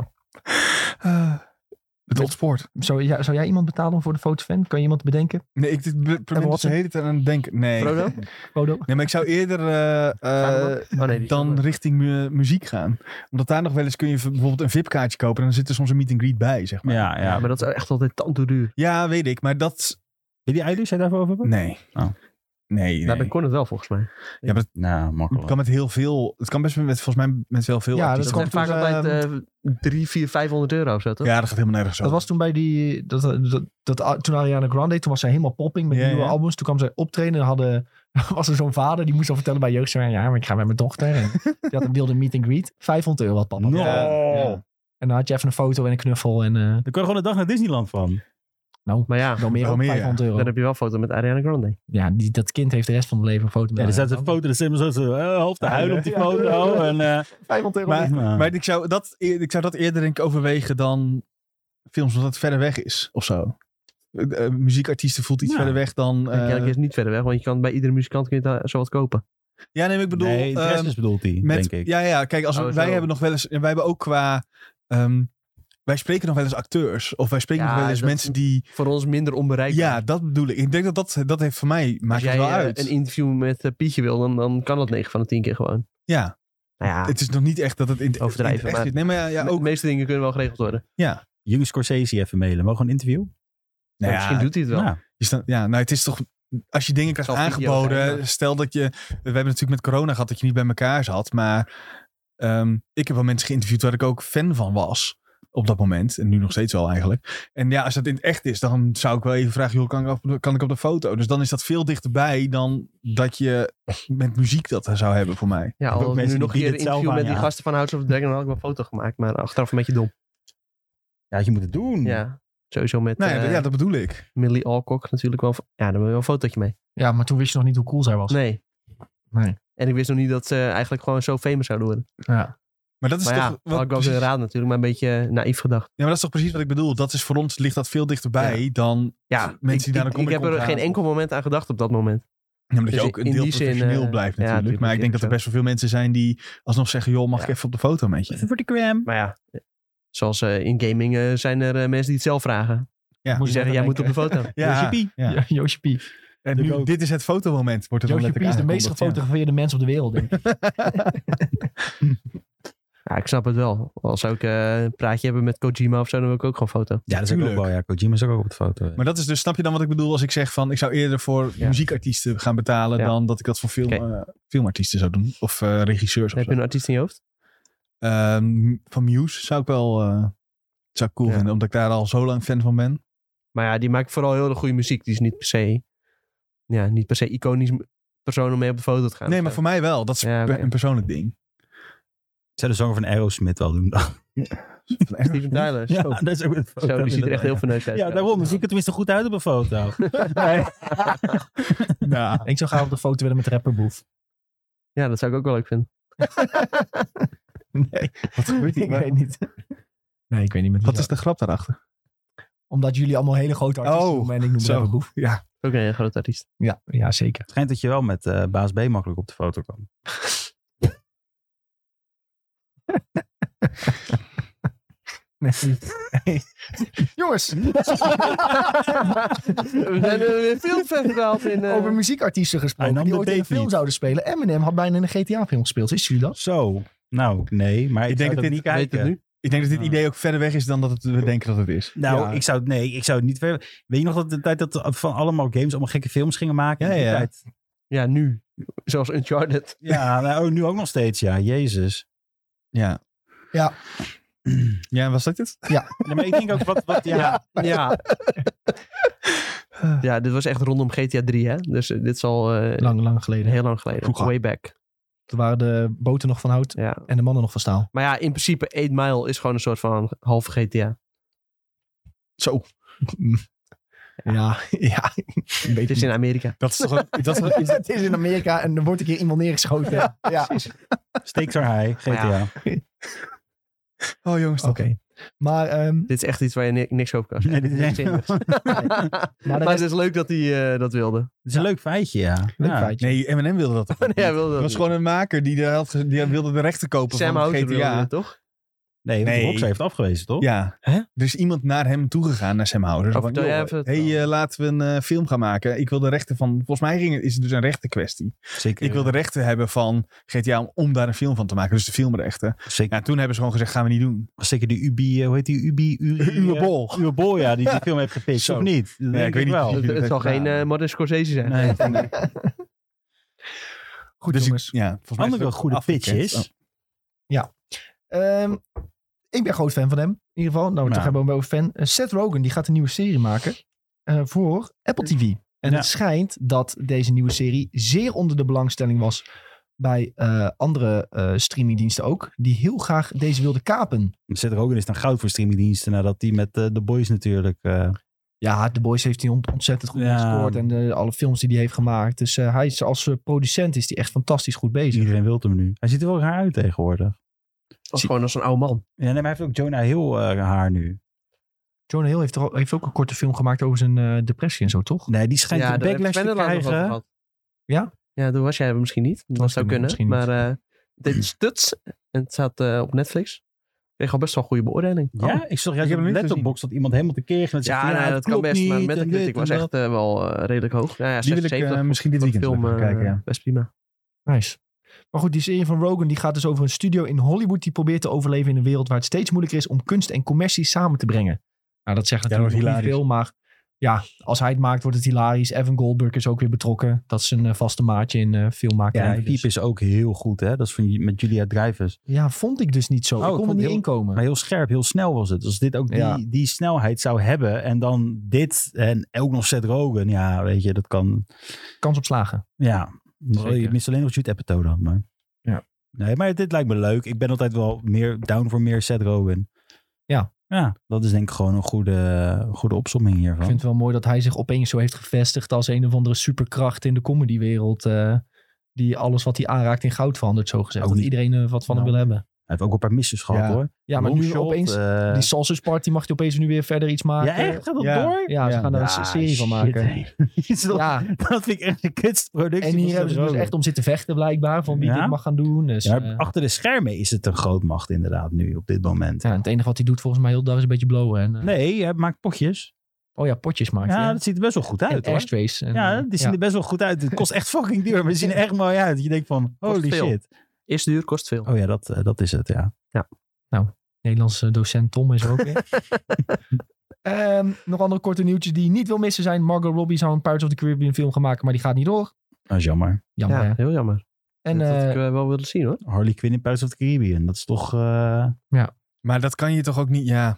Het ontsport.
Zou jij iemand betalen om voor de foto fan? Kan je iemand bedenken?
Nee, ik ben
wat
de hele tijd aan het denken. Nee.
Frodo?
Foto?
Nee, maar ik zou eerder
nee, die is
dan
wel-
richting muziek gaan. Omdat daar nog wel eens kun je bijvoorbeeld een VIP-kaartje kopen. En dan zit er soms een meet and greet bij, zeg maar.
Ja,
Ja,
ja.
maar dat is echt altijd tand duur.
Ja, weet ik. Maar dat...
Wil die Eilus daar over hebben?
Nee.
Oh.
Nee.
Daar kon het wel volgens mij.
Ja, maar
Nou,
het
makkelijk.
kan met heel veel... Het kan best met, volgens mij met wel veel
Ja, dat
artiesten.
Dat
kwam
zijn vaak
toen,
altijd 300, 400, 500 euro of zo, toch?
Ja, dat gaat helemaal nergens
Dat
over.
was toen bij die... Toen Ariana Grande, toen was zij helemaal popping met
Ja,
nieuwe
ja.
albums. Toen kwam zij optreden en was er zo'n vader die moest al vertellen bij jeugd. Ja, maar ik ga met mijn dochter. En die had een wilde meet and greet. €500 had papa.
No.
Ja. En dan had je even een foto en een knuffel. En
Daar kun je gewoon een dag naar Disneyland van.
Maar ja,
wel meer
Wel
dan
meer, ja.
€500.
dan heb je wel een foto met Ariana Grande.
Ja, dat kind heeft de rest van het leven een foto met
Ja, er staat een
Ariana
foto, er zit me zo half te huilen op die
Ja.
foto. En,
€500.
Maar ik zou dat eerder denk ik overwegen dan films, omdat het verder weg is of zo. Muziekartiesten voelt iets
Ja.
verder weg dan...
Kennelijk is het niet verder weg, want je kan bij iedere muzikant kun je daar zo wat kopen.
Ja, nee, maar ik bedoel...
nee, interesses bedoelt hij,
met,
denk ik.
Ja, kijk,
Oh,
wij
zo.
hebben nog wel eens... Wij hebben ook qua... wij spreken nog wel eens acteurs. Of wij spreken
Ja,
nog wel eens
dat-
mensen die...
Voor ons minder onbereikbaar.
Ja, dat bedoel ik. Ik denk dat heeft voor mij...
Als
Maakt het
jij
wel uit.
een interview met Pietje wil, dan kan dat 9 van de 10 keer gewoon.
Ja,
Nou ja,
het is nog niet echt dat het in
Overdrijven,
in het echt
maar-
zit. Nee, maar ja,
de
ook...
meeste dingen kunnen wel geregeld worden.
Ja.
Young Scorsese even mailen. Mogen we een interview?
Nou ja,
Misschien doet hij het wel.
Nou,
nou, het is toch... Als je dingen krijgt
Zal video
aangeboden...
zijn, ja.
Stel dat je... We hebben natuurlijk met corona gehad dat je niet bij elkaar zat. Maar ik heb wel mensen geïnterviewd waar ik ook fan van was. Op dat moment. En nu nog steeds wel eigenlijk. En ja, als dat in het echt is, dan zou ik wel even vragen... Joh, kan ik op de foto? Dus dan is dat veel dichterbij dan dat je met muziek dat zou hebben voor mij.
Ja,
heb ook
al
mensen
nu
die
nog een keer
bieden
een
het zelf
interview
aan
met
je
die
aan.
gasten van House of the Dragon had ik wel een foto gemaakt. Maar achteraf een beetje dom.
ja, je moet het doen.
Ja, sowieso met
Nee, ja, dat bedoel ik.
Millie Alcock natuurlijk wel. Ja, daar hebben we wel een fotootje mee.
Ja, maar toen wist je nog niet hoe cool zij was.
Nee.
Nee.
En ik wist nog niet dat ze eigenlijk gewoon zo famous zouden worden.
Ja.
Maar dat is
Maar
toch...
ja,
wat
had ik wel
precies-
weer raad natuurlijk, maar een beetje naïef gedacht.
Ja, maar dat is toch precies wat ik bedoel. Dat is voor ons, ligt dat veel dichterbij dan
Ja,
mensen die naar de
ik
Comic
heb
Con
er
gaan.
geen enkel moment aan gedacht op dat moment.
Ja, omdat je
Dus
ook een
in
deel
die zin,
professioneel blijft
ja,
natuurlijk. Maar ik denk dat er
zo.
best wel veel mensen zijn die alsnog zeggen... joh, mag
Ja.
ik even op de foto met je?
Even voor de gram.
Maar ja, zoals in gaming zijn er mensen die het zelf vragen.
Ja.
Die zeggen, jij moet op de foto.
Ja,
Yoshi P.
ja.
Yoshi P.
En
De
nu,
goat.
dit is het fotomoment. Wordt er dan
Yoshi P is
letterlijk
de meest
aangekondigd,
gefotografeerde mens op de wereld, denk ik.
Ja, ik snap het wel. Als zou ik een praatje hebben met Kojima of zo, dan wil ik ook gewoon foto.
Ja, dat is ook
Tuurlijk.
wel. Ja, Kojima is ook op de foto.
Ja. Maar dat is dus, snap je dan wat ik bedoel als ik zeg van... ik zou eerder voor
Ja.
muziekartiesten gaan betalen...
Ja.
dan dat ik dat voor filmartiesten zou doen. Of regisseurs of
Heb
zo.
je een artiest in je hoofd?
Van Muse zou ik wel zou ik cool
Ja.
vinden. Omdat ik daar al zo lang fan van ben.
Maar ja, die maakt vooral heel goede muziek. Die is niet per se iconisch persoon om mee op de foto te gaan.
Nee, maar voor mij wel. Dat is
Ja, oké.
een persoonlijk ding.
Ik zou de zanger van Aerosmith wel doen dan.
Steven Tyler.
Ja,
Zo.
dat is ook een foto.
Zo, die ziet er echt heel verneukt uit.
Ja, daarom. Dan zie ik er tenminste goed uit op een foto.
Ja.
Ik zou graag op de foto willen met rapper Boef.
Ja, dat zou ik ook wel leuk vinden.
Nee,
Wat gebeurt hier?
ik weet niet. Nee, ik weet niet met wie
Wat is de grap daarachter?
Omdat jullie allemaal hele grote artiesten
Oh,
noemen en ik noem
zo.
rapper Boef.
Ja.
Ook een hele grote artiest.
Ja, zeker.
Het schijnt dat je wel met Baas B makkelijk op de foto kan.
Nee. Jongens.
We zijn weer veel verder gehaald in...
Over muziekartiesten gesproken die ooit in een film zouden spelen. Eminem had bijna in een GTA-film gespeeld. Wisten jullie dat?
Zo. Nou, nee. Maar ik denk dat niet kijken.
Nu? Ik denk dat dit idee ook verder weg is dan dat we denken dat het is.
Nou, ik zou het niet ver... Weet je nog dat de tijd dat van allemaal games allemaal gekke films gingen maken?
Ja.
Tijd?
Ja, nu. Zoals Uncharted.
Ja, nou, nu ook nog steeds. Ja, Jezus.
Ja. Ja, was dat het?
Ja.
Maar ik denk ook wat
Ja. Ja, dit was echt rondom GTA 3, hè? Dus dit is al...
Lang geleden.
Heel lang geleden.
Vroeger.
Way back.
Toen waren de boten nog van hout en de mannen nog van staal.
Maar ja, in principe 8 Mile is gewoon een soort van halve GTA.
Zo.
Ja.
Het is in Amerika.
Dat is toch ook...
Het is in Amerika en er wordt een keer iemand neergeschoten. Ja.
Stakes are high, GTA.
Oh jongens,
Oké. Maar...
Dit is echt iets waar je niks over kan
Nee, dit is echt...
Maar het is leuk dat hij dat wilde.
Het is een leuk feitje, ja.
Leuk feitje.
Nee, Eminem wilde dat toch?
Nee, hij wilde dat
Het was
niet.
gewoon een maker die wilde de rechten kopen
Sam
van
Houser wilde
GTA.
het, toch?
Nee, want Rockstar heeft afgewezen, toch?
Ja.
Hè?
Er is iemand naar hem toegegaan, naar Sam Houser.
Oh, vertel jij even het verhaal.
Laten we een film gaan maken. Ik wil de rechten van... Volgens mij is het dus een rechtenkwestie.
Zeker.
Ik wil de rechten hebben van GTA om daar een film van te maken. Dus de filmrechten.
Zeker,
Ja, toen hebben ze gewoon gezegd, gaan we niet doen.
zeker die Ubi, hoe heet die?
Uwe Bol.
Uwe Bol, ja, die film heeft gepitcht,
Zo.
of niet? Dat denk
ik weet niet
wel.
precies.
Het zal geen Martin Scorsese zijn.
Nee.
Goed
Dus
jongens.
volgens mij is
Andere
het
goede
afgekend.
pitches.
Ik ben groot fan van hem. In ieder geval. Nou, we toch hebben we over fan. Seth Rogen die gaat een nieuwe serie maken voor Apple TV. En het schijnt dat deze nieuwe serie zeer onder de belangstelling was bij andere streamingdiensten ook. Die heel graag deze wilden kapen.
Seth Rogen is dan goud voor streamingdiensten nadat hij met The Boys natuurlijk...
Ja, The Boys heeft hij ontzettend goed gescoord. En alle films die hij heeft gemaakt. Dus hij is als producent is hij echt fantastisch goed bezig.
Iedereen wil hem nu. Hij ziet er wel raar uit tegenwoordig.
Gewoon als een oude man.
Ja, nee, maar hij heeft ook Jonah Hill haar nu.
Jonah Hill heeft ook een korte film gemaakt over zijn depressie en zo, toch?
Nee, die schijnt
Ja,
een
daar heeft
backlash
Sven
te
er laatst nog over
krijgen.
gehad.
Ja?
Ja, toen was jij er misschien niet. Dat
Was
zou
ik
kunnen.
misschien niet.
Maar dit is Tuts. En het staat op Netflix. Kreeg al best wel een goede beoordeling.
Ja, ik zag
Ik heb
juist
hem
op
niet
Letterboxd dat iemand helemaal tekeer ging.
Ja, dat kan best. Maar de Metacritic was echt wel redelijk hoog. Nou ja,
Die wil ik
76
misschien dit
voor
weekend
film,
even kijken, ja.
Best prima.
Nice. Maar goed, die serie van Rogan die gaat dus over een studio in Hollywood die probeert te overleven in een wereld waar het steeds moeilijker is om kunst en commercie samen te brengen. Nou, dat zegt natuurlijk nog niet veel, maar ja, als hij het maakt wordt het hilarisch. Evan Goldberg is ook weer betrokken. Dat is een vaste maatje in filmmakerij.
Ja, en Veep is ook heel goed, hè? Dat is met Julia Dreyfus.
Ja, vond ik dus niet zo. Ik kon er niet inkomen.
Maar heel scherp, heel snel was het. Als dit ook die snelheid zou hebben en dan dit en ook nog Seth Rogen. Ja, weet je, dat kan...
Kans op slagen.
Ja, je mist alleen nog Jude Apatow dan. Maar...
Ja.
Nee, maar dit lijkt me leuk. Ik ben altijd wel meer down voor meer Seth Rogen.
Ja.
Ja, dat is denk ik gewoon een goede opsomming hiervan.
Ik vind het wel mooi dat hij zich opeens zo heeft gevestigd als een of andere superkracht in de comedywereld. Die alles wat hij aanraakt in goud verandert, zo gezegd. Dat iedereen wat van hem wil hebben.
Hij heeft ook een paar misses gehad, hoor.
Ja, maar nu opeens, die Sausage Party mag hij opeens nu weer verder iets maken.
Ja, echt? Gaat dat door?
Ja, ze gaan er een serie van maken.
Dat vind ik echt een kutproductie.
En hier hebben ze dus echt om zitten vechten blijkbaar, van wie dit mag gaan doen. Dus,
achter de schermen is het een grootmacht inderdaad nu, op dit moment.
Ja, het enige wat hij doet volgens mij heel de dag is een beetje blowen. En,
nee, hij maakt potjes.
Oh ja, potjes maakt hij.
Ja, dat ziet er best wel goed uit, hoor.
Ashtrays.
Ja, die zien er best wel goed uit. Het kost echt fucking duur, maar die zien er echt mooi uit. Je denkt van, holy shit.
Is duur, kost veel.
Oh ja, dat is het, ja.
Nou, Nederlandse docent Tom is er ook weer. Nog andere korte nieuwtjes die je niet wil missen zijn. Margot Robbie zou een Pirates of the Caribbean film gaan maken, maar die gaat niet door.
Dat is jammer.
Jammer,
ja, heel jammer.
En,
dat had ik wel willen zien, hoor.
Harley Quinn in Pirates of the Caribbean. Dat is toch...
Ja.
Maar dat kan je toch ook niet... Ja,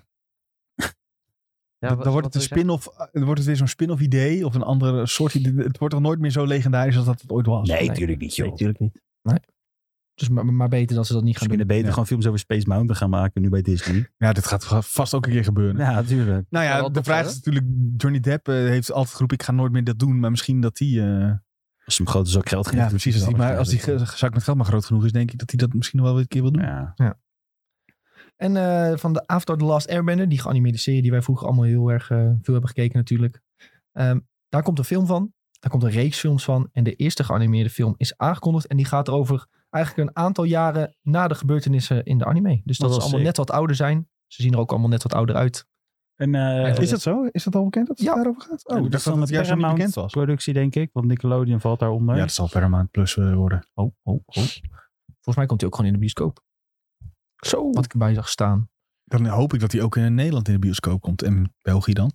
dan wordt het een spin-off. Dan wordt het weer zo'n spin-off idee of een andere soort idee. Het wordt toch nooit meer zo legendarisch als dat het ooit was?
Nee, natuurlijk niet, joh.
Nee, natuurlijk niet.
Nee. Dus maar beter dat ze dat niet gaan doen.
Ze kunnen beter gewoon films over Space Mountain gaan maken nu bij Disney.
Ja, dit gaat vast ook een keer gebeuren.
Ja, natuurlijk.
Nou ja, de vraag is natuurlijk... Johnny Depp heeft altijd geroepen, ik ga nooit meer dat doen. Maar misschien dat hij...
Als hem grote zak geld geeft.
Ja, precies. Maar als die zak met geld maar groot genoeg is, denk ik dat hij dat misschien nog wel een keer wil doen.
Ja. En van de Avatar The Last Airbender, die geanimeerde serie die wij vroeger allemaal heel erg veel hebben gekeken natuurlijk. Daar komt een film van. Daar komt een reeks films van. En de eerste geanimeerde film is aangekondigd. En die gaat over eigenlijk een aantal jaren na de gebeurtenissen in de anime. Dus dat ze allemaal net wat ouder zijn. Ze zien er ook allemaal net wat ouder uit.
En is dat zo? Is dat al bekend dat het daarover gaat?
Oh, dat is dan een Paramount productie, denk ik. Want Nickelodeon valt daaronder.
Ja, dat zal Paramount Plus worden.
Volgens mij komt hij ook gewoon in de bioscoop. Zo. Wat ik erbij zag staan.
Dan hoop ik dat hij ook in Nederland in de bioscoop komt. En België dan.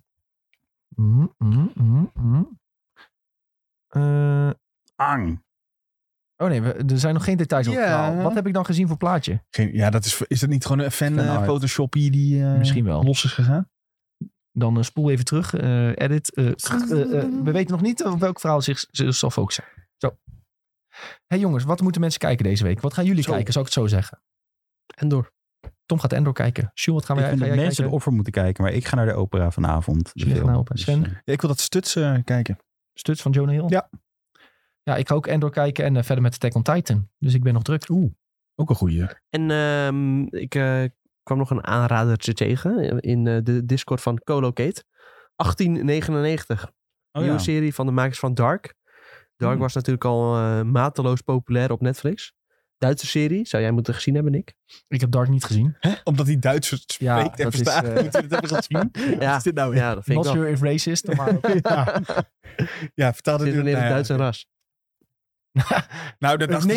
Ang.
Oh nee, er zijn nog geen details over het verhaal. Wat heb ik dan gezien voor plaatje?
Is dat niet gewoon een fan Photoshopie die
misschien wel
los is gegaan?
Dan spoel even terug. Edit. We weten nog niet op welk verhaal zich zal focussen. Zo. Hey jongens, wat moeten mensen kijken deze week? Wat gaan jullie kijken, zou ik het zo zeggen?
Endor.
Tom gaat Endor kijken. Sjoerd, wat gaan wij kijken?
Ik vind dat mensen de offer moeten kijken, maar ik ga naar de opera vanavond.
Sven?
Ja, ik wil dat Stuts kijken.
Stuts van Jonah Hill?
Ja.
Ja, ik ga ook Endor kijken en verder met Attack on Titan. Dus ik ben nog druk.
Ook een goeie.
En ik kwam nog een aanradertje tegen in de Discord van Colocate. 1899. Nieuwe serie van de makers van Dark. Dark was natuurlijk al mateloos populair op Netflix. Duitse serie. Zou jij moeten gezien hebben, Nick?
Ik heb Dark niet gezien.
Omdat hij Duits spreekt en verstaat. Moet je het hebben gezien?
Ja,
is dit nou
ja, dat vind
Not
ik wel.
sure if racist, maar
ja, vertaal het
in het Duits en ras.
Nou, dat is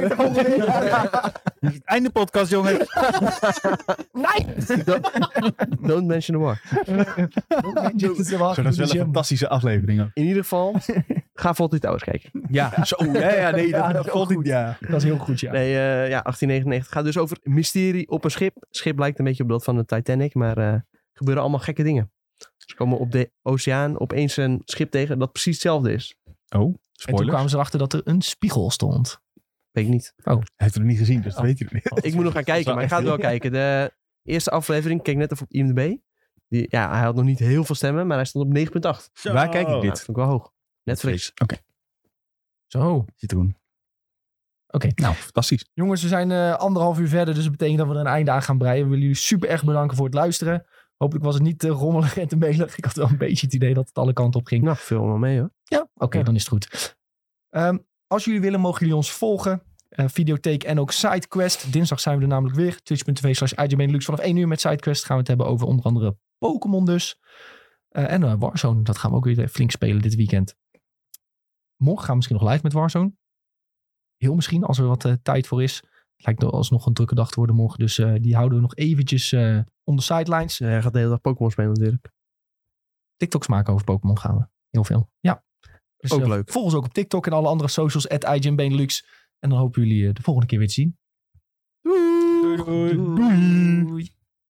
1940.
Einde podcast, jongens.
Nee!
Don't mention the war.
Dat is wel een fantastische aflevering.
In ieder geval, ga Fawlty Towers kijken.
Ja, zo. Ja, nee, dat is goed. Ja.
Dat is heel goed, ja.
Nee, 1899 gaat dus over mysterie op een schip. Het schip lijkt een beetje op dat van de Titanic, maar gebeuren allemaal gekke dingen. Ze komen op de oceaan opeens een schip tegen dat precies hetzelfde is.
Oh.
En toen kwamen ze erachter dat er een spiegel stond.
Weet ik niet.
Hij heeft het nog niet gezien, dus dat weet je nog niet.
Ik moet nog gaan kijken, maar ik ga het wel kijken. De eerste aflevering, keek net even op IMDb. Hij had nog niet heel veel stemmen, maar hij stond op 9,8.
Waar kijk ik dit?
Dat vind ik wel hoog. Netflix.
Oké.
Zo.
Citroen.
Oké.
Nou, fantastisch.
Jongens, we zijn 1,5 uur verder, dus dat betekent dat we er een einde aan gaan breien. We willen jullie super erg bedanken voor het luisteren. Hopelijk was het niet te rommelig en te melig. Ik had wel een beetje het idee dat het alle kanten op ging.
Nou, veel wel mee hoor.
Ja, oké, dan is het goed. Als jullie willen, mogen jullie ons volgen. Videotheek en ook SideQuest. Dinsdag zijn we er namelijk weer. Twitch.tv/IGBenelux. Vanaf 1 uur met SideQuest gaan we het hebben over onder andere Pokémon dus. En Warzone, dat gaan we ook weer flink spelen dit weekend. Morgen gaan we misschien nog live met Warzone. Heel misschien, als er wat tijd voor is. Het lijkt alsnog een drukke dag te worden morgen. Dus die houden we nog eventjes on the sidelines.
Ja, hij gaat de hele dag Pokémon spelen natuurlijk.
TikToks maken over Pokémon gaan we. Heel veel. Ja. Dus,
ook leuk.
Volg ons ook op TikTok en alle andere socials. @IGNBenelux. En dan hopen jullie de volgende keer weer te zien.
Doei.